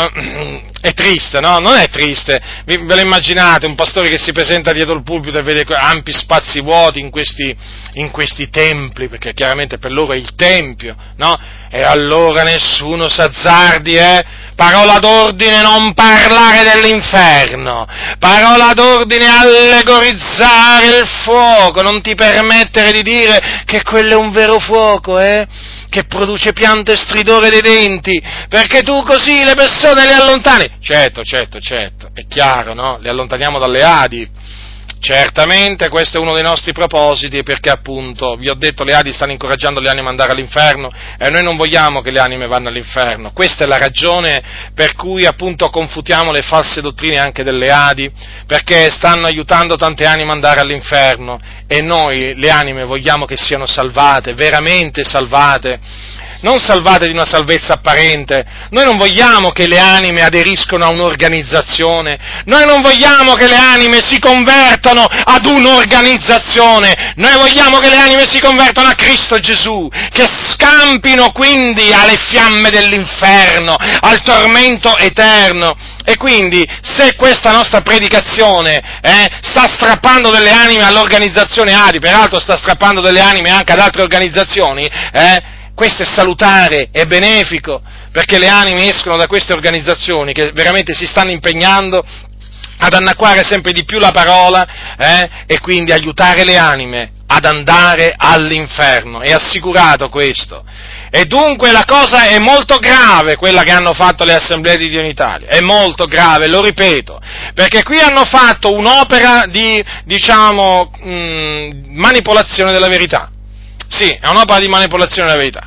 Uh, è triste, no? Non è triste, ve lo immaginate, un pastore che si presenta dietro il pulpito e vede ampi spazi vuoti in questi, in questi templi, perché chiaramente per loro è il tempio, no? E allora nessuno s'azzardi, eh? Parola d'ordine, non parlare dell'inferno, parola d'ordine, allegorizzare il fuoco, non ti permettere di dire che quello è un vero fuoco, eh? Che produce pianto e stridore dei denti, perché tu così le persone le allontani. Certo, certo, certo, è chiaro, no? Le allontaniamo dalle Adi. Certamente questo è uno dei nostri propositi, perché appunto, vi ho detto, le Adi stanno incoraggiando le anime ad andare all'inferno e noi non vogliamo che le anime vanno all'inferno. Questa è la ragione per cui appunto confutiamo le false dottrine anche delle Adi, perché stanno aiutando tante anime ad andare all'inferno e noi le anime vogliamo che siano salvate, veramente salvate. Non salvate di una salvezza apparente, noi non vogliamo che le anime aderiscono a un'organizzazione, noi non vogliamo che le anime si convertano ad un'organizzazione, noi vogliamo che le anime si convertano a Cristo Gesù, che scampino quindi alle fiamme dell'inferno, al tormento eterno. E quindi, se questa nostra predicazione eh, sta strappando delle anime all'organizzazione Adi, peraltro sta strappando delle anime anche ad altre organizzazioni, eh, questo è salutare, è benefico, perché le anime escono da queste organizzazioni che veramente si stanno impegnando ad annacquare sempre di più la parola eh, e quindi aiutare le anime ad andare all'inferno. È assicurato questo. E dunque la cosa è molto grave, quella che hanno fatto le assemblee di Dio in Italia, è molto grave, lo ripeto, perché qui hanno fatto un'opera di, diciamo, mh, manipolazione della verità. Sì, è un'opera di manipolazione della verità.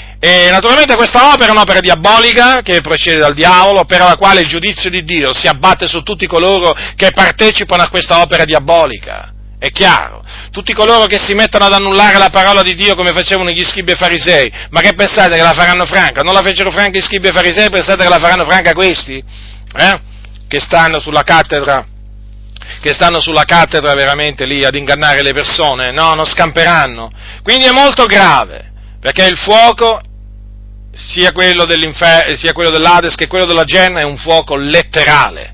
E naturalmente questa opera è un'opera diabolica che procede dal diavolo, per la quale il giudizio di Dio si abbatte su tutti coloro che partecipano a questa opera diabolica. È chiaro. Tutti coloro che si mettono ad annullare la parola di Dio come facevano gli scribi e farisei, ma che pensate che la faranno franca? Non la fecero franca gli scribi e farisei, pensate che la faranno franca questi? Eh? Che stanno sulla cattedra che stanno sulla cattedra veramente lì ad ingannare le persone, no, non scamperanno. Quindi è molto grave, perché il fuoco, sia quello dell'inferno, sia quello dell'Ades che quello della Genna, è un fuoco letterale.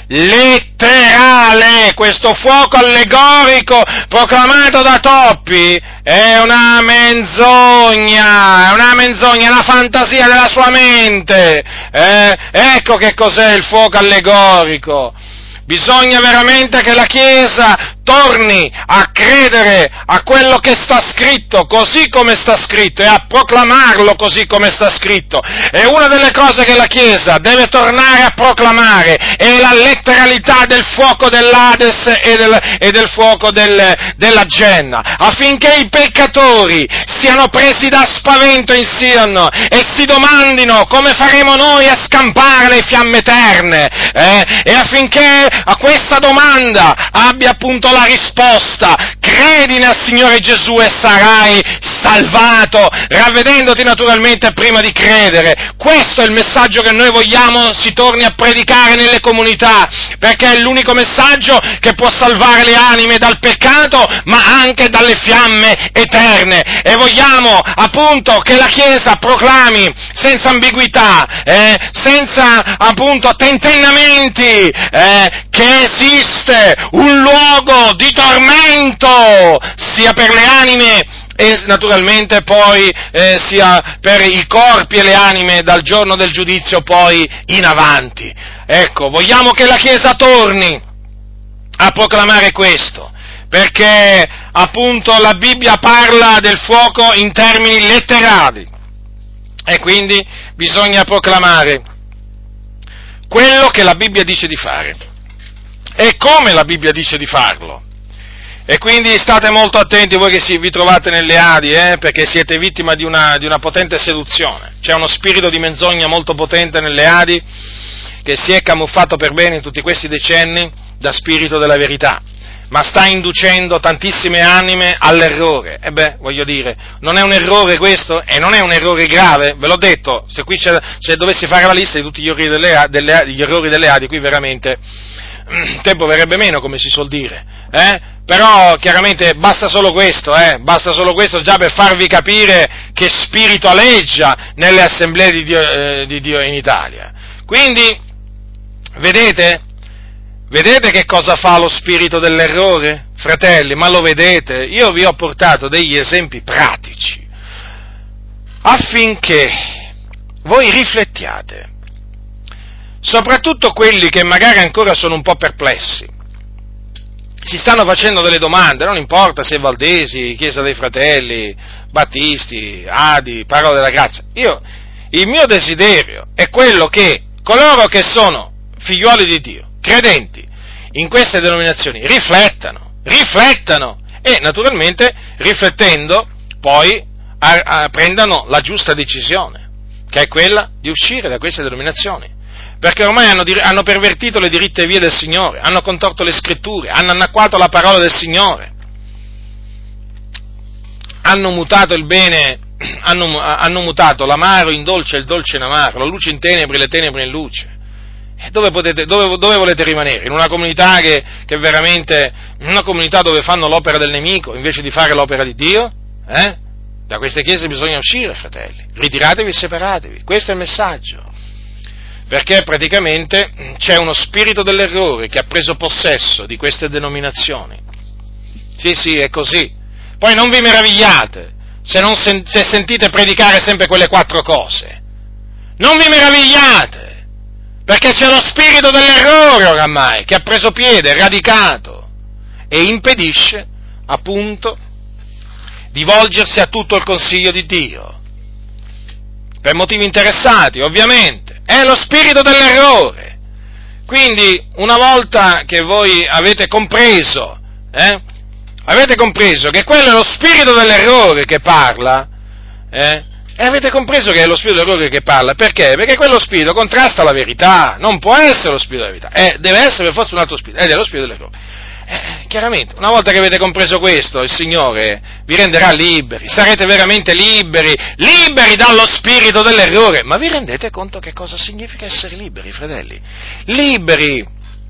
Letterale! Questo fuoco allegorico proclamato da Toppi è una menzogna, è una menzogna, è una fantasia della sua mente. Eh, ecco che cos'è il fuoco allegorico. Bisogna veramente che la Chiesa torni a credere a quello che sta scritto, così come sta scritto, e a proclamarlo così come sta scritto. E una delle cose che la Chiesa deve tornare a proclamare è la letteralità del fuoco dell'Ades e del, e del fuoco del, della Genna, affinché i peccatori siano presi da spavento in Sion e si domandino come faremo noi a scampare le fiamme eterne, eh? E affinché a questa domanda abbia appunto la risposta: credi nel Signore Gesù e sarai salvato, ravvedendoti naturalmente prima di credere. Questo è il messaggio che noi vogliamo si torni a predicare nelle comunità, perché è l'unico messaggio che può salvare le anime dal peccato, ma anche dalle fiamme eterne. E vogliamo appunto che la Chiesa proclami senza ambiguità, eh, senza appunto tentennamenti, eh, che esiste un luogo di tormento sia per le anime e naturalmente poi eh, sia per i corpi e le anime dal giorno del giudizio poi in avanti. Ecco, vogliamo che la Chiesa torni a proclamare questo, perché appunto la Bibbia parla del fuoco in termini letterali e quindi bisogna proclamare quello che la Bibbia dice di fare e come la Bibbia dice di farlo. E quindi state molto attenti voi che si, vi trovate nelle Adi, eh, perché siete vittima di una, di una potente seduzione. C'è uno spirito di menzogna molto potente nelle Adi che si è camuffato per bene in tutti questi decenni da spirito della verità, ma sta inducendo tantissime anime all'errore. E beh, voglio dire, non è un errore questo? E non è un errore grave? Ve l'ho detto, se qui c'è, se dovessi fare la lista di tutti gli errori delle, delle, gli errori delle Adi, qui veramente tempo verrebbe meno, come si suol dire, eh? Però chiaramente basta solo questo, eh? Basta solo questo già per farvi capire che spirito aleggia nelle assemblee di Dio, eh, di Dio in Italia. Quindi, vedete? Vedete che cosa fa lo spirito dell'errore? Fratelli, ma lo vedete? Io vi ho portato degli esempi pratici affinché voi riflettiate, soprattutto quelli che magari ancora sono un po' perplessi, si stanno facendo delle domande, non importa se Valdesi, Chiesa dei Fratelli, Battisti, Adi, Parola della Grazia. Io, il mio desiderio è quello che coloro che sono figliuoli di Dio, credenti in queste denominazioni, riflettano, riflettano e naturalmente riflettendo poi a, a, prendano la giusta decisione, che è quella di uscire da queste denominazioni, perché ormai hanno, hanno pervertito le diritte vie del Signore, hanno contorto le scritture, hanno annacquato la parola del Signore, hanno mutato il bene, hanno, hanno mutato l'amaro in dolce e il dolce in amaro, la luce in tenebre e le tenebre in luce. E dove, potete, dove, dove volete rimanere? In una comunità che, che veramente, in una comunità dove fanno l'opera del nemico invece di fare l'opera di Dio? Eh? Da queste chiese bisogna uscire, fratelli, ritiratevi e separatevi, questo è il messaggio. Perché praticamente c'è uno spirito dell'errore che ha preso possesso di queste denominazioni. Sì, sì, è così. Poi non vi meravigliate se, non sen- se sentite predicare sempre quelle quattro cose. Non vi meravigliate, perché c'è lo spirito dell'errore oramai che ha preso piede, radicato, e impedisce, appunto, di volgersi a tutto il consiglio di Dio. Per motivi interessati, ovviamente. È lo spirito dell'errore. Quindi, una volta che voi avete compreso, eh, avete compreso che quello è lo spirito dell'errore che parla, eh, e avete compreso che è lo spirito dell'errore che parla, perché? Perché quello spirito contrasta la verità, non può essere lo spirito della verità, eh, deve essere per forza un altro spirito, ed è lo spirito dell'errore. Eh, chiaramente, una volta che avete compreso questo, il Signore vi renderà liberi, sarete veramente liberi, liberi dallo spirito dell'errore. Ma vi rendete conto che cosa significa essere liberi, fratelli? Liberi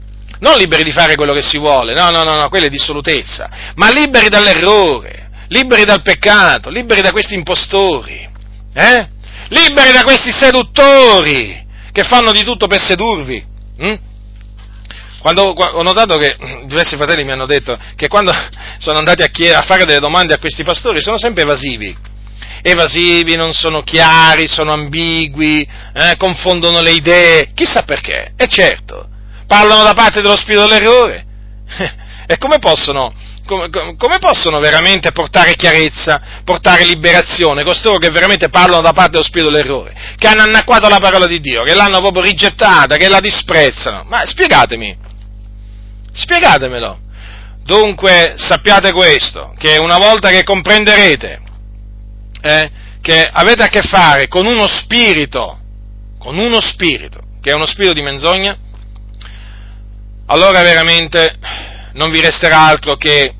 non liberi di fare quello che si vuole, no, no, no, no, quella è dissolutezza, ma liberi dall'errore, liberi dal peccato, liberi da questi impostori, eh? Liberi da questi seduttori che fanno di tutto per sedurvi. Hm? Quando ho notato che diversi fratelli mi hanno detto che quando sono andati a, chied- a fare delle domande a questi pastori sono sempre evasivi, evasivi, non sono chiari, sono ambigui, eh, confondono le idee, chissà perché, e certo, parlano da parte dello spirito dell'errore, e come possono, come, come possono veramente portare chiarezza, portare liberazione, costoro che veramente parlano da parte dello spirito dell'errore, che hanno annacquato la parola di Dio, che l'hanno proprio rigettata, che la disprezzano, ma spiegatemi, spiegatemelo. Dunque sappiate questo, che una volta che comprenderete eh, che avete a che fare con uno spirito, con uno spirito, che è uno spirito di menzogna, allora veramente non vi resterà altro che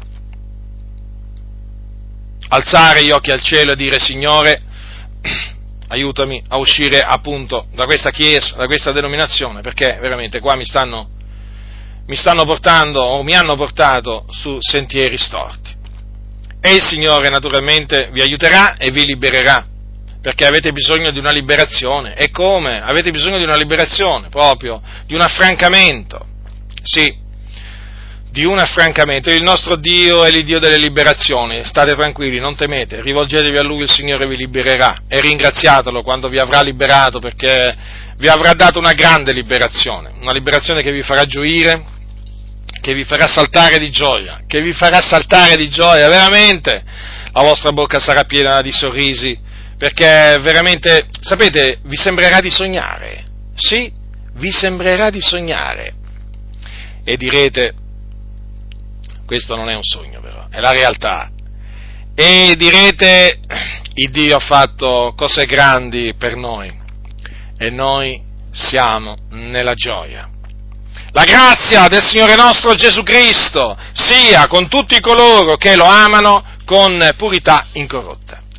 alzare gli occhi al cielo e dire: Signore, aiutami a uscire appunto da questa chiesa, da questa denominazione, perché veramente qua mi stanno mi stanno portando o mi hanno portato su sentieri storti. E il Signore naturalmente vi aiuterà e vi libererà, perché avete bisogno di una liberazione. E come? Avete bisogno di una liberazione, proprio, di un affrancamento. Sì, di un affrancamento. Il nostro Dio è l'Iddio delle liberazioni, state tranquilli, non temete, rivolgetevi a Lui, il Signore vi libererà, e ringraziatelo quando vi avrà liberato, perché vi avrà dato una grande liberazione, una liberazione che vi farà gioire, che vi farà saltare di gioia, che vi farà saltare di gioia, veramente, la vostra bocca sarà piena di sorrisi, perché veramente, sapete, vi sembrerà di sognare, sì, vi sembrerà di sognare, e direte: questo non è un sogno però, è la realtà, e direte: il Dio ha fatto cose grandi per noi, e noi siamo nella gioia. La grazia del Signore nostro Gesù Cristo sia con tutti coloro che lo amano con purità incorrotta.